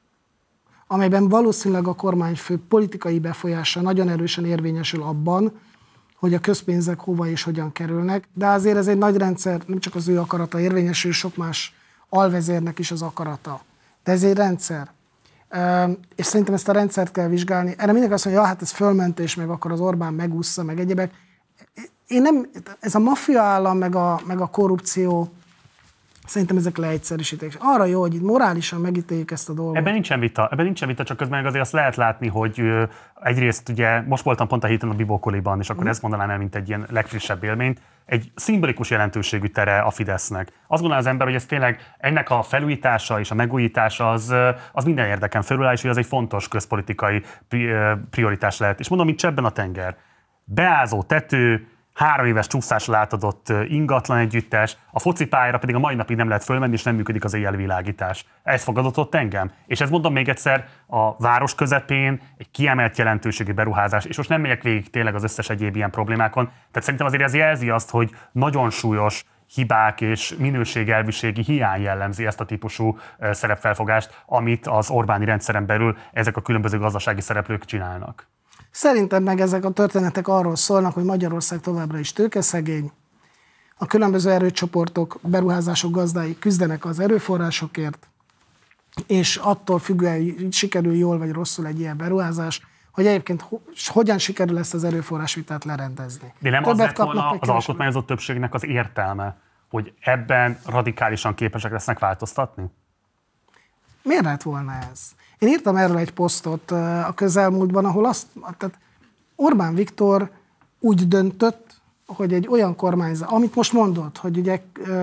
amelyben valószínűleg a kormányfő politikai befolyása nagyon erősen érvényesül abban, hogy a közpénzek hova és hogyan kerülnek, de azért ez egy nagy rendszer, nem csak az ő akarata érvényesül, sok más alvezérnek is az akarata. De ez egy rendszer. És szerintem ezt a rendszert kell vizsgálni. Erre mindenki azt mondja, hát ez fölmentés, meg akkor az Orbán megúszza, meg egyebek. Ez a maffia állam, meg a korrupció, szerintem ezek leegyszerűsítés. Arra jó, hogy itt morálisan megítéljük ezt a dolgot. Ebben nincsen vita, csak közben azért azt lehet látni, hogy egyrészt ugye, most voltam pont a héten a Bibókoliban, és akkor ezt mondanám el, mint egy ilyen legfrissebb élményt, egy szimbolikus jelentőségű tere a Fidesznek. Azt gondolja az ember, hogy ez tényleg ennek a felújítása és a megújítása az minden érdeken felül áll, és hogy az egy fontos közpolitikai prioritás lehet. És mondom, mint csebben a tenger. Beázó tető, 3 éves csúszásra átadott ingatlan együttes, a focipályára pedig a mai napig nem lehet fölmenni, és nem működik az éjjelvilágítás. Ez fogadott ott engem. És ez mondom még egyszer, a város közepén egy kiemelt jelentőségi beruházás, és most nem megyek végig tényleg az összes egyéb ilyen problémákon. Tehát szerintem azért ez jelzi azt, hogy nagyon súlyos hibák és minőségelviségi hiány jellemzi ezt a típusú szerepfelfogást, amit az Orbáni rendszeren belül ezek a különböző gazdasági szereplők csinálnak. Szerintem meg ezek a történetek arról szólnak, hogy Magyarország továbbra is tőkeszegény, a különböző erőcsoportok, beruházások gazdái küzdenek az erőforrásokért, és attól függően sikerül jól vagy rosszul egy ilyen beruházás, hogy egyébként hogyan sikerül ezt az erőforrásvitát lerendezni. De nem az lett volna az alkotmányozott többségnek az értelme, hogy ebben radikálisan képesek lesznek változtatni? Miért lett volna ez? Én írtam erről egy posztot a közelmúltban, ahol tehát Orbán Viktor úgy döntött, hogy egy olyan kormányzat, amit most mondott, hogy ugye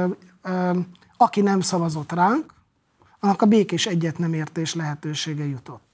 aki nem szavazott ránk, annak a békés egyet nem értés lehetősége jutott.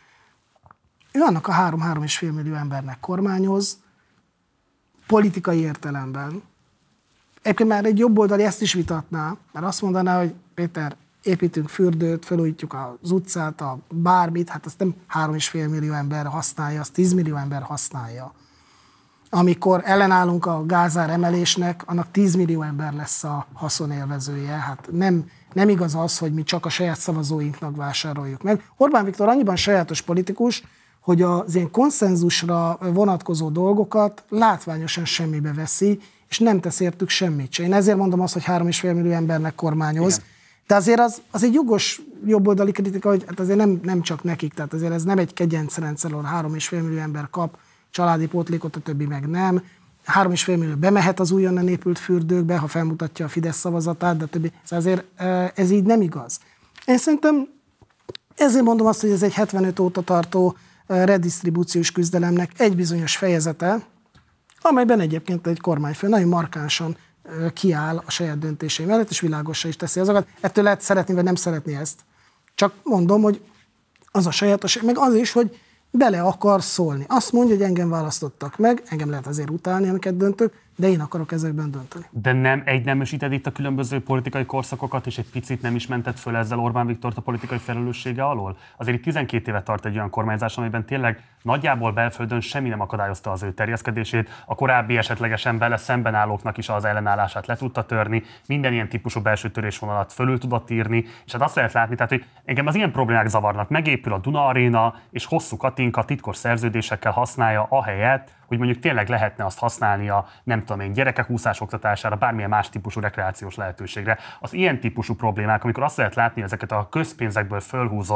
Ő annak a 3-3,5 millió embernek kormányoz, politikai értelemben. Egyébként már egy jobboldali ezt is vitatná, mert azt mondaná, hogy Péter, építünk fürdőt, felújítjuk az utcát, a bármit, hát azt nem 3,5 millió ember használja, azt 10 millió ember használja. Amikor ellenállunk a gázár emelésnek, annak 10 millió ember lesz a haszonélvezője. Hát nem igaz az, hogy mi csak a saját szavazóinknak vásároljuk meg. Orbán Viktor annyiban sajátos politikus, hogy az ilyen konszenzusra vonatkozó dolgokat látványosan semmibe veszi, és nem tesz értük semmit se. Én ezért mondom azt, hogy 3,5 millió embernek kormányoz. Igen. De azért az egy jogos jobboldali kritika, hogy hát azért nem csak nekik, tehát azért ez nem egy kegyencrendszer, ahol 3,5 millió ember kap családi pótlékot, a többi meg nem. 3,5 millió bemehet az újonnan épült fürdőkbe, ha felmutatja a Fidesz szavazatát, de a többi. Szóval azért ez így nem igaz. Én szerintem ezért mondom azt, hogy ez egy 75 óta tartó redisztribúciós küzdelemnek egy bizonyos fejezete, amelyben egyébként egy kormányfő nagyon markánsan kiáll a saját döntései mellett, és világossá is teszi azokat. Ettől lehet szeretni, vagy nem szeretni ezt. Csak mondom, hogy az a sajátosság, meg az is, hogy bele akar szólni. Azt mondja, hogy engem választottak meg, engem lehet azért utálni, amiket döntök, de én akarok ezekben dönteni. De nem egyneműsíted itt a különböző politikai korszakokat, és egy picit nem is mented föl ezzel Orbán Viktort a politikai felelőssége alól? Azért itt 12 éve tart egy olyan kormányzás, amelyben tényleg nagyjából belföldön semmi nem akadályozta az ő terjeszkedését, a korábbi esetlegesen vele szemben állóknak is az ellenállását le tudta törni, minden ilyen típusú belső törésvonalat fölül tudott írni, és hát azt lehet látni, tehát, hogy engem az ilyen problémák zavarnak. Megépül a Duna Aréna, és hosszú Katinka titkos szerződésekkel használja ahelyett, hogy mondjuk tényleg lehetne azt használni a, nem tudom én, gyerekek úszás oktatására, bármilyen más típusú rekreációs lehetőségre. Az ilyen típusú problémák, amikor azt lehet látni, ezeket a közpénzekből fölhúzott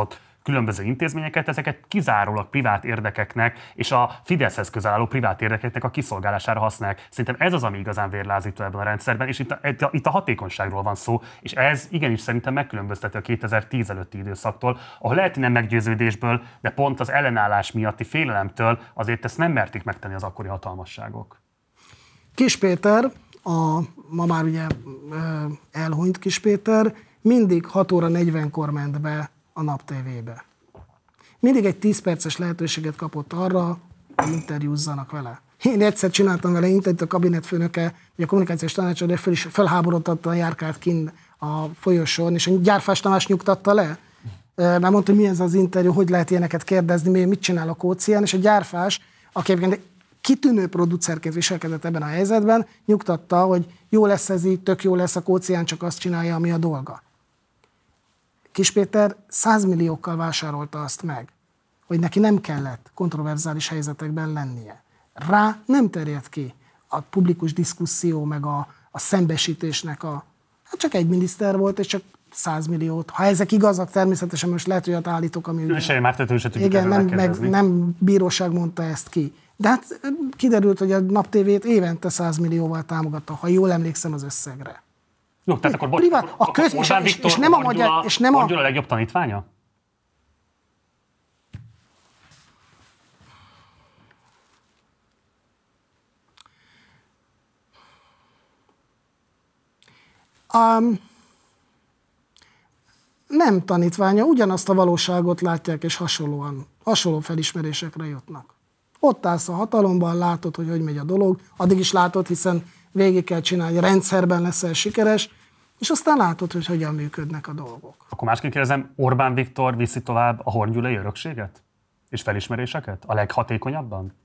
különböző intézményeket, ezeket kizárólag privát érdekeknek és a Fideszhez közel álló privát érdekeknek a kiszolgálására használják. Szerintem ez az, ami igazán vérlázító ebben a rendszerben, és itt a hatékonyságról van szó, és ez igenis szerintem megkülönbözteti a 2010 előtti időszaktól, ahol lehet, hogy nem meggyőződésből, de pont az ellenállás miatti félelemtől azért ezt nem merték megtenni az akkori hatalmasságok. Kis Péter, ma már ugye elhunyt Kis Péter, mindig 6 óra 40-kor ment be a Nap TV-be. Mindig egy 10 perces lehetőséget kapott arra, hogy interjúzzanak vele. Én egyszer csináltam vele interjút, a kabinetfőnöke, vagy a kommunikációs tanácsadó felháborodottan járkált kint a folyosón, és a Gyárfás Tamás nyugtatta le. Mert mondta, hogy mi ez az interjú, hogy lehet ilyeneket kérdezni, mit csinál a Kócián, és a Gyárfás, aki egyébként kitűnő producerként viselkedett ebben a helyzetben, nyugtatta, hogy jó lesz ez így, tök jó lesz, a Kócián csak azt csinálja, ami a dolga. Kis Péter 100 milliókkal vásárolta azt meg, hogy neki nem kellett kontroverzális helyzetekben lennie. Rá nem terjed ki a publikus diszkuszió, meg a szembesítésnek hát csak egy miniszter volt, és csak 100 milliót. Ha ezek igazak, természetesen most lehet, hogy állítok, ami... Nem bíróság mondta ezt ki. De hát kiderült, hogy a Nap TV-t évente 100 millióval támogatta, ha jól emlékszem az összegre. Jó, tehát akkor Orbán Viktor, és nem a magyar, és nem a legjobb tanítványa? Nem tanítványa, ugyanazt a valóságot látják, és hasonló felismerésekre jutnak. Ott állsz a hatalomban, látod, hogy megy a dolog, addig is látod, hiszen végig kell csinálni, rendszerben leszel sikeres, és aztán látod, hogy hogyan működnek a dolgok. Akkor másként kérdezem, Orbán Viktor viszi tovább a horngyulai örökséget? És felismeréseket? A leghatékonyabban?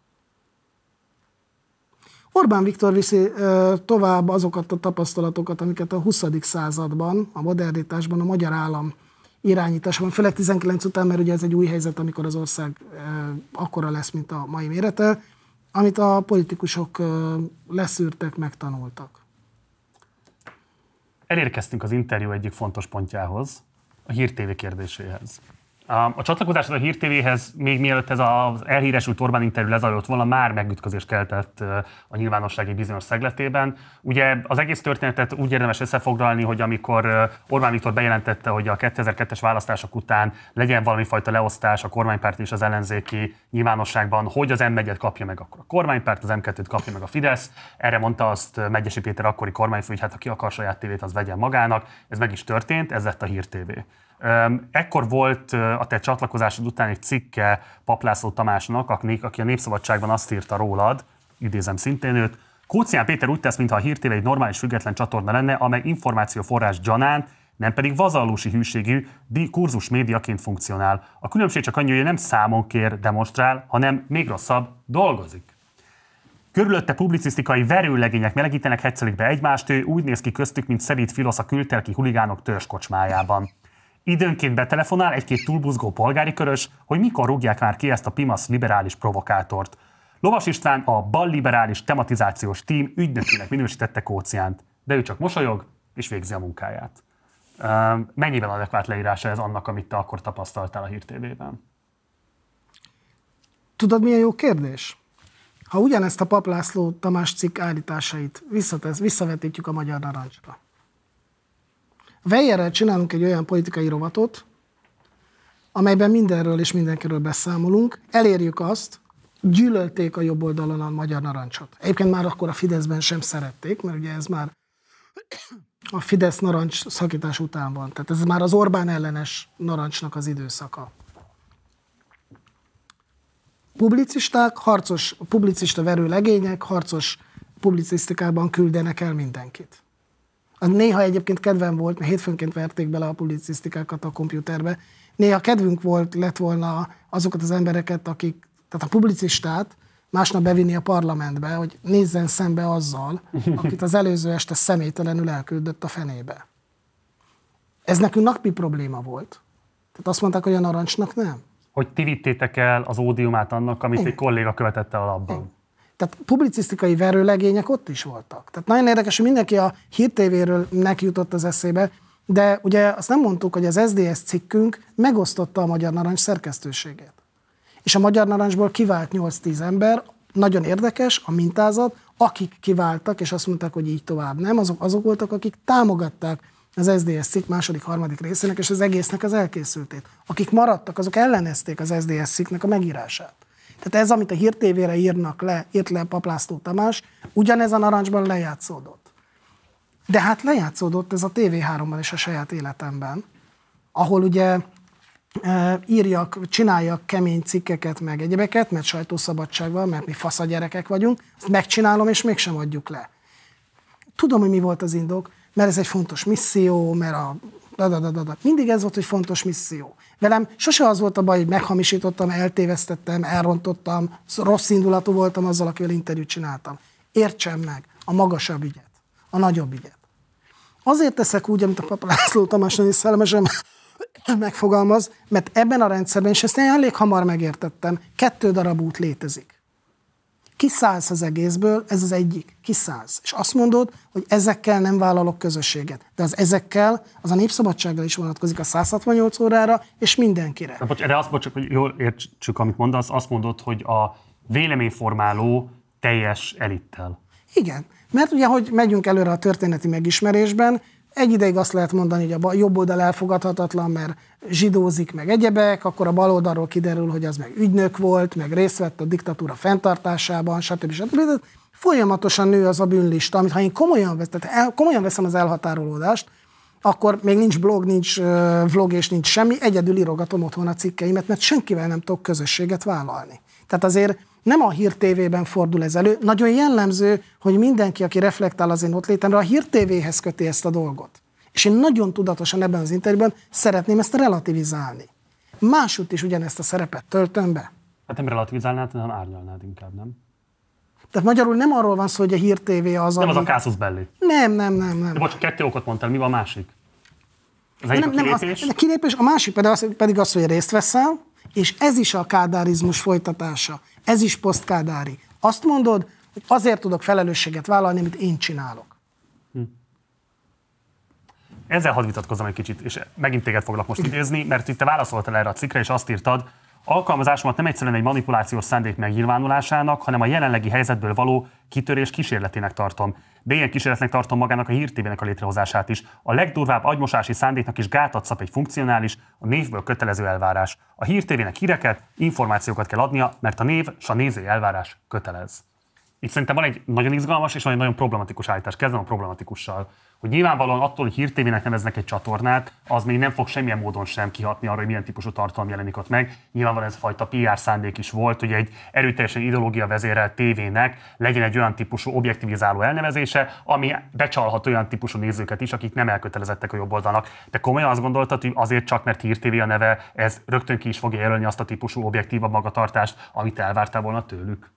Orbán Viktor viszi tovább azokat a tapasztalatokat, amiket a 20. században, a modernitásban, a magyar állam irányításában, főleg 19 után, mert ugye ez egy új helyzet, amikor az ország akkora lesz, mint a mai mérete, amit a politikusok leszűrtek, megtanultak. Elérkeztünk az interjú egyik fontos pontjához, a Hír TV kérdéséhez. A csatlakozásod a Hír TV-hez még mielőtt ez az elhíresült Orbán interjú lezajlott volna, már megütközést keltett a nyilvánosság egy bizonyos szegletében. Ugye az egész történetet úgy érdemes összefoglalni, hogy amikor Orbán Viktor bejelentette, hogy a 2002-es választások után legyen valami fajta leosztás a kormánypárt és az ellenzéki nyilvánosságban, hogy az M1-et kapja meg akkor a kormánypárt, az M2-t kapja meg a Fidesz. Erre mondta azt Medgyessy Péter akkori kormányfő, hogy hát aki akar saját tévét, az vegyen magának. Ez meg is történt, ez lett a Hír TV. Ekkor volt a te csatlakozásod után egy cikke Papp László Tamásnak, aki a Népszabadságban azt írta rólad, idézem szintén őt, Kócián Péter úgy tesz, mintha a Hír TV egy normális független csatorna lenne, amely információforrás gyanánt, nem pedig vazallusi hűségű kurzus médiaként funkcionál. A különbség csak annyi, hogy nem számon kér, demonstrál, hanem még rosszabb, dolgozik. Körülötte publicisztikai verőlegények melegítenek, heccelik be egymást, ő úgy néz ki köztük, mint Szedít Filosz a kültelki huligánok törzskocsmájában. Időnként betelefonál egy-két túlbuzgó polgári körös, hogy mikor rúgják már ki ezt a pimasz liberális provokátort. Lovas István a balliberális tematizációs tím ügynökének minősítette Kóciánt, de ő csak mosolyog és végzi a munkáját. Mennyiben adekvát leírása ez annak, amit te akkor tapasztaltál a Hír TV-ben? Tudod, milyen jó kérdés? Ha ugyanezt a Papp László Tamás cikk állításait visszavetítjük a Magyar Narancsra. Vejjerrel csinálunk egy olyan politikai rovatot, amelyben mindenről és mindenkiről beszámolunk, elérjük azt, gyűlölték a jobb oldalon a Magyar Narancsot. Egyébként már akkor a Fideszben sem szerették, mert ugye ez már a Fidesz narancs szakítás után van. Tehát ez már az Orbán ellenes narancsnak az időszaka. Publicisták, publicista verőlegények, harcos publicisztikában küldenek el mindenkit. Néha egyébként kedvem volt, mert hétfőnként verték bele a publicisztikákat a komputerbe. Néha kedvünk lett volna azokat az embereket, tehát a publicistát másnap bevinni a parlamentbe, hogy nézzen szembe azzal, akit az előző este személytelenül elküldött a fenébe. Ez nekünk napi probléma volt. Tehát azt mondták, hogy a narancsnak nem. Hogy ti vittétek el az ódiumát annak, amit egy kolléga követett el a labban. Tehát publicisztikai verőlegények ott is voltak. Tehát nagyon érdekes, hogy mindenki a Hír TV-ről neki jutott az eszébe, De ugye azt nem mondtuk, hogy az SZDSZ cikkünk megosztotta a Magyar Narancs szerkesztőségét. És a Magyar Narancsból kivált 8-10 ember, nagyon érdekes a mintázat, akik kiváltak, és azt mondták, hogy így tovább nem, azok voltak, akik támogatták az SZDSZ cikk második, harmadik részének, és az egésznek az elkészültét. Akik maradtak, azok ellenezték az SZDSZ cikknek a megírását. Tehát ez, amit a Hír TV-re írt le Paplászló Tamás, ugyanez a Narancsban lejátszódott. De hát lejátszódott ez a TV3-ban és a saját életemben, ahol ugye csináljak kemény cikkeket, meg egyebeket, mert sajtószabadság van, mert mi faszagyerekek vagyunk, ezt megcsinálom, és mégsem adjuk le. Tudom, hogy mi volt az indok, mert ez egy fontos misszió, mert mindig ez volt, hogy fontos misszió. Velem sose az volt a baj, hogy meghamisítottam, eltévesztettem, elrontottam, rossz indulatú voltam azzal, akivel interjút csináltam. Értsem meg a magasabb ügyet, a nagyobb ügyet. Azért teszek úgy, amit a Paplászló Tamás nagyon szellemesen megfogalmaz, mert ebben a rendszerben, és ezt én elég hamar megértettem, 2 darab út létezik. Kiszállsz az egészből, ez az egyik, kiszállsz. És azt mondod, hogy ezekkel nem vállalok közösséget. De az ezekkel, az a népszabadsággal is vonatkozik a 168 órára, és mindenkire. Erre hogy jól értsük, amit mondasz, azt mondod, hogy a véleményformáló teljes elittel. Igen, mert ugye, hogy megyünk előre a történeti megismerésben, egy ideig azt lehet mondani, hogy a jobb oldal elfogadhatatlan, mert zsidózik, meg egyebek, akkor a bal oldalról kiderül, hogy az meg ügynök volt, meg részt vett a diktatúra fenntartásában, stb. Folyamatosan nő az a bűnlista, amit ha én komolyan veszem az elhatárolódást, akkor még nincs blog, nincs vlog és nincs semmi, egyedül írogatom otthon a cikkeimet, mert senkivel nem tudok közösséget vállalni. Tehát azért nem a Hír TV-ben fordul ez elő. Nagyon jellemző, hogy mindenki, aki reflektál az én ott létemre, a Hír TV-hez köti ezt a dolgot. És én nagyon tudatosan ebben az interjúban szeretném ezt relativizálni. Másútt is ugyanezt a szerepet töltöm be. Hát nem relativizálnád, hanem árnyalnád inkább, nem? Tehát magyarul nem arról van szó, hogy a Hír TV az, nem az a casus belli. Nem. De bocs, 2 okot mondtál, mi van a másik? Az egyik Nem, a kilépés? a kilépés, a másik pedig az, hogy részt veszel, és ez is a kádárizmus folytatása. Ez is posztkádári. Azt mondod, hogy azért tudok felelősséget vállalni, amit én csinálok. Ezzel hadd vitatkozzam egy kicsit, és megint téged foglak most idézni, mert itt te válaszoltál erre a cikkre, és azt írtad, alkalmazásomat nem egyszerűen egy manipulációs szándék megnyilvánulásának, hanem a jelenlegi helyzetből való kitörés kísérletének tartom. De ilyen kísérletnek tartom magának a Hír TV-nek a létrehozását is. A legdurvább agymosási szándéknak is gátat szab egy funkcionális, a névből kötelező elvárás. A Hír TV-nek híreket, információkat kell adnia, mert a név és a nézői elvárás kötelez. Itt szerintem van egy nagyon izgalmas és van egy nagyon problematikus állítás. Kezdem a problematikussal. Hogy nyilvánvalóan attól, hogy Hír TV-nek neveznek egy csatornát, az még nem fog semmilyen módon sem kihatni arra, hogy milyen típusú tartalom jelenik ott meg. Nyilvánvalóan ez fajta PR szándék is volt, hogy egy erőteljesen ideológia vezérelt tévének legyen egy olyan típusú objektivizáló elnevezése, ami becsalhat olyan típusú nézőket is, akik nem elkötelezettek a jobb oldalnak. De komolyan azt gondoltad, hogy azért csak, mert Hír TV a neve, ez rögtön ki is fogja jelölni azt a típusú objektívabb magatartást, amit elvártál volna tőlük?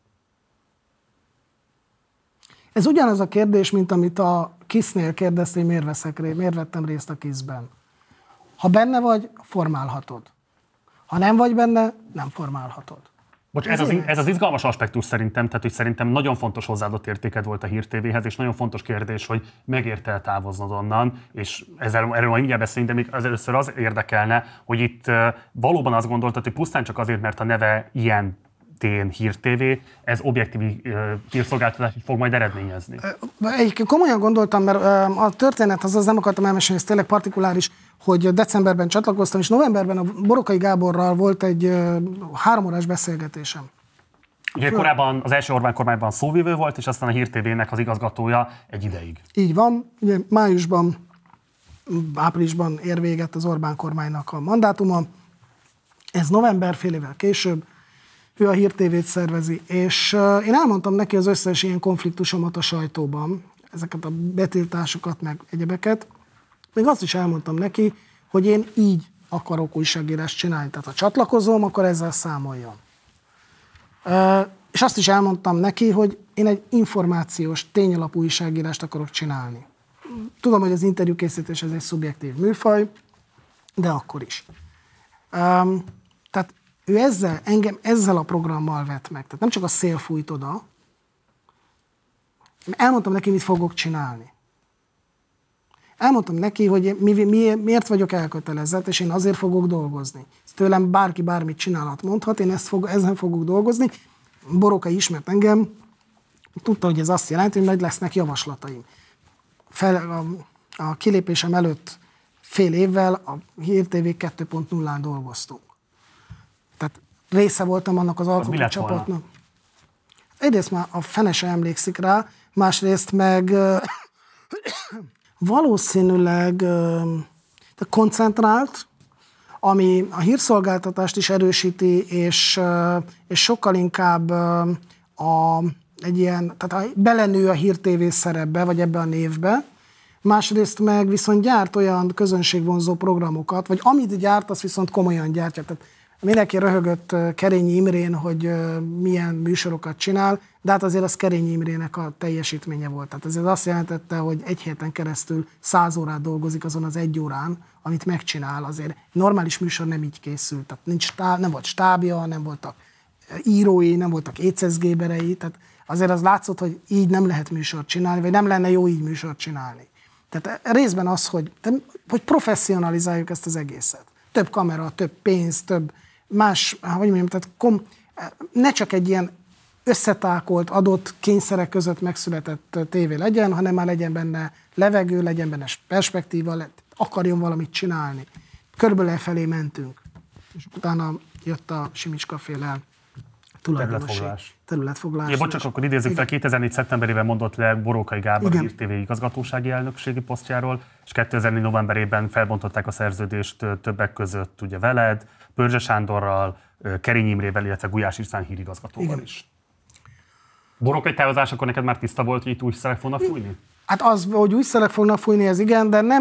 Ez ugyanaz a kérdés, mint amit a KISZ-nél kérdezte, hogy miért vettem részt a KISZ-ben. Ha benne vagy, formálhatod. Ha nem vagy benne, nem formálhatod. Bocs, ez az izgalmas aspektus szerintem, tehát hogy szerintem nagyon fontos hozzáadott értéked volt a Hír TV-hez, és nagyon fontos kérdés, hogy megérte el távoznod onnan, és erről majd mindjárt beszélünk, de még először az érdekelne, hogy itt valóban azt gondoltad, hogy pusztán csak azért, mert a neve ilyen Hír TV, ez objektív hírszolgáltatást fog majd eredményezni. Komolyan gondoltam, mert a történet az nem akartam elmesélni, ez tényleg partikuláris, hogy decemberben csatlakoztam, és novemberben a Borokai Gáborral volt egy 3 órás beszélgetésem. Ugye korábban az első Orbán kormányban szóvivő volt, és aztán a Hír TV-nek az igazgatója egy ideig. Így van, ugye májusban, áprilisban ér véget az Orbán kormánynak a mandátuma. Ez november, fél évvel később. Ő a Hír TV-t szervezi, és én elmondtam neki az összes ilyen konfliktusomat a sajtóban, ezeket a betiltásokat, meg egyebeket. Még azt is elmondtam neki, hogy én így akarok újságírást csinálni. Tehát ha csatlakozom, akkor ezzel számoljon. És azt is elmondtam neki, hogy én egy információs, tényalapú újságírást akarok csinálni. Tudom, hogy az interjúkészítés ez egy szubjektív műfaj, de akkor is. Tehát ő engem ezzel a programmal vett meg. Tehát nem csak a szél fújt oda, elmondtam neki, mit fogok csinálni. Elmondtam neki, hogy miért vagyok elkötelezett, és én azért fogok dolgozni. Tőlem bárki bármit csinálhat, mondhat, én ezen fogok dolgozni. Borókai ismert engem, tudta, hogy ez azt jelenti, hogy majd lesznek javaslataim. A kilépésem előtt fél évvel a Hír TV 2.0-án dolgoztunk. Tehát része voltam annak az alkotó csapatnak. Egyrészt már a fene se emlékszik rá, másrészt meg valószínűleg koncentrált, ami a hírszolgáltatást is erősíti, és sokkal inkább egy ilyen, tehát belenő a Hír TV szerepbe, vagy ebbe a névbe. Másrészt meg viszont gyárt olyan közönségvonzó programokat, vagy amit gyárt, azt viszont komolyan gyártja. Tehát mindenki röhögött Kerényi Imrén, hogy milyen műsorokat csinál, de hát azért az Kerényi Imrének a teljesítménye volt. Tehát ez azt jelentette, hogy egy héten keresztül 100 órát dolgozik azon az 1 órán, amit megcsinál. Azért normális műsor nem így készült. Tehát nem volt stábja, nem voltak írói, nem voltak écezgéberei. Tehát azért az látszott, hogy így nem lehet műsort csinálni, vagy nem lenne jó így műsort csinálni. Tehát részben az, hogy professzionalizáljuk ezt az egészet. Több kamera, több pénz, több más, hogy mondjam, tehát ne csak egy ilyen összetákolt, adott kényszerek között megszületett tévé legyen, hanem már legyen benne levegő, legyen benne perspektíva, akarjon valamit csinálni. Körülbelül felé mentünk. És utána jött a Simicska-féle területfoglalás. Bocsánat, akkor idézzük fel, 2004. szeptemberében mondott le Borókai Gábor a Hír TV igazgatósági elnökségi posztjáról, és 2004. novemberében felbontották a szerződést többek között ugye veled, Pörzse Sándorral, Kerényi Imrével, illetve Gulyás István hírigazgatóval is. Borókai távozásakor neked már tiszta volt, hogy itt új szelek fognak fújni? Hát az, hogy új szelek fognak fújni, ez igen, de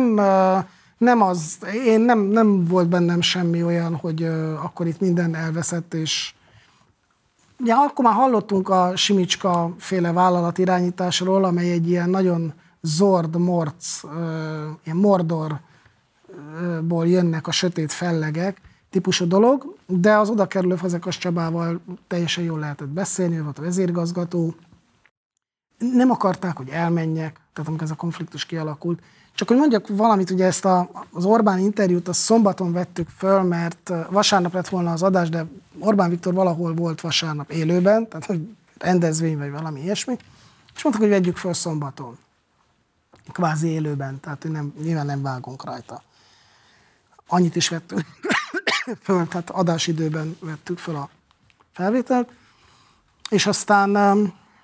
nem volt bennem semmi olyan, hogy akkor itt minden elveszett, és ugye akkor már hallottunk a Simicska féle vállalat irányításról, amely egy ilyen nagyon zord-morc, ilyen Mordorból jönnek a sötét fellegek típusú dolog, de az oda kerülő Fazekas Csabával teljesen jól lehetett beszélni, ő volt a vezérigazgató. Nem akarták, hogy elmenjek, tehát amikor ez a konfliktus kialakult. Csak hogy mondjak valamit, ugye ezt az Orbán interjút azt szombaton vettük föl, mert vasárnap lett volna az adás, de Orbán Viktor valahol volt vasárnap élőben, tehát hogy rendezvény vagy valami ilyesmi, és mondtuk, hogy vegyük föl szombaton. Kvázi élőben, tehát nyilván nem vágunk rajta. Annyit is vettük föl, tehát adásidőben vettük föl a felvételt, és aztán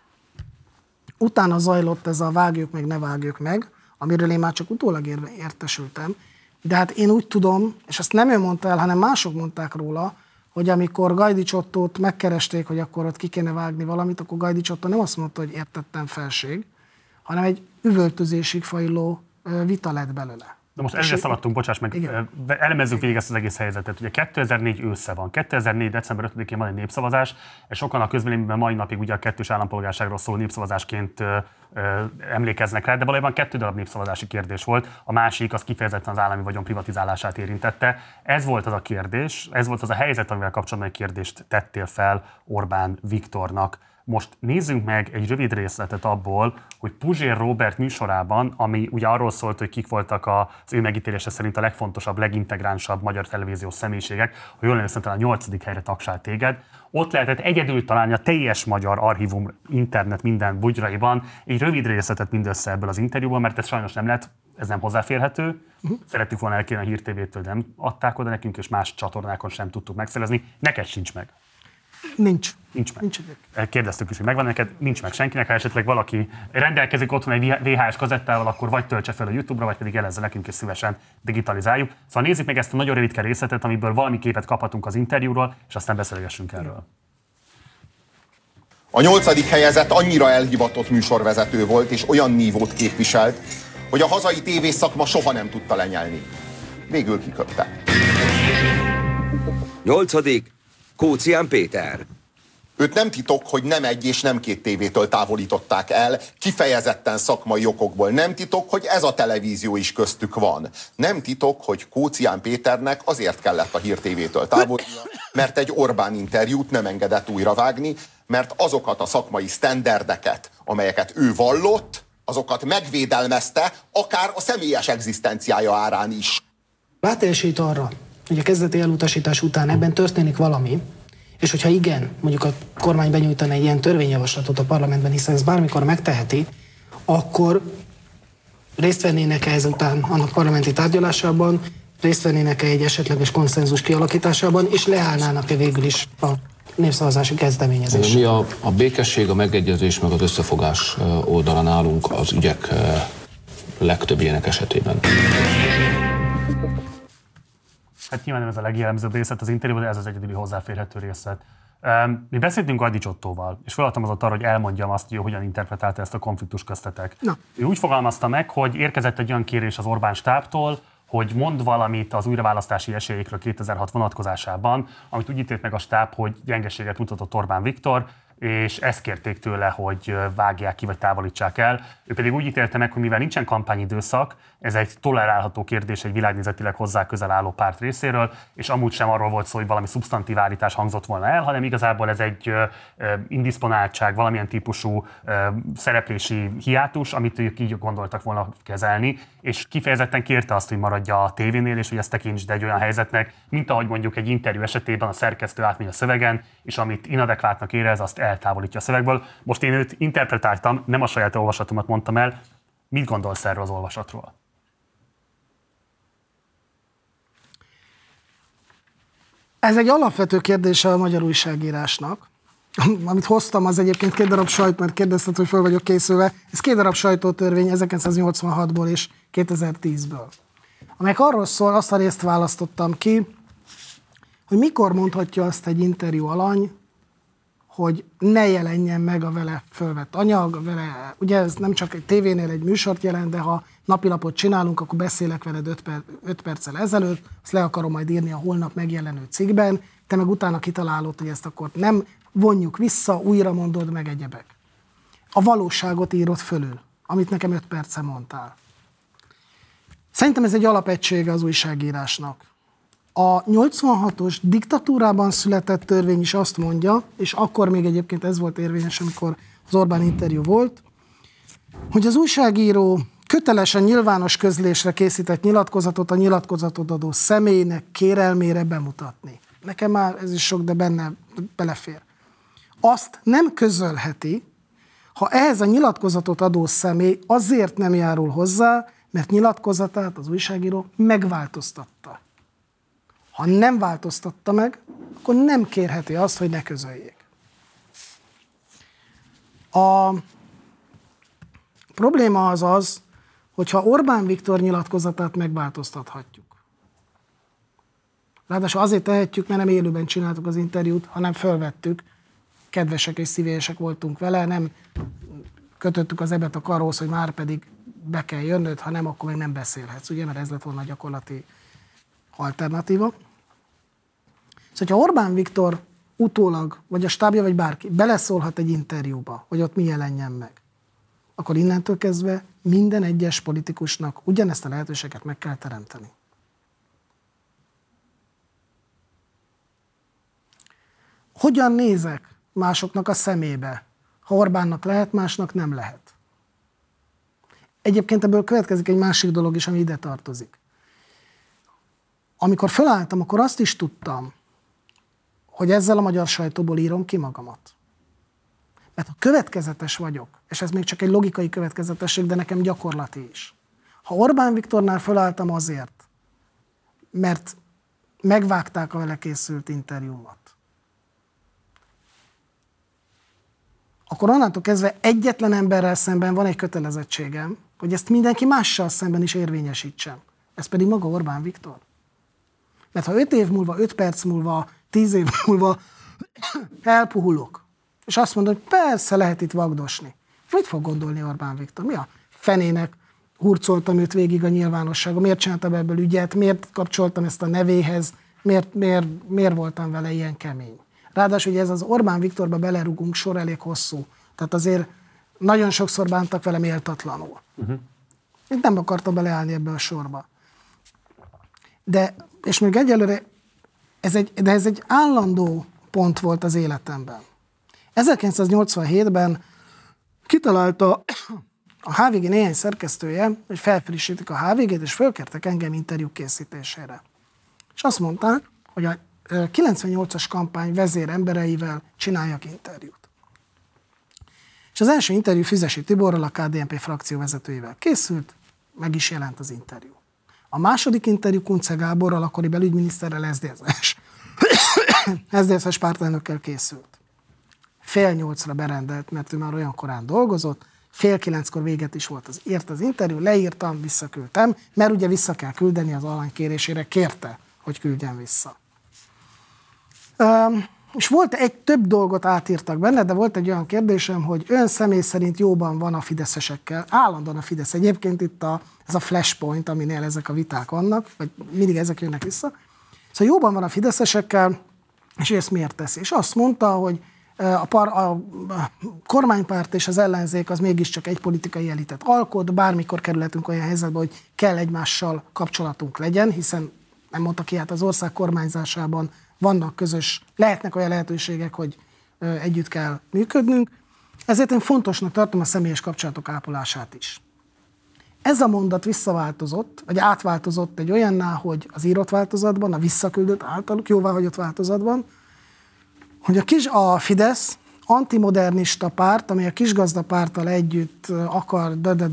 utána zajlott ez a vágjuk meg, ne vágjuk meg, amiről én már csak utólag értesültem. De hát én úgy tudom, és azt nem ő mondta el, hanem mások mondták róla, hogy amikor Gajdics Ottót megkeresték, hogy akkor ott ki kéne vágni valamit, akkor Gajdics Ottó nem azt mondta, hogy értettem felség, hanem egy üvöltözésig fajló vita lett belőle. De most ezzel szaladtunk, bocsáss meg, elemezzük végig ezt az egész helyzetet. Ugye 2004 ősze van, 2004. december 5-én van egy népszavazás, és sokan a közvéleményben mai napig ugye a kettős állampolgárságról szóló népszavazásként emlékeznek rá, de valójában 2 darab népszavazási kérdés volt, a másik az kifejezetten az állami vagyon privatizálását érintette. Ez volt az a kérdés, ez volt az a helyzet, amivel kapcsolatban egy kérdést tettél fel Orbán Viktornak. Most nézzünk meg egy rövid részletet abból, hogy Puzsér Róbert műsorában, ami ugye arról szólt, hogy kik voltak az ő megítélése szerint a legfontosabb, legintegránsabb magyar televíziós személyiségek, hogy jól emlékszem, talán a 8. helyre tagsált téged. Ott lehetett egyedül találni a teljes magyar archívum internet minden bugyraiban egy rövid részletet mindössze ebből az interjúból, mert ez sajnos nem lehet, ez nem hozzáférhető. Szerettük volna elkérni a Hír TV-től, de nem adták oda nekünk, és más csatornákon sem tudtuk megszerezni. Neked sincs meg. Nincs meg. Kérdeztük is, hogy megvan neked, nincs meg senkinek. Ha esetleg valaki rendelkezik otthon egy VHS kazettával, akkor vagy töltse fel a YouTube-ra, vagy pedig jelezze nekünk, és szívesen digitalizáljuk. Szóval nézzük meg ezt a nagyon rövidke részletet, amiből valami képet kaphatunk az interjúról, és aztán beszélgessünk erről. A 8. helyezett annyira elhivatott műsorvezető volt, és olyan nívót képviselt, hogy a hazai tévészakma soha nem tudta lenyelni. Végül kiköpte. 8. Kócián Péter. Őt nem titok, hogy nem egy és nem 2 tévétől távolították el, kifejezetten szakmai okokból. Nem titok, hogy ez a televízió is köztük van. Nem titok, hogy Kócián Péternek azért kellett a Hír TV-től távolítania, mert egy Orbán interjút nem engedett újra vágni, mert azokat a szakmai sztenderdeket, amelyeket ő vallott, azokat megvédelmezte, akár a személyes egzisztenciája árán is. Ráteljesít arra, hogy a kezdeti elutasítás után ebben történik valami, és hogyha igen, mondjuk a kormány benyújtana egy ilyen törvényjavaslatot a parlamentben, hiszen ez bármikor megteheti, akkor részt vennének-e ezután annak parlamenti tárgyalásában, részt vennének-e egy esetleges konszenzus kialakításában, és leállnának-e végül is a népszavazási kezdeményezés? Mi a békesség, a megegyezés, meg az összefogás oldalán állunk az ügyek legtöbbjének esetében. Hát nyilván nem ez a legjellemzőbb részlet az interjúban, de ez az egyedüli hozzáférhető részlet. Mi beszéltünk Gajdics Ottóval, és feladtam arra, hogy elmondjam azt, hogy hogyan interpretálta ezt a konfliktus köztetek. Na. Ő úgy fogalmazta meg, hogy érkezett egy olyan kérés az Orbán stábtól, hogy mond valamit az újraválasztási esélyekről 2006 vonatkozásában, amit úgy ítélt meg a stáb, hogy gyengeséget mutatott Orbán Viktor, és ezt kérték tőle, hogy vágják ki, vagy távolítsák el. Ő pedig úgy ítélte meg, hogy mivel nincsen kampányidőszak, ez egy tolerálható kérdés egy világnézetileg hozzá közel álló párt részéről, és amúgy sem arról volt szó, hogy valami szubstantív állítás hangzott volna el, hanem igazából ez egy indisponáltság, valamilyen típusú szereplési hiátus, amit ők így gondoltak volna kezelni, és kifejezetten kérte azt, hogy maradja a tévénél, és hogy ezt tekintsd egy olyan helyzetnek, mint ahogy mondjuk egy interjú esetében a szerkesztő átmegy a szövegen, és amit inadekvátnak érez, azt eltávolítja a szövegből. Most én őt interpretáltam, nem a saját olvasatomat mondtam el. Mit gondolsz erről az olvasatról? Ez egy alapvető kérdése a magyar újságírásnak. Amit hoztam, az egyébként 2 darab sajt, mert kérdezted, hogy fel vagyok készülve. Ez 2 darab sajtótörvény 1986-ból és 2010-ből. Amelyek arról szól, azt a részt választottam ki, hogy mikor mondhatja azt egy interjú alany, hogy ne jelenjen meg a vele fölvett anyag, ugye ez nem csak egy tévénél egy műsort jelent, de ha napilapot csinálunk, akkor beszélek veled 5 perccel ezelőtt, azt le akarom majd írni a holnap megjelenő cikkben, te meg utána kitalálod, hogy ezt akkor nem vonjuk vissza, újra mondod meg egyebek. A valóságot írod fölül, amit nekem 5 perce mondtál. Szerintem ez egy alapegysége az újságírásnak. A 86-os diktatúrában született törvény is azt mondja, és akkor még egyébként ez volt érvényes, amikor az Orbán interjú volt, hogy az újságíró kötelesen nyilvános közlésre készített nyilatkozatot a nyilatkozatot adó személynek kérelmére bemutatni. Nekem már ez is sok, de benne belefér. Azt nem közölheti, ha ehhez a nyilatkozatot adó személy azért nem járul hozzá, mert nyilatkozatát az újságíró megváltoztatta. Ha nem változtatta meg, akkor nem kérheti azt, hogy ne közöljék. A probléma az, hogyha Orbán Viktor nyilatkozatát megváltoztathatjuk. Ráadásul azért tehetjük, mert nem élőben csináltuk az interjút, hanem fölvettük, kedvesek és szívések voltunk vele, nem kötöttük az ebet a karhoz, hogy már pedig be kell jönnöd, ha nem, akkor még nem beszélhetsz, ugye, mert ez lett volna a gyakorlati alternatíva. Szóval, ha Orbán Viktor utólag, vagy a stábja, vagy bárki beleszólhat egy interjúba, hogy ott mi jelenjen meg, akkor innentől kezdve minden egyes politikusnak ugyanezt a lehetőséget meg kell teremteni. Hogyan nézek másoknak a szemébe? Ha Orbánnak lehet, másnak nem lehet. Egyébként ebből következik egy másik dolog is, ami ide tartozik. Amikor felálltam, akkor azt is tudtam, hogy ezzel a magyar sajtóból írom ki magamat. Mert ha következetes vagyok, és ez még csak egy logikai következetesség, de nekem gyakorlati is. Ha Orbán Viktornál felálltam azért, mert megvágták a vele készült interjúmat, akkor onnantól kezdve egyetlen emberrel szemben van egy kötelezettségem, hogy ezt mindenki mással szemben is érvényesítsem. Ez pedig maga Orbán Viktor. Mert ha 5 év múlva, 5 perc múlva, 10 év múlva elpuhulok, és azt mondom, hogy persze lehet itt vagdosni. Mit fog gondolni Orbán Viktor? Mi a fenének hurcoltam őt végig a nyilvánosságon? Miért csináltam ebből ügyet? Miért kapcsoltam ezt a nevéhez? Miért voltam vele ilyen kemény? Ráadásul, hogy ez az Orbán Viktorba belerugunk, sor elég hosszú. Tehát azért nagyon sokszor bántak vele méltatlanul. Én nem akartam beleállni ebbe a sorba. És még egyelőre ez egy állandó pont volt az életemben. 1987-ben kitalálta a HVG néhány szerkesztője, hogy felfrissítik a HVG-t, és fölkértek engem interjú készítésére. És azt mondták, hogy a 98-as kampány vezérembereivel csináljak interjút. És az első interjú Füzesi Tiborral, a KDNP frakció vezetőjével készült, meg is jelent az interjú. A második interjú Kunce Gáborral, akkori belügyminiszterrel, SZDSZ-es pártelnökkel készült. 7:30 berendelt, mert ő már olyan korán dolgozott, 8:30 véget is volt az interjú, leírtam, visszaküldtem, mert ugye vissza kell küldeni az alany kérésére, kérte, hogy küldjen vissza. És volt több dolgot átírtak benne, de volt egy olyan kérdésem, hogy ön személy szerint jóban van a fideszesekkel, állandóan a Fidesz. Egyébként itt ez a flashpoint, aminél ezek a viták vannak, vagy mindig ezek jönnek vissza. Szóval jóban van a fideszesekkel, és ezt miért teszi? És azt mondta, hogy a kormánypárt és az ellenzék az mégiscsak egy politikai elitet alkot, bármikor kerülhetünk olyan helyzetbe, hogy kell egymással kapcsolatunk legyen, hiszen nem mondta ki, hát az ország kormányzásában vannak lehetnek olyan lehetőségek, hogy együtt kell működnünk. Ezért én fontosnak tartom a személyes kapcsolatok ápolását is. Ez a mondat visszaváltozott, vagy átváltozott egy olyanná, hogy az írott változatban, a visszaküldött általuk jóváhagyott változatban, hogy a Fidesz antimodernista párt, amely a kisgazdapárttal együtt akar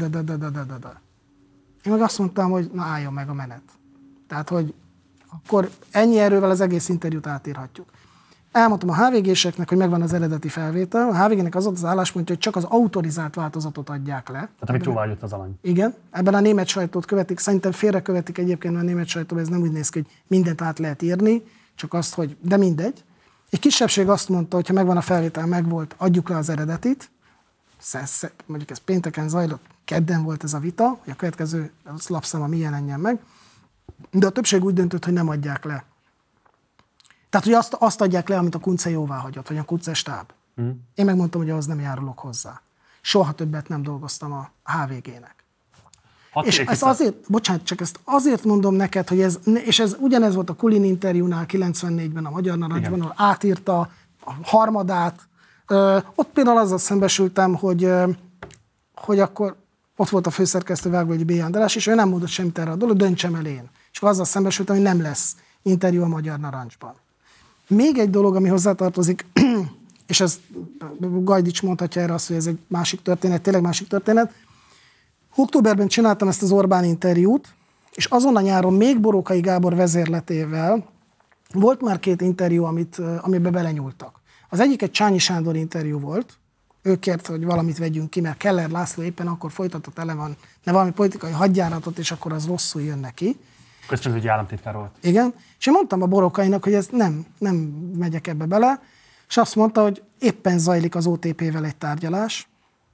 Én meg azt mondtam, hogy na álljon meg a menet. Tehát, hogy akkor ennyi erővel az egész interjút átírhatjuk. Elmondtam a HVG-seknek, hogy megvan az eredeti felvétel. A HVG-nek az volt az álláspontja, hogy csak az autorizált változatot adják le. Tehát amit jóváhagyott az alany. Igen. Ebben a német sajtót követik. Szerintem félrekövetik egyébként, mert a német sajtóban ez nem úgy néz ki, hogy mindent át lehet írni, csak azt, hogy de mindegy. Egy kisebbség azt mondta, hogy ha megvan a felvétel, megvolt, adjuk le az eredetit. Mondjuk ez pénteken zajlott, kedden volt ez a vita, hogy a következő lapszáma mi jelenjen meg. De a többség úgy döntött, hogy nem adják le. Tehát, hogy azt adják le, amit a Kunce jóvá hagyott, vagy a Kunce stáb. Én megmondtam, hogy ahhoz nem járulok hozzá. Soha többet nem dolgoztam a HVG-nek. És ezt azért mondom neked, hogy ez ugyanez volt a Kulin interjúnál 94-ben a Magyar Narancsban, ahol átírta a harmadát. Ott például azzal szembesültem, hogy akkor ott volt a főszerkesztő Vágvölgyi B. András, és ő nem mondott semmit erre a dolog, döntsem el én. És akkor azzal szembesültem, hogy nem lesz interjú a Magyar Narancsban. Még egy dolog, ami hozzátartozik, és ez Gajdics mondhatja erre azt, hogy ez egy másik történet, tényleg másik történet. Októberben csináltam ezt az Orbán interjút, és azon a nyáron még Borókai Gábor vezérletével volt már 2 interjú, amiben belenyúltak. Az egyik egy Csányi Sándor interjú volt, ő kért, hogy valamit vegyünk ki, mert Keller László éppen akkor folytatott valami politikai hadjáratot, és akkor az rosszul jön neki. Közpénzügyi államtitkár volt. Igen, és én mondtam a Borókainak, hogy ez nem megyek ebbe bele, és azt mondta, hogy éppen zajlik az OTP-vel egy tárgyalás,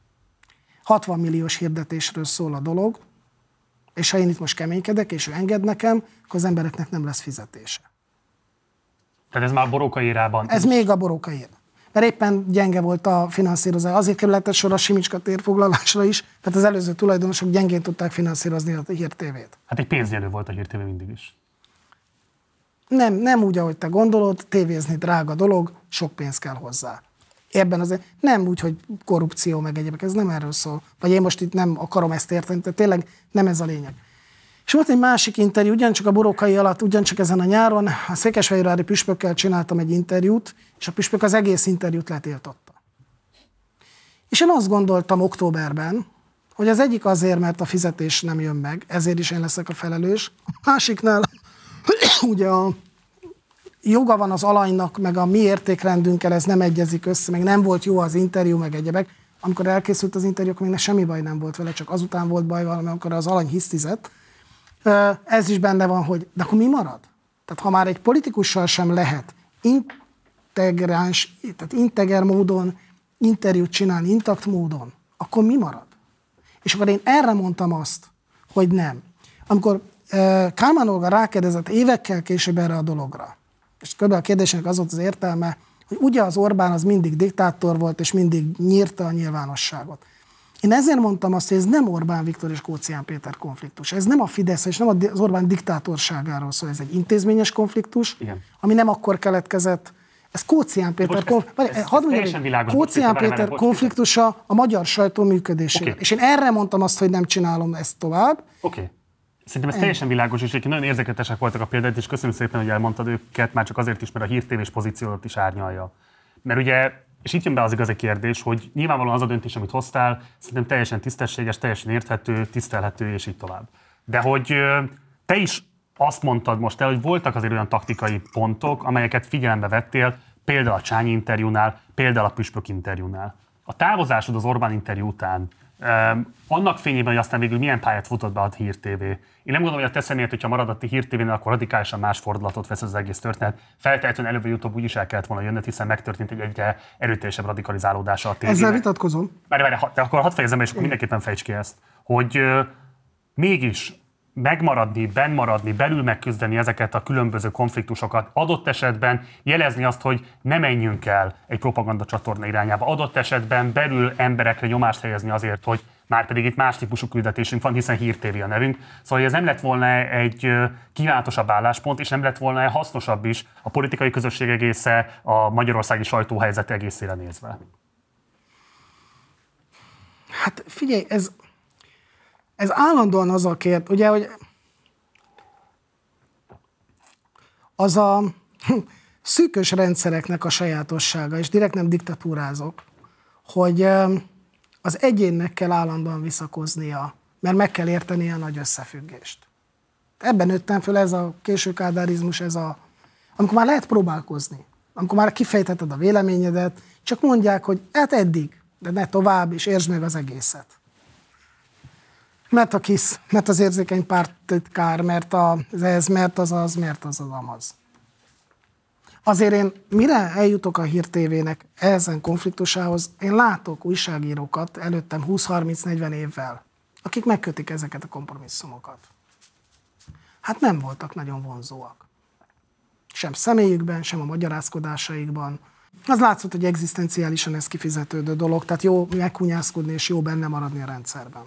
60 milliós hirdetésről szól a dolog, és ha én itt most keménykedek, és ő enged nekem, akkor az embereknek nem lesz fizetése. Tehát ez már a Borókai érában? Ez még a Borókai éra. Mert éppen gyenge volt a finanszírozás. Azért kerülhetett sor a Simicska térfoglalásra is, mert az előző tulajdonosok gyengén tudták finanszírozni a Hír TV-t. Hát egy pénznyelő volt a Hír TV mindig is. Nem úgy, ahogy te gondolod, tévézni drága dolog, sok pénz kell hozzá. Ebben azért nem úgy, hogy korrupció meg egyébként, ez nem erről szól. Vagy én most itt nem akarom ezt érteni, tehát tényleg nem ez a lényeg. És volt egy másik interjú, ugyancsak a Borókai alatt, ugyancsak ezen a nyáron, a székesfehérvári püspökkel csináltam egy interjút, és a püspök az egész interjút letiltotta. És én azt gondoltam októberben, hogy az egyik azért, mert a fizetés nem jön meg, ezért is én leszek a felelős. A másiknál ugye a joga van az alanynak, meg a mi értékrendünkkel, ez nem egyezik össze, meg nem volt jó az interjú, meg egyebek. Amikor elkészült az interjú, akkor még semmi baj nem volt vele, csak azután volt baj valami, amikor az alany hisztizett. Ez is benne van, hogy de akkor mi marad? Tehát ha már egy politikussal sem lehet integer módon interjút csinálni, intakt módon, akkor mi marad? És akkor én erre mondtam azt, hogy nem. Amikor Kálmán Olga rákérdezett évekkel később erre a dologra, és kb. A kérdésnek az volt az értelme, hogy ugye az Orbán az mindig diktátor volt, és mindig nyírta a nyilvánosságot. Én ezért mondtam azt, hogy ez nem Orbán Viktor és Kócián Péter konfliktus. Ez nem a Fidesz, és nem az Orbán diktátorságáról szól. Ez egy intézményes konfliktus, igen, ami nem akkor keletkezett. Ez Kócián Péter, konfliktusa a magyar sajtó működésével. Okay. És én erre mondtam azt, hogy nem csinálom ezt tovább. Oké. Szerintem ez teljesen világos, és nagyon érzéketesek voltak a példát, és köszönöm szépen, hogy elmondtad őket, már csak azért is, mert a hírtévés pozíciót is árnyalja. Mert ugye, és itt jön be az igazi kérdés, hogy nyilvánvalóan az a döntés, amit hoztál, szerintem teljesen tisztességes, teljesen érthető, tisztelhető, és így tovább. De hogy te is azt mondtad most el, hogy voltak azért olyan taktikai pontok, amelyeket figyelembe vettél, például a Csányi interjúnál, például a Püspök interjúnál. A távozásod az Orbán interjú után, annak fényében, hogy aztán végül milyen pályát futott be a Hír TV. Én nem gondolom, hogy a te személyed, hogyha marad a Hír TV-nél, akkor radikálisan más fordulatot vesz az egész történet. Feltehetően előbb-utóbb úgy is el kellett volna jönnöd, hiszen megtörtént egy egyre erőteljesebb radikalizálódása a tévének. Ezzel vitatkozom. Várj, akkor hadd fejezem be, és akkor mindenképpen fejtsd ki ezt, hogy mégis megmaradni, bennmaradni, belül megküzdeni ezeket a különböző konfliktusokat, adott esetben jelezni azt, hogy ne menjünk el egy propaganda csatorna irányába, adott esetben belül emberekre nyomást helyezni azért, hogy már pedig itt más típusú küldetésünk van, hiszen Hír TV a nevünk. Szóval ez nem lett volna egy kívánatosabb álláspont, és nem lett volna hasznosabb is a politikai közösség egésze, a magyarországi sajtóhelyzet egészére nézve. Hát figyelj, ez állandóan az a kérdés, ugye, hogy az a szűkös rendszereknek a sajátossága, és direkt nem diktatúrázok, hogy az egyénnek kell állandóan visszakoznia, mert meg kell értenie a nagy összefüggést. Ebben nőttem föl, ez a késő kádárizmus, amikor már lehet próbálkozni, amikor már kifejtheted a véleményedet, csak mondják, hogy hát eddig, de ne tovább, és értsd meg az egészet. Mert a KISZ, mert az érzékeny pártitkár, mert az, mert az amaz. Azért én, mire eljutok a Hír TV-nek ezen konfliktusához, én látok újságírókat előttem 20-30-40 évvel, akik megkötik ezeket a kompromisszumokat. Hát nem voltak nagyon vonzóak. Sem személyükben, sem a magyarázkodásaikban. Az látszott, hogy egzisztenciálisan ez kifizetődő dolog, tehát jó meghunyászkodni és jó benne maradni a rendszerben.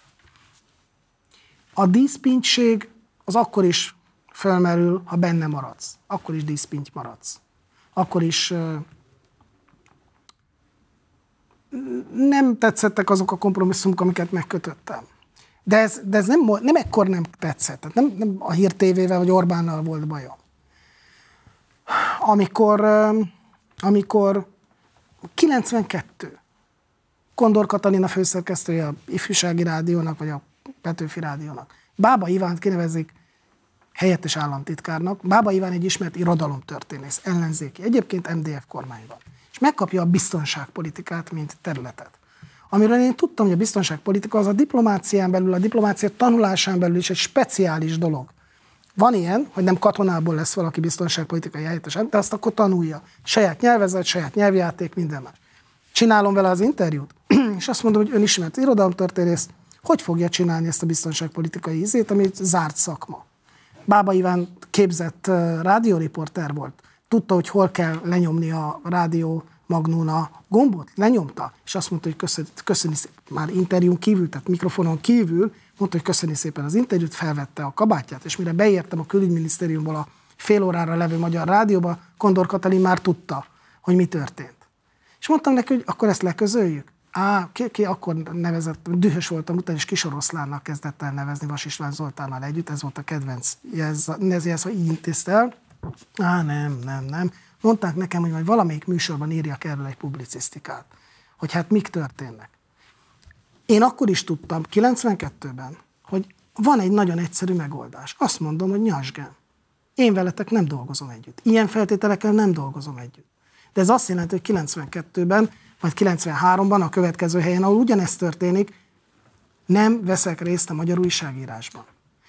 A díszpintség az akkor is fölmerül, ha benne maradsz. Akkor is díszpinty maradsz. Akkor is nem tetszettek azok a kompromisszumok, amiket megkötöttem. De ez nem ekkor nem tetszett. Tehát nem a Hír TV-vel vagy Orbánnal volt bajom. Amikor 92 Kondor Katalin a főszerkesztője a Ifjúsági Rádiónak, vagy a Petőfi Rádiónak. Bába Ivánt kinevezik helyettes államtitkárnak. Bába Iván egy ismert irodalomtörténész, ellenzéki, egyébként MDF kormányban. És megkapja a biztonságpolitikát, mint területet. Amiről én tudtam, hogy a biztonságpolitika az a diplomácián belül, a diplomácia tanulásán belül is egy speciális dolog. Van ilyen, hogy nem katonából lesz valaki biztonságpolitikai helyettes, de azt akkor tanulja. Saját nyelvezet, saját nyelvjáték, minden más. Csinálom vele az interjút, és azt mondom, hogy ön ismert irodalomtörténész, hogy fogja csinálni ezt a biztonságpolitikai ízét, ami zárt szakma. Bába Iván képzett rádióriporter volt. Tudta, hogy hol kell lenyomni a rádió magnón a gombot, lenyomta, és azt mondta, hogy köszöni szépen, már interjún kívül, tehát mikrofonon kívül, mondta, hogy köszöni szépen az interjút, felvette a kabátját, és mire beértem a külügyminisztériumból a fél órára levő Magyar Rádióba, Kondor Katalin már tudta, hogy mi történt. És mondtam neki, hogy akkor ezt leközöljük. Ki akkor nevezett, dühös voltam, utána is Kisoroszlánnak kezdett el nevezni Vas István Zoltánnal együtt, ez volt a kedvenc jelző, ha így intézte el. Nem. Mondták nekem, hogy majd valamelyik műsorban írjak erről egy publicisztikát, hogy hát mik történnek. Én akkor is tudtam, 92-ben, hogy van egy nagyon egyszerű megoldás. Azt mondom, hogy nyasgán. Én veletek nem dolgozom együtt. Ilyen feltételekkel nem dolgozom együtt. De ez azt jelenti, hogy 92-ben, vagy 93-ban a következő helyen, ahol ugyanezt történik, nem veszek részt a magyar újságírásban.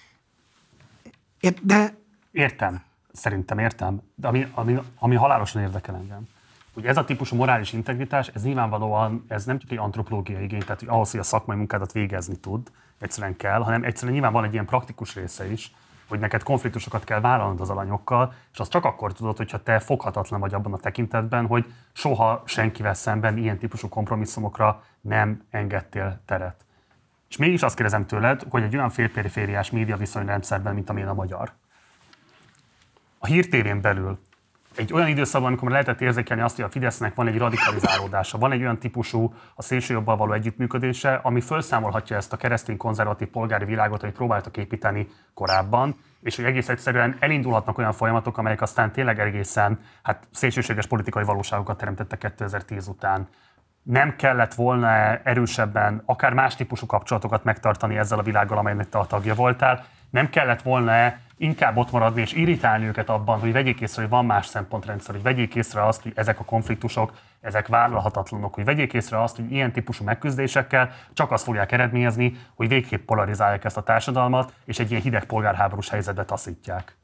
De... Értem. Szerintem értem. De ami halálosan érdekel engem, hogy ez a típusú morális integritás, ez nyilvánvalóan, ez nem csak egy antropológiai igény, tehát hogy ahhoz, hogy a szakmai munkádat végezni tud, egyszerűen kell, hanem egyszerűen nyilván van egy ilyen praktikus része is, hogy neked konfliktusokat kell vállalnod az alanyokkal, és azt csak akkor tudod, hogyha te foghatatlan vagy abban a tekintetben, hogy soha senkivel szemben ilyen típusú kompromisszumokra nem engedtél teret. És mégis azt kérdezem tőled, hogy egy olyan félperifériás média viszonyrendszerben, mint amilyen a magyar, a Hír TV-n belül egy olyan időszakban, amikor lehetett érzékelni azt, hogy a Fidesznek van egy radikalizálódása, van egy olyan típusú a szélsőjobbal való együttműködése, ami felszámolhatja ezt a keresztény konzervatív polgári világot, amit próbáltak építeni korábban, és hogy egész egyszerűen elindulhatnak olyan folyamatok, amelyek aztán tényleg egészen szélsőséges politikai valóságokat teremtettek 2010 után. Nem kellett volna erősebben akár más típusú kapcsolatokat megtartani ezzel a világgal, amelynek te a tagja voltál? Nem kellett volna inkább ott maradni és irritálni őket abban, hogy vegyék észre, hogy van más szempontrendszer, hogy vegyék észre azt, hogy ezek a konfliktusok, ezek vállalhatatlanok, hogy vegyék észre azt, hogy ilyen típusú megküzdésekkel csak azt fogják eredményezni, hogy végképp polarizálják ezt a társadalmat, és egy ilyen hideg polgárháborús helyzetbe taszítják.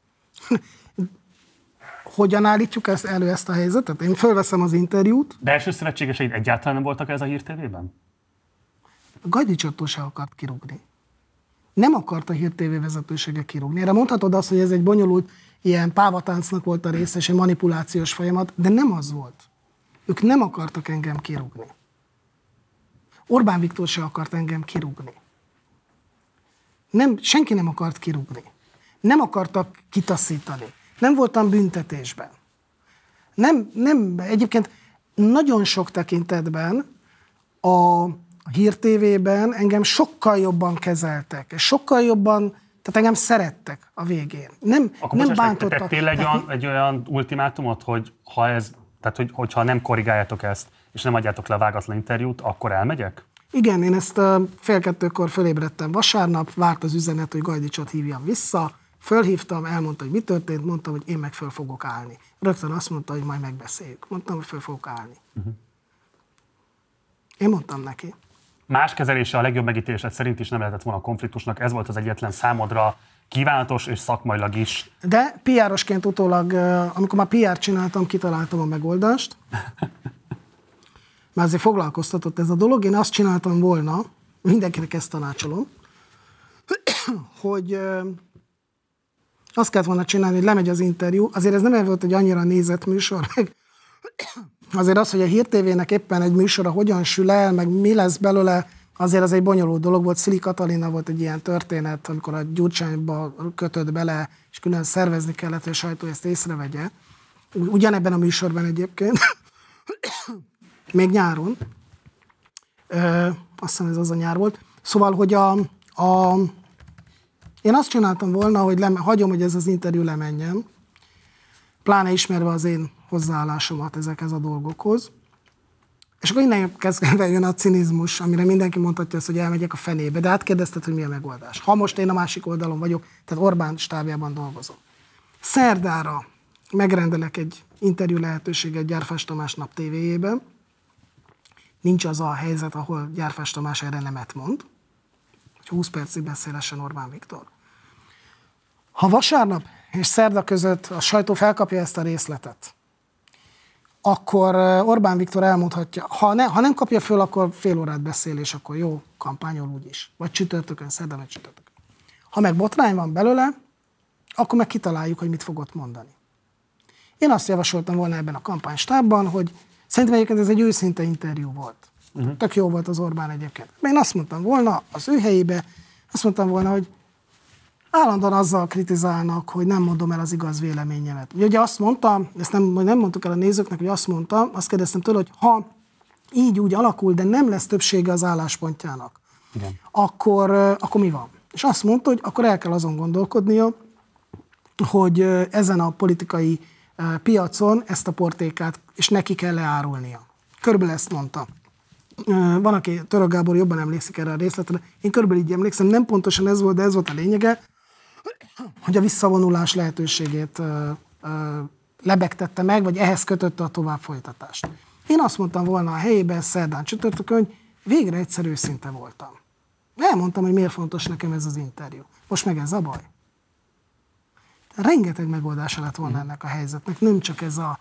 Hogyan állítjuk ezt a helyzetet? Én fölveszem az interjút. De első szövetségeseid egyáltalán nem voltak ez a Hír TV-ben? Gajdi Csattó se akart kirúgni. Nem akart a Hír TV vezetősége kirúgni. Erre mondhatod azt, hogy ez egy bonyolult, ilyen pávatáncnak volt a része, és egy manipulációs folyamat, de nem az volt. Ők nem akartak engem kirúgni. Orbán Viktor se akart engem kirúgni. Senki nem akart kirúgni. Nem akartak kitaszítani. Nem voltam büntetésben. Egyébként nagyon sok tekintetben a Hír TV-ben engem sokkal jobban kezeltek, és sokkal jobban, tehát engem szerettek a végén. Nem bántottak. Tettél egy olyan ultimátumot, hogy hogyha nem korrigáljátok ezt, és nem adjátok le a vágatlan interjút, akkor elmegyek? Igen, én ezt 1:30-kor fölébredtem vasárnap, várt az üzenet, hogy Gajdicsot hívjam vissza, fölhívtam, elmondta, hogy mi történt, mondtam, hogy én meg föl fogok állni. Rögtön azt mondta, hogy majd megbeszéljük. Mondtam, hogy föl fogok állni. Én mondtam neki. Más kezelése a legjobb megítélésed szerint is nem lehetett volna a konfliktusnak, ez volt az egyetlen számodra kívánatos és szakmailag is. De PR-osként utólag, amikor már PR csináltam, kitaláltam a megoldást. Már azért foglalkoztatott ez a dolog. Én azt csináltam volna, mindenkinek ezt tanácsolom, hogy azt kellett volna csinálni, hogy lemegy az interjú. Azért ez nem volt egy annyira nézett műsor, meg azért az, hogy a Hír TV-nek éppen egy műsora hogyan sül el, meg mi lesz belőle, azért az egy bonyolult dolog volt. Szili Katalina volt egy ilyen történet, amikor a Gyurcsányba kötött bele, és külön szervezni kellett, hogy a sajtó ezt észrevegye. Ugyanebben a műsorban egyébként. Még nyáron. Azt hiszem ez az a nyár volt. Szóval, hogy én azt csináltam volna, hogy hagyom, hogy ez az interjú lemenjen, pláne ismerve az én hozzáállásomat ezekhez a dolgokhoz. És akkor innen kezdve jön a cinizmus, amire mindenki mondhatja azt, hogy elmegyek a fenébe, de hát kérdezted, hogy mi a megoldás. Ha most én a másik oldalon vagyok, tehát Orbán stábjában dolgozom. Szerdára megrendelek egy interjú lehetőséget Gyárfás Tamás Nap TV-jében. Nincs az a helyzet, ahol Gyárfás Tamás erre nemet mond, hogy 20 percig beszélessen Orbán Viktor. Ha vasárnap és szerda között a sajtó felkapja ezt a részletet, akkor Orbán Viktor elmondhatja, ha nem kapja föl, akkor fél órát beszél, és akkor jó, kampányol úgyis. Vagy csütörtökön, szerdán vagy csütörtökön. Ha meg botrány van belőle, akkor meg kitaláljuk, hogy mit fogott mondani. Én azt javasoltam volna ebben a kampánystábban, hogy szerintem egyébként ez egy őszinte interjú volt. Tök jó volt az Orbán egyébként. Én azt mondtam volna, az ő helyébe, azt mondtam volna, hogy állandóan azzal kritizálnak, hogy nem mondom el az igaz véleményemet. Ugye azt mondtam, ezt nem mondtuk el a nézőknek, hogy azt mondtam, azt kérdeztem tőle, hogy ha így úgy alakul, de nem lesz többsége az álláspontjának, akkor mi van? És azt mondta, hogy akkor el kell azon gondolkodnia, hogy ezen a politikai piacon ezt a portékát, és neki kell leárulnia. Körülbelül ezt mondta. Van, aki, Török Gábor jobban emlékszik erre a részletre, én körülbelül így emlékszem, nem pontosan ez volt, de ez volt a lényege, hogy a visszavonulás lehetőségét lebegtette meg, vagy ehhez kötötte a továbbfolytatást. Én azt mondtam volna a helyében, szerdán csütörtökön, hogy végre egyszer őszinte voltam. Elmondtam, hogy miért fontos nekem ez az interjú. Most meg ez a baj. Rengeteg megoldása lett volna ennek a helyzetnek, nem csak ez a...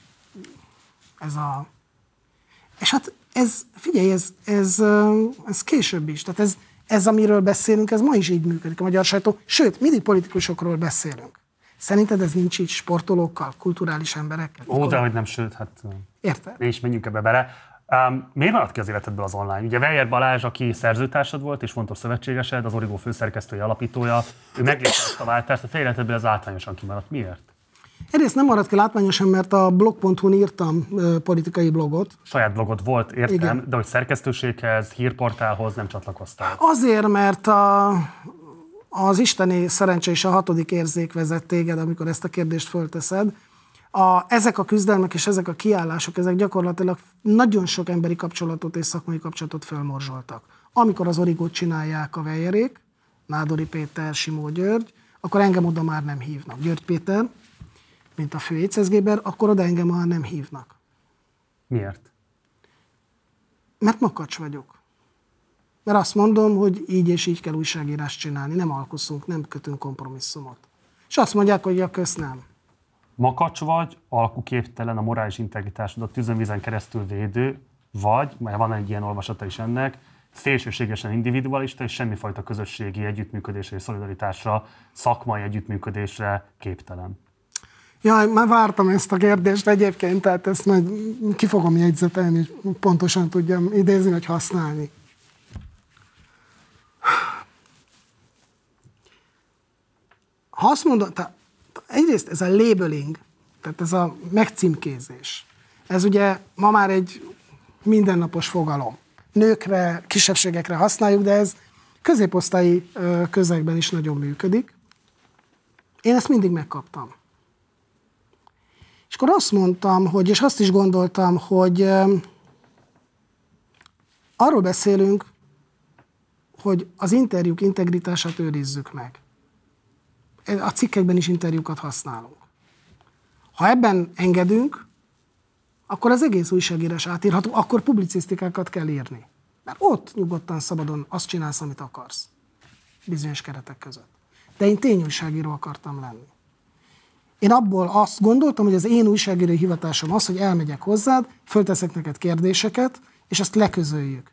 És hát figyelj, ez később is. Tehát ez, amiről beszélünk, ez ma is így működik a magyar sajtó. Sőt, mindig politikusokról beszélünk. Szerinted ez nincs így sportolókkal, kulturális emberekkel? Ó, de hogy nem, sőt, hát... Érted? Ne is menjünk ebbe bele. Miért maradt ki az életedből az online? Ugye Weyer Balázs, aki szerzőtársad volt, és fontos szövetségesed, az Origo főszerkesztője, alapítója, ő meglépte ezt a váltást, a te életedből ez általánosan kimaradt. Miért? Egyrészt nem maradt ki látványosan, mert a blog.hu-n írtam politikai blogot. Saját blogod volt, értem, Igen. de hogy szerkesztőséghez, hírportálhoz nem csatlakoztál. Azért, mert az isteni szerencse és a 6. érzék vezet téged, amikor ezt a kérdést fölteszed. Ezek a küzdelmek és ezek a kiállások, ezek gyakorlatilag nagyon sok emberi kapcsolatot és szakmai kapcsolatot fölmorzsoltak. Amikor az Origót csinálják a Weyerék, Nádori Péter, Simó György, akkor engem oda már nem hívnak. György Péter, mint a fő écezgéber, akkor oda engem már nem hívnak. Miért? Mert makacs vagyok. Mert azt mondom, hogy így és így kell újságírást csinálni, nem alkuszunk, nem kötünk kompromisszumot. És azt mondják, hogy kösz nem. Makacs vagy, alkuképtelen, a morális integritásodat tűzönvízen keresztül védő, vagy, mert van egy ilyen olvasata is ennek, szélsőségesen individualista és semmifajta közösségi együttműködésre és szolidaritásra, szakmai együttműködésre képtelen. Jaj, már vártam ezt a kérdést egyébként, tehát ezt majd ki fogom jegyzetelni, és pontosan tudjam idézni, vagy használni. Ha azt mondom, egyrészt ez a labeling, tehát ez a megcímkézés, ez ugye ma már egy mindennapos fogalom. Nőkre, kisebbségekre használjuk, de ez középosztályi közegben is nagyon működik. Én ezt mindig megkaptam. És akkor azt mondtam, hogy, és azt is gondoltam, hogy arról beszélünk, hogy az interjúk integritását őrizzük meg. A cikkekben is interjúkat használunk. Ha ebben engedünk, akkor az egész újságírás átírható, akkor publicisztikákat kell írni. Mert ott nyugodtan, szabadon azt csinálsz, amit akarsz. Bizonyos keretek között. De én tényújságíró akartam lenni. Én abból azt gondoltam, hogy az én újságírói hivatásom az, hogy elmegyek hozzád, fölteszek neked kérdéseket, és azt leközöljük.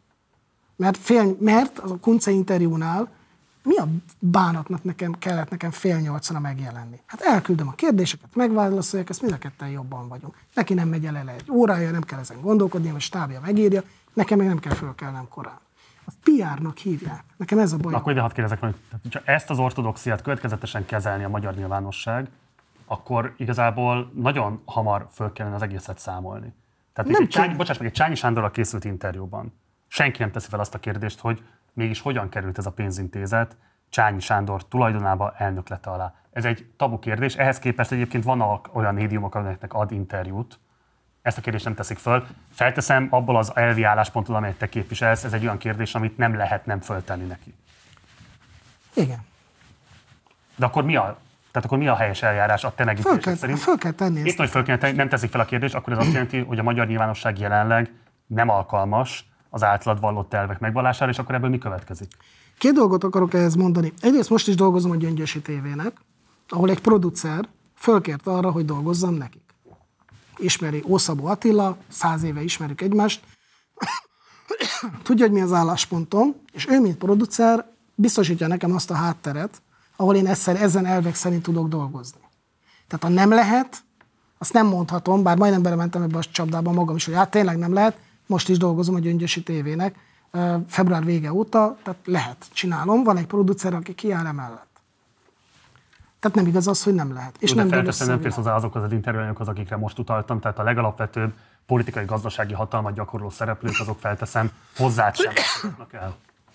Mert a Kunce interjúnál mi a bánatnak kellett nekem 7:30 megjelenni? Hát elküldöm a kérdéseket, megválaszolják, ezt mind a ketten jobban vagyunk. Neki nem megy el egy órája, nem kell ezen gondolkodni, vagy stábja megírja, nekem meg nem kell fölkelnem korán. Azt PR-nak hívják. Nekem ez a baj. Akkor ide hadd kérdezek, hogy ha ezt az ortodoxiát következetesen kezelni a magyar nyilvánosság, akkor igazából nagyon hamar föl kellene az egészet számolni. Tehát egy Csányi Sándorral készült interjúban senki nem teszi fel azt a kérdést, hogy mégis hogyan került ez a pénzintézet Csányi Sándor tulajdonába, elnöklete alá. Ez egy tabu kérdés, ehhez képest egyébként vannak olyan médiumok, amelyeknek ad interjút. Ezt a kérdést nem teszik föl. Felteszem, abból az elvi álláspontból, amelyet te képviselsz, ez egy olyan kérdés, amit nem lehet nem föltenni neki. Igen. De akkor mi a helyes eljárás a te megítélésed szerint? Föl kell tenni. Itt, hogy föl kell tenni, nem teszik fel a kérdést, akkor ez azt jelenti, hogy a magyar nyilvánosság jelenleg nem alkalmas az általad vallott elvek megvallására, és akkor ebből mi következik? 2 dolgot akarok ehhez mondani. Egyrészt most is dolgozom a Gyöngyösi TV-nek, ahol egy producer fölkért arra, hogy dolgozzam nekik. Ismeri Ószabó Attila, 100 éve ismerjük egymást, tudja, hogy mi az álláspontom, és ő, mint producer, biztosítja nekem azt a hátteret, ahol én ezen elvek szerint tudok dolgozni. Tehát ha nem lehet, azt nem mondhatom, bár majdnem belementem ebbe a csapdába magam is, hogy hát tényleg nem lehet, most is dolgozom a Gyöngyösi TV-nek, február vége óta, tehát lehet, csinálom, van egy producer, aki kiáll emellett. Tehát nem igaz az, hogy nem lehet. És nem felteszem, nem félsz hozzá azokhoz az interjúanyagokhoz, akikre most utaltam, tehát a legalapvetőbb politikai, gazdasági hatalmat gyakorló szereplők, azok felteszem, hozzád sem tudnak el.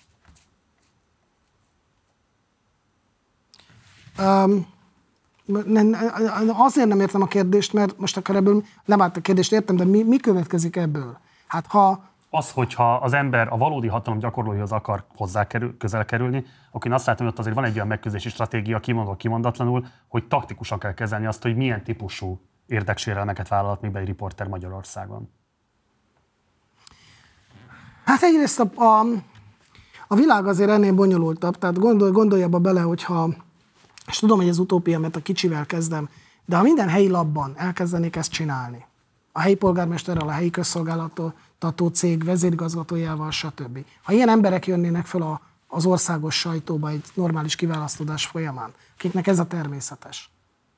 Azért nem értem a kérdést, mert most akkor ebből nem állt a kérdést, értem, de mi következik ebből? Hát az, hogyha az ember a valódi hatalom gyakorlóihoz akar közel kerülni, akkor én azt látom, hogy ott azért van egy olyan megközelítési stratégia, kimondva kimondatlanul, hogy taktikusan kell kezelni azt, hogy milyen típusú érdeksérelmeket vállalt még be egy riporter Magyarországon. Hát egyrészt a világ azért ennél bonyolultabb, tehát gondolj abba bele, hogyha, és tudom, hogy ez utópia, mert a kicsivel kezdem, de ha minden helyi labban elkezdenék ezt csinálni, a helyi polgármesterrel, a helyi közszolgáltató cég vezérigazgatójával, stb. Ha ilyen emberek jönnének föl az országos sajtóba egy normális kiválasztódás folyamán, akiknek ez a természetes.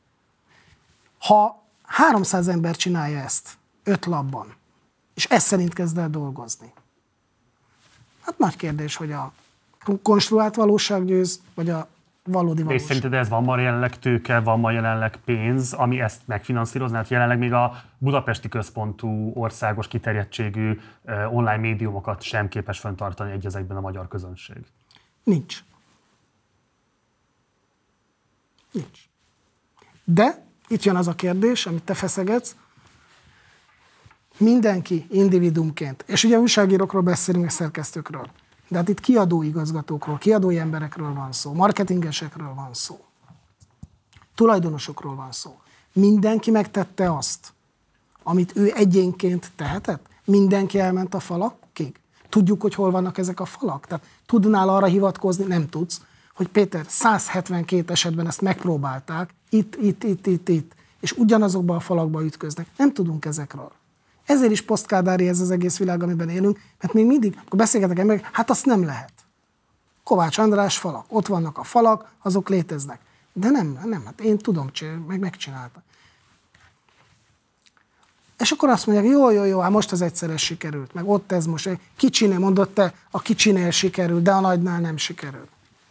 Ha 300 ember csinálja ezt 5 labban, és ez szerint kezd el dolgozni, hát nagy kérdés, hogy a konstruált valóság győz, vagy a valódi És valóság. szerinted ez van ma jelenleg tőke, van ma jelenleg pénz, ami ezt megfinanszírozná? Hát jelenleg még a budapesti központú, országos kiterjedtségű online médiumokat sem képes fenntartani egy ezekben a magyar közönség. Nincs. Nincs. De itt jön az a kérdés, amit te feszegetsz, mindenki individuumként, és ugye újságírókról beszélünk, és szerkesztőkről, de hát itt kiadóigazgatókról, kiadói emberekről van szó, marketingesekről van szó, tulajdonosokról van szó. Mindenki megtette azt, amit ő egyénként tehetett? Mindenki elment a falakig? Tudjuk, hogy hol vannak ezek a falak? Tehát tudnál arra hivatkozni? Nem tudsz, hogy Péter, 172 esetben ezt megpróbálták, itt, és ugyanazokba a falakba ütköznek. Nem tudunk ezekről. Ezért is posztkádári ez az egész világ, amiben élünk, mert még mindig, akkor beszélgetek emberek, hát azt nem lehet. Kovács András falak, ott vannak a falak, azok léteznek. De nem, hát én tudom, megcsináltam. És akkor azt mondják, jó, hát most az egyszeres sikerült, meg ott ez most, kicsinél mondott te, a kicsinél sikerült, de a nagynál nem sikerült.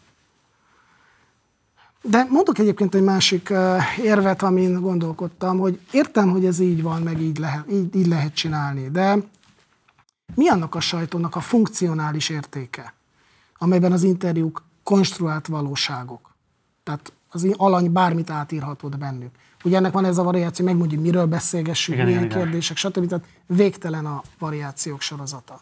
De mondok egyébként egy másik érvet, amin gondolkodtam, hogy értem, hogy ez így van, meg így lehet csinálni, de mi annak a sajtónak a funkcionális értéke, amelyben az interjúk konstruált valóságok? Tehát az alany bármit átírhatod bennük. Ugye ennek van ez a variáció, megmondjuk, miről beszélgessünk, milyen kérdések, stb. Tehát végtelen a variációk sorozata.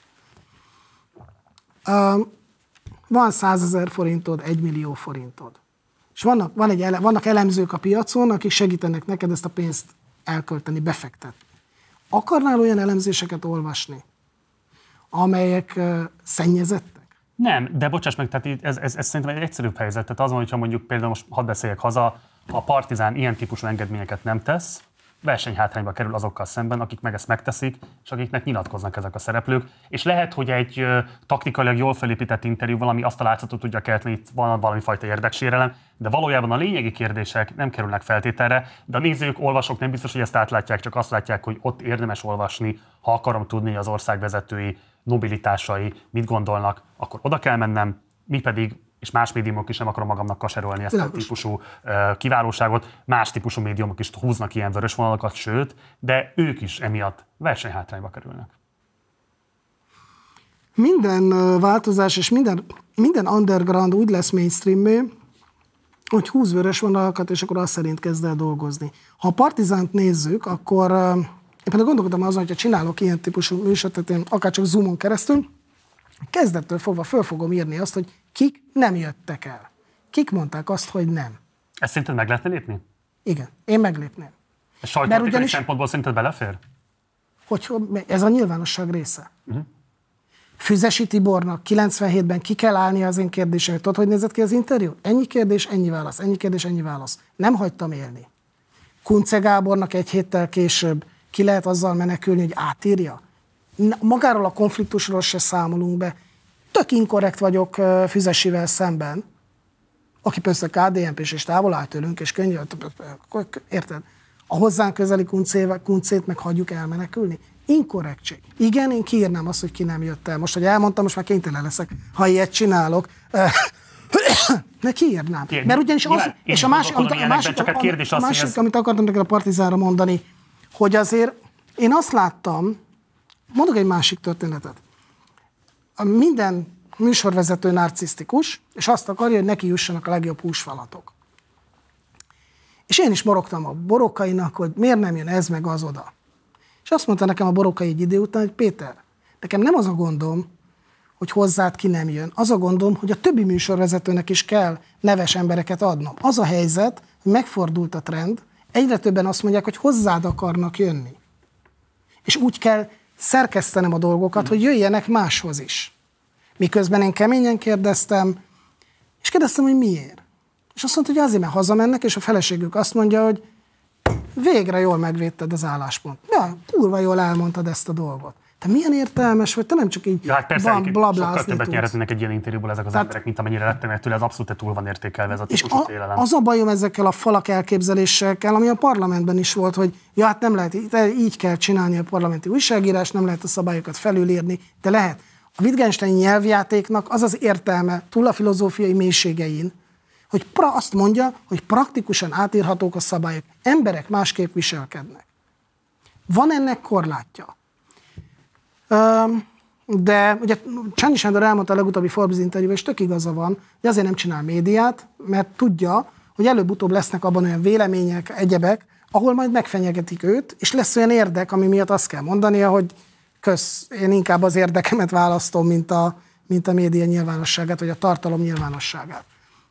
Van 100 000 forintod, 1 millió forintod. És vannak elemzők a piacon, akik segítenek neked ezt a pénzt elkölteni, befektetni. Akarnál olyan elemzéseket olvasni, amelyek szennyezettek? Nem, de bocsáss meg, tehát ez szerintem egy egyszerűbb helyzet. Tehát az van, hogyha mondjuk például most hadd beszéljek haza, ha a Partizán ilyen típusú engedményeket nem tesz, versenyhátrányba kerül azokkal szemben, akik meg ezt megteszik, és akiknek nyilatkoznak ezek a szereplők. És lehet, hogy egy taktikailag jól felépített interjú valami azt a látszatot tudja kelteni, itt van valami fajta érdeksérelem, de valójában a lényegi kérdések nem kerülnek feltételre, de a nézők, olvasók nem biztos, hogy ezt átlátják, csak azt látják, hogy ott érdemes olvasni, ha akarom tudni az ország vezetői nobilitásai mit gondolnak, akkor oda kell mennem, mi pedig, és más médiumok is, nem akarom magamnak kaserolni ezt a típusú kiválóságot, más típusú médiumok is húznak ilyen vörös vonalakat, sőt, de ők is emiatt versenyhátrányba kerülnek. Minden változás és minden underground úgy lesz mainstreamé, hogy húz vörös vonalakat, és akkor azt szerint kezd el dolgozni. Ha a Partizánt nézzük, akkor én például gondolkodom azon, hogyha csinálok ilyen típusú műsort, tehát én akár csak Zoomon keresztül, kezdettől fogva föl fogom írni azt, hogy kik nem jöttek el. Kik mondták azt, hogy nem. Ezt szerinted meg lehetne lépni? Igen, én meglépném. Ez sajtókritikai szempontból szerinted belefér? Hogy ez a nyilvánosság része. Füzesi Tibornak 97-ben ki kell állni az én kérdésemért. Tudod, hogy nézett ki az interjú? Ennyi kérdés, ennyi válasz. Ennyi kérdés, ennyi válasz. Nem hagytam élni. Kunce Gábornak egy héttel később ki lehet azzal menekülni, hogy átírja? Magáról a konfliktusról se számolunk be. Tök inkorrekt vagyok Füzesivel szemben, aki persze KDNP-s és távol áll tőlünk, és könnyű, érted? A hozzánk közeli Kuncét meg hagyjuk elmenekülni. Inkorrektség. Igen, én kiírnám azt, hogy ki nem jött el. Most, hogy elmondtam, most már kénytelen leszek, ha ilyet csinálok. De kiírnám. Mert ugyanis az, és a másik, amit akartam neked a Partizánra mondani, hogy azért én azt láttam, mondok egy másik történetet. Minden műsorvezető narcisztikus, és azt akarja, hogy neki jussanak a legjobb húsfalatok. És én is morogtam a Borokainak, hogy miért nem jön ez meg az oda. És azt mondta nekem a Borokai egy idő után, hogy Péter, nekem nem az a gondom, hogy hozzád ki nem jön. Az a gondom, hogy a többi műsorvezetőnek is kell neves embereket adnom. Az a helyzet, hogy megfordult a trend, egyre többen azt mondják, hogy hozzád akarnak jönni. És úgy kell szerkesztenem a dolgokat, hogy jöjjenek máshoz is. Miközben én keményen kérdeztem, és kérdeztem, hogy miért. És azt mondta, hogy azért, mert hazamennek, és a feleségük azt mondja, hogy végre jól megvédted az álláspont. Ja, kurva jól elmondtad ezt a dolgot. Te milyen értelmes vagy, te nem csak így sokkal többet nyerhetnének egy ilyen interjúból ezek az emberek, mint amennyire lettem, mert tőle ez abszolút túl van értékelve ez a típusú félelem. Az a bajom ezekkel a falak elképzelésekkel, ami a parlamentben is volt, hogy ja, hát nem lehet, így kell csinálni a parlamenti újságírás, nem lehet a szabályokat felülírni, de lehet. A Wittgenstein nyelvjátéknak az az értelme, túl a filozófiai mélységein, hogy azt mondja, hogy praktikusan átírhatók a szabályok. Emberek másképp viselkednek. Van ennek korlátja. De ugye Csányi Sándor elmondta a legutóbbi Forbes interjúban, és tök igaza van, hogy azért nem csinál médiát, mert tudja, hogy előbb-utóbb lesznek abban olyan vélemények, egyebek, ahol majd megfenyegetik őt, és lesz olyan érdek, ami miatt azt kell mondania, hogy én inkább az érdekemet választom, mint a média nyilvánosságát, vagy a tartalom nyilvánosságát.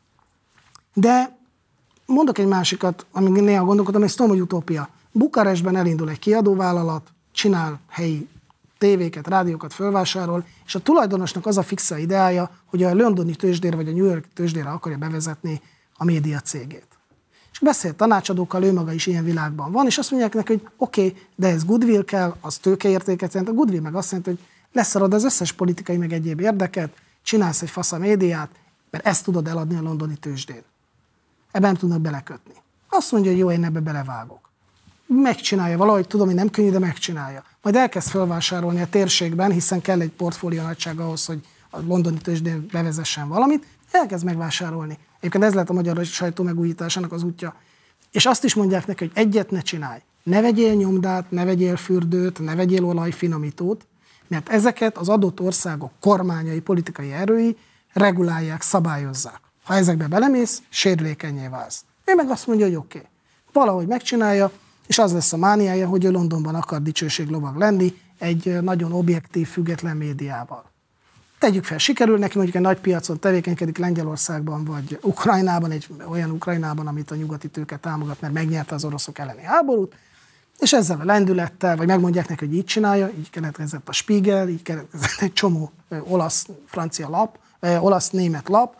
De mondok egy másikat, amíg néha gondolkodom, és tudom, hogy utópia. Bukarestben elindul egy kiadóvállalat, csinál helyi tévéket, rádiókat fölvásárol, és a tulajdonosnak az a fixa ideája, hogy a londoni tőzsdére vagy a New York tőzsdére akarja bevezetni a média cégét. És beszél tanácsadókkal, ő maga is ilyen világban van, és azt mondják neki, hogy oké, de ez goodwill kell, az tőkeértéket jelent. A goodwill meg azt jelenti, hogy leszarod az összes politikai meg egyéb érdeket, csinálsz egy fasz a médiát, mert ezt tudod eladni a londoni tőzsdén. Ebben nem tudnak belekötni. Azt mondja, hogy jó, én ebbe belevágok. Megcsinálja valahogy, tudom, hogy nem könnyű, de megcsinálja. Majd elkezd felvásárolni a térségben, hiszen kell egy portfólió nagyság ahhoz, hogy a londoni tőzsdén bevezessen valamit, elkezd megvásárolni. Egyébként ez lett a magyar sajtó megújításának az útja. És azt is mondják neki, hogy egyet ne csinálj. Ne vegyél nyomdát, ne vegyél fürdőt, ne vegyél olajfinomítót, mert ezeket az adott országok kormányai, politikai erői regulálják, szabályozzák. Ha ezekbe belemész, sérülékenyé válsz. Ő meg azt mondja, hogy oké. Valahogy megcsinálja, és az lesz a mániája, hogy ő Londonban akar dicsőséglovag lenni egy nagyon objektív, független médiával. Tegyük fel, sikerül neki, mondjuk egy nagy piacon tevékenykedik Lengyelországban, vagy Ukrajnában, egy olyan Ukrajnában, amit a nyugati tőke támogat, mert megnyerte az oroszok elleni háborút, és ezzel a lendülettel, vagy megmondják neki, hogy így csinálja, így keletkezett a Spiegel, így keletkezett egy csomó olasz-francia lap, olasz-német lap,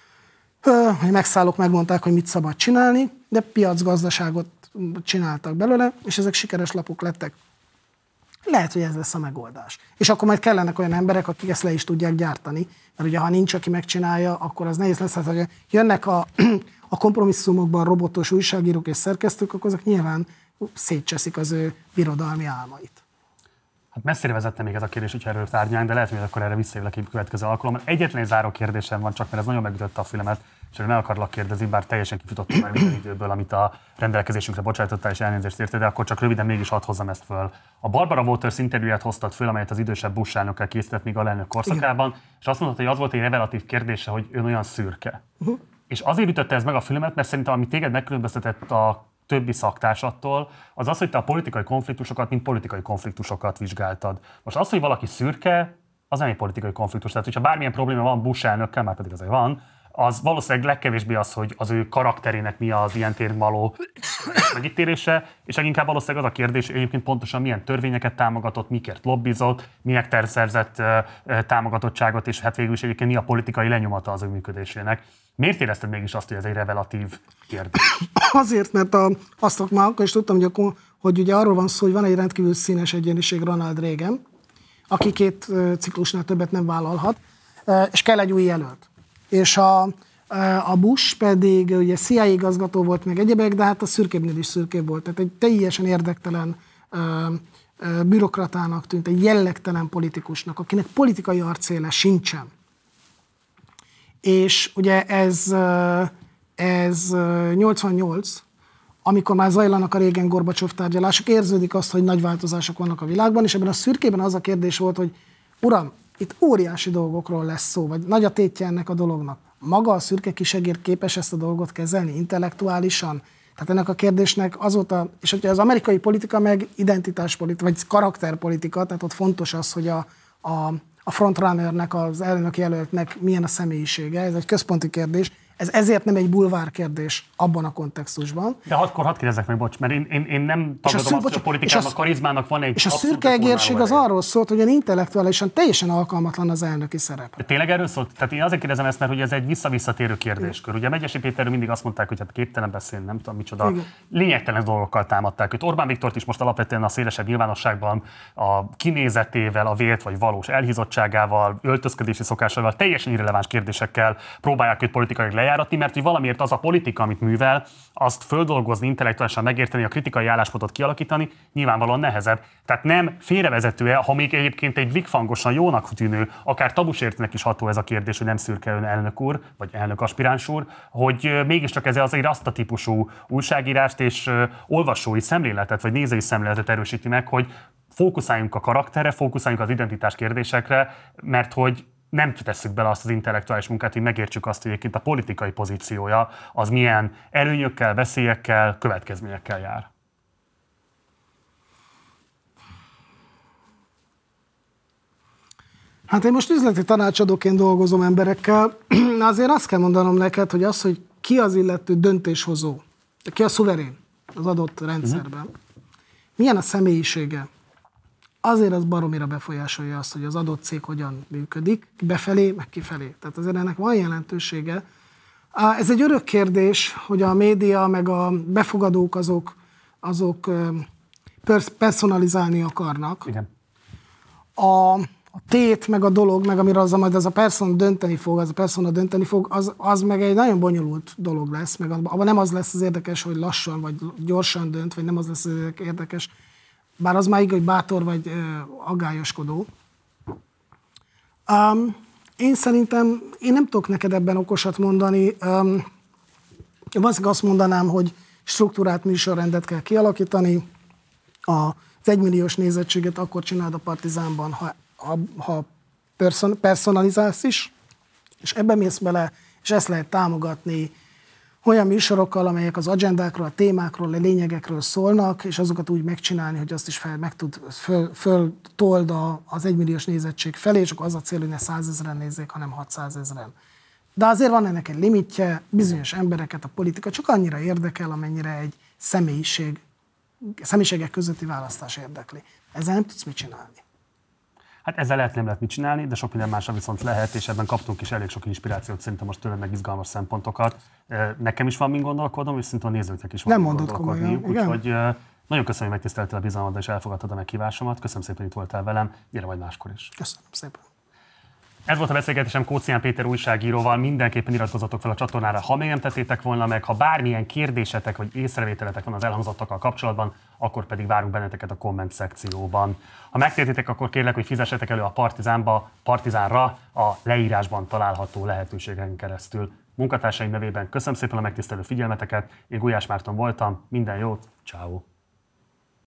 hogy megszállók megmondták, hogy mit szabad csinálni, de piacgazdaságot csináltak belőle, és ezek sikeres lapok lettek. Lehet, hogy ez lesz a megoldás. És akkor majd kellenek olyan emberek, akik ezt le is tudják gyártani, mert ugye ha nincs, aki megcsinálja, akkor az nehéz lesz. Hát, hogy jönnek a kompromisszumokban robotos újságírók és szerkesztők, akkor azok nyilván szétcseszik az ő birodalmi álmait. Hát messzire vezette még ez a kérdés, hogyha erről tárgyalnánk, de lehet, hogy akkor erre visszajövök egy következő alkalommal. Egyetlen egy záró kérdésem van, csak mert ez nagyon megütötte a filmet, és meg akarlak kérdezni, bár teljesen kifutottam már minden időből, amit a rendelkezésünkre bocsájtottál, és elnézést érte, de akkor csak röviden mégis hadd hozzam ezt föl. A Barbara Walters interjúját hoztad föl, amelyet az idősebb Bush elnökkel készített még alelnök korszakában, és azt mondtad, hogy az volt egy revelatív kérdése, hogy ön olyan szürke. És azért ütötte ez meg a filmet, mert szerintem ami téged megkülönböztetett a többi szaktársattól, az az, hogy te a politikai konfliktusokat, mint politikai konfliktusokat vizsgáltad. Most az, hogy valaki szürke, az nem egy politikai konfliktus. Tehát, hogyha bármilyen probléma van Bush elnökkel, már pedig azért van, az valószínűleg legkevésbé az, hogy az ő karakterének mi az ilyen téren való megítélése, és leginkább valószínűleg az a kérdés, hogy egyébként pontosan milyen törvényeket támogatott, mikért lobbizott, miért szerzett támogatottságot, és hát végül is egyébként mi a politikai lenyomata az ő működésének. Miért érezted mégis azt, hogy ez egy revelatív kérdés? Azért, mert azt már akkor is tudtam, hogy ugye arról van szó, hogy van egy rendkívül színes egyéniség, Ronald Reagan, aki 2 ciklusnál többet nem vállalhat, és kell egy új jelölt. És a Bush pedig ugye CIA igazgató volt meg egyebek, de hát a szürkébbnél is szürkébb volt. Tehát egy teljesen érdektelen bürokratának tűnt, egy jellegtelen politikusnak, akinek politikai arcéle sincsen. És ugye ez 88, amikor már zajlanak a Reagan-Gorbacsov tárgyalások, érződik azt, hogy nagy változások vannak a világban, és ebben a szürkében az a kérdés volt, hogy uram, itt óriási dolgokról lesz szó, vagy nagy a tétje ennek a dolognak. Maga a szürke kisegér képes ezt a dolgot kezelni intellektuálisan? Tehát ennek a kérdésnek azóta, és hogyha az amerikai politika meg identitáspolitika, vagy karakterpolitika, tehát ott fontos az, hogy a frontrunnernek, az elnök jelöltnek milyen a személyisége, ez egy központi kérdés. Ez ezért nem egy bulvár kérdés abban a kontextusban. De akkor hadd kérdezzek meg, bocs, mert én nem tagadom azt, hogy a politikának, a karizmának van egy. És a szürke egérség az arról szólt, hogy intellektuálisan teljesen alkalmatlan az elnöki szerep. De tényleg erről szólt? Tehát én azért kérdezem ezt, mert ugye ez egy visszatér kérdéskör. Ugye Megyesi Péterről mindig azt mondták, hogy hát képtelen beszélni, nem tudom micsoda. Igen. Lényegtelen dolgokkal támadták őt. Orbán Viktort is most alapvetően a szélesebb nyilvánosságban a kinézetével, a vélt vagy valós elhízottságával, öltözködési szokásával, teljesen irreleváns kérdésekkel próbálják őt politikailag lejátszani. eljáratni, mert hogy valamiért az a politika, amit művel, azt földolgozni, intellektuálisan megérteni, a kritikai álláspontot kialakítani, nyilvánvalóan nehezebb. Tehát nem félrevezető-e, ha még egyébként egy blikfangosan jónak tűnő, akár tabusértőnek is ható ez a kérdés, hogy nem szürke ön elnök úr, vagy elnök aspiráns úr, hogy mégiscsak ez azért azt a típusú újságírást és olvasói szemléletet, vagy nézői szemléletet erősíti meg, hogy fókuszáljunk a karakterre, fókuszáljunk az identitás kérdésekre, mert hogy nem tesszük bele azt az intellektuális munkát, hogy megértsük azt, hogy egyébként a politikai pozíciója az milyen előnyökkel, veszélyekkel, következményekkel jár. Hát én most üzleti tanácsadóként dolgozom emberekkel, azért azt kell mondanom neked, hogy az, hogy ki az illető döntéshozó, ki a szuverén az adott rendszerben, milyen a személyisége, azért az baromira befolyásolja azt, hogy az adott cég hogyan működik, befelé, meg kifelé. Tehát azért ennek van jelentősége. Ez egy örök kérdés, hogy a média, meg a befogadók azok personalizálni akarnak. Igen. A tét, meg a dolog, meg amiről majd az a persona dönteni fog, az meg egy nagyon bonyolult dolog lesz, meg abban nem az lesz az érdekes, hogy lassan, vagy gyorsan dönt, vagy nem az lesz az érdekes, bár az már igaz, hogy bátor vagy aggályoskodó. Én szerintem, én nem tudok neked ebben okosat mondani. Valószínűleg azt mondanám, hogy struktúrált műsorrendet kell kialakítani. Az 1 milliós nézettséget akkor csináld a Partizánban, ha personalizálsz is, és ebbe mész bele, és ezt lehet támogatni olyan műsorokkal, amelyek az agendákról, a témákról, a lényegekről szólnak, és azokat úgy megcsinálni, hogy azt is föltold az 1 milliós nézettség felé, és akkor az a cél, hogy ne 100 000-en nézzék, hanem 600 000-en. De azért van ennek egy limitje, bizonyos embereket a politika csak annyira érdekel, amennyire egy személyiségek közötti választás érdekli. Ezzel nem tudsz mit csinálni. Hát ezzel nem lehet mit csinálni, de sok minden másra viszont lehet, és ebben kaptunk is elég sok inspirációt, szerintem most tőled meg izgalmas szempontokat. Nekem is van min gondolkodom, és szerintem a nézőknek is van nem mondod komolyan, úgyhogy nagyon köszönöm, hogy megtiszteltél a bizalmadat, és elfogadtad a meghívásomat. Köszönöm szépen, hogy itt voltál velem, gyere majd máskor is. Köszönöm szépen. Ez volt a beszélgetésem Kócián Péter újságíróval, mindenképpen iratkozzatok fel a csatornára, ha még nem tettétek volna meg, ha bármilyen kérdésetek vagy észrevételetek van az elhangzottakkal kapcsolatban, akkor pedig várunk benneteket a komment szekcióban. Ha megtértétek, akkor kérlek, hogy fizessetek elő a Partizánra a leírásban található lehetőségen keresztül. Munkatársaim nevében köszönöm szépen a megtisztelő figyelmeteket, én Gulyás Márton voltam, minden jót, ciao.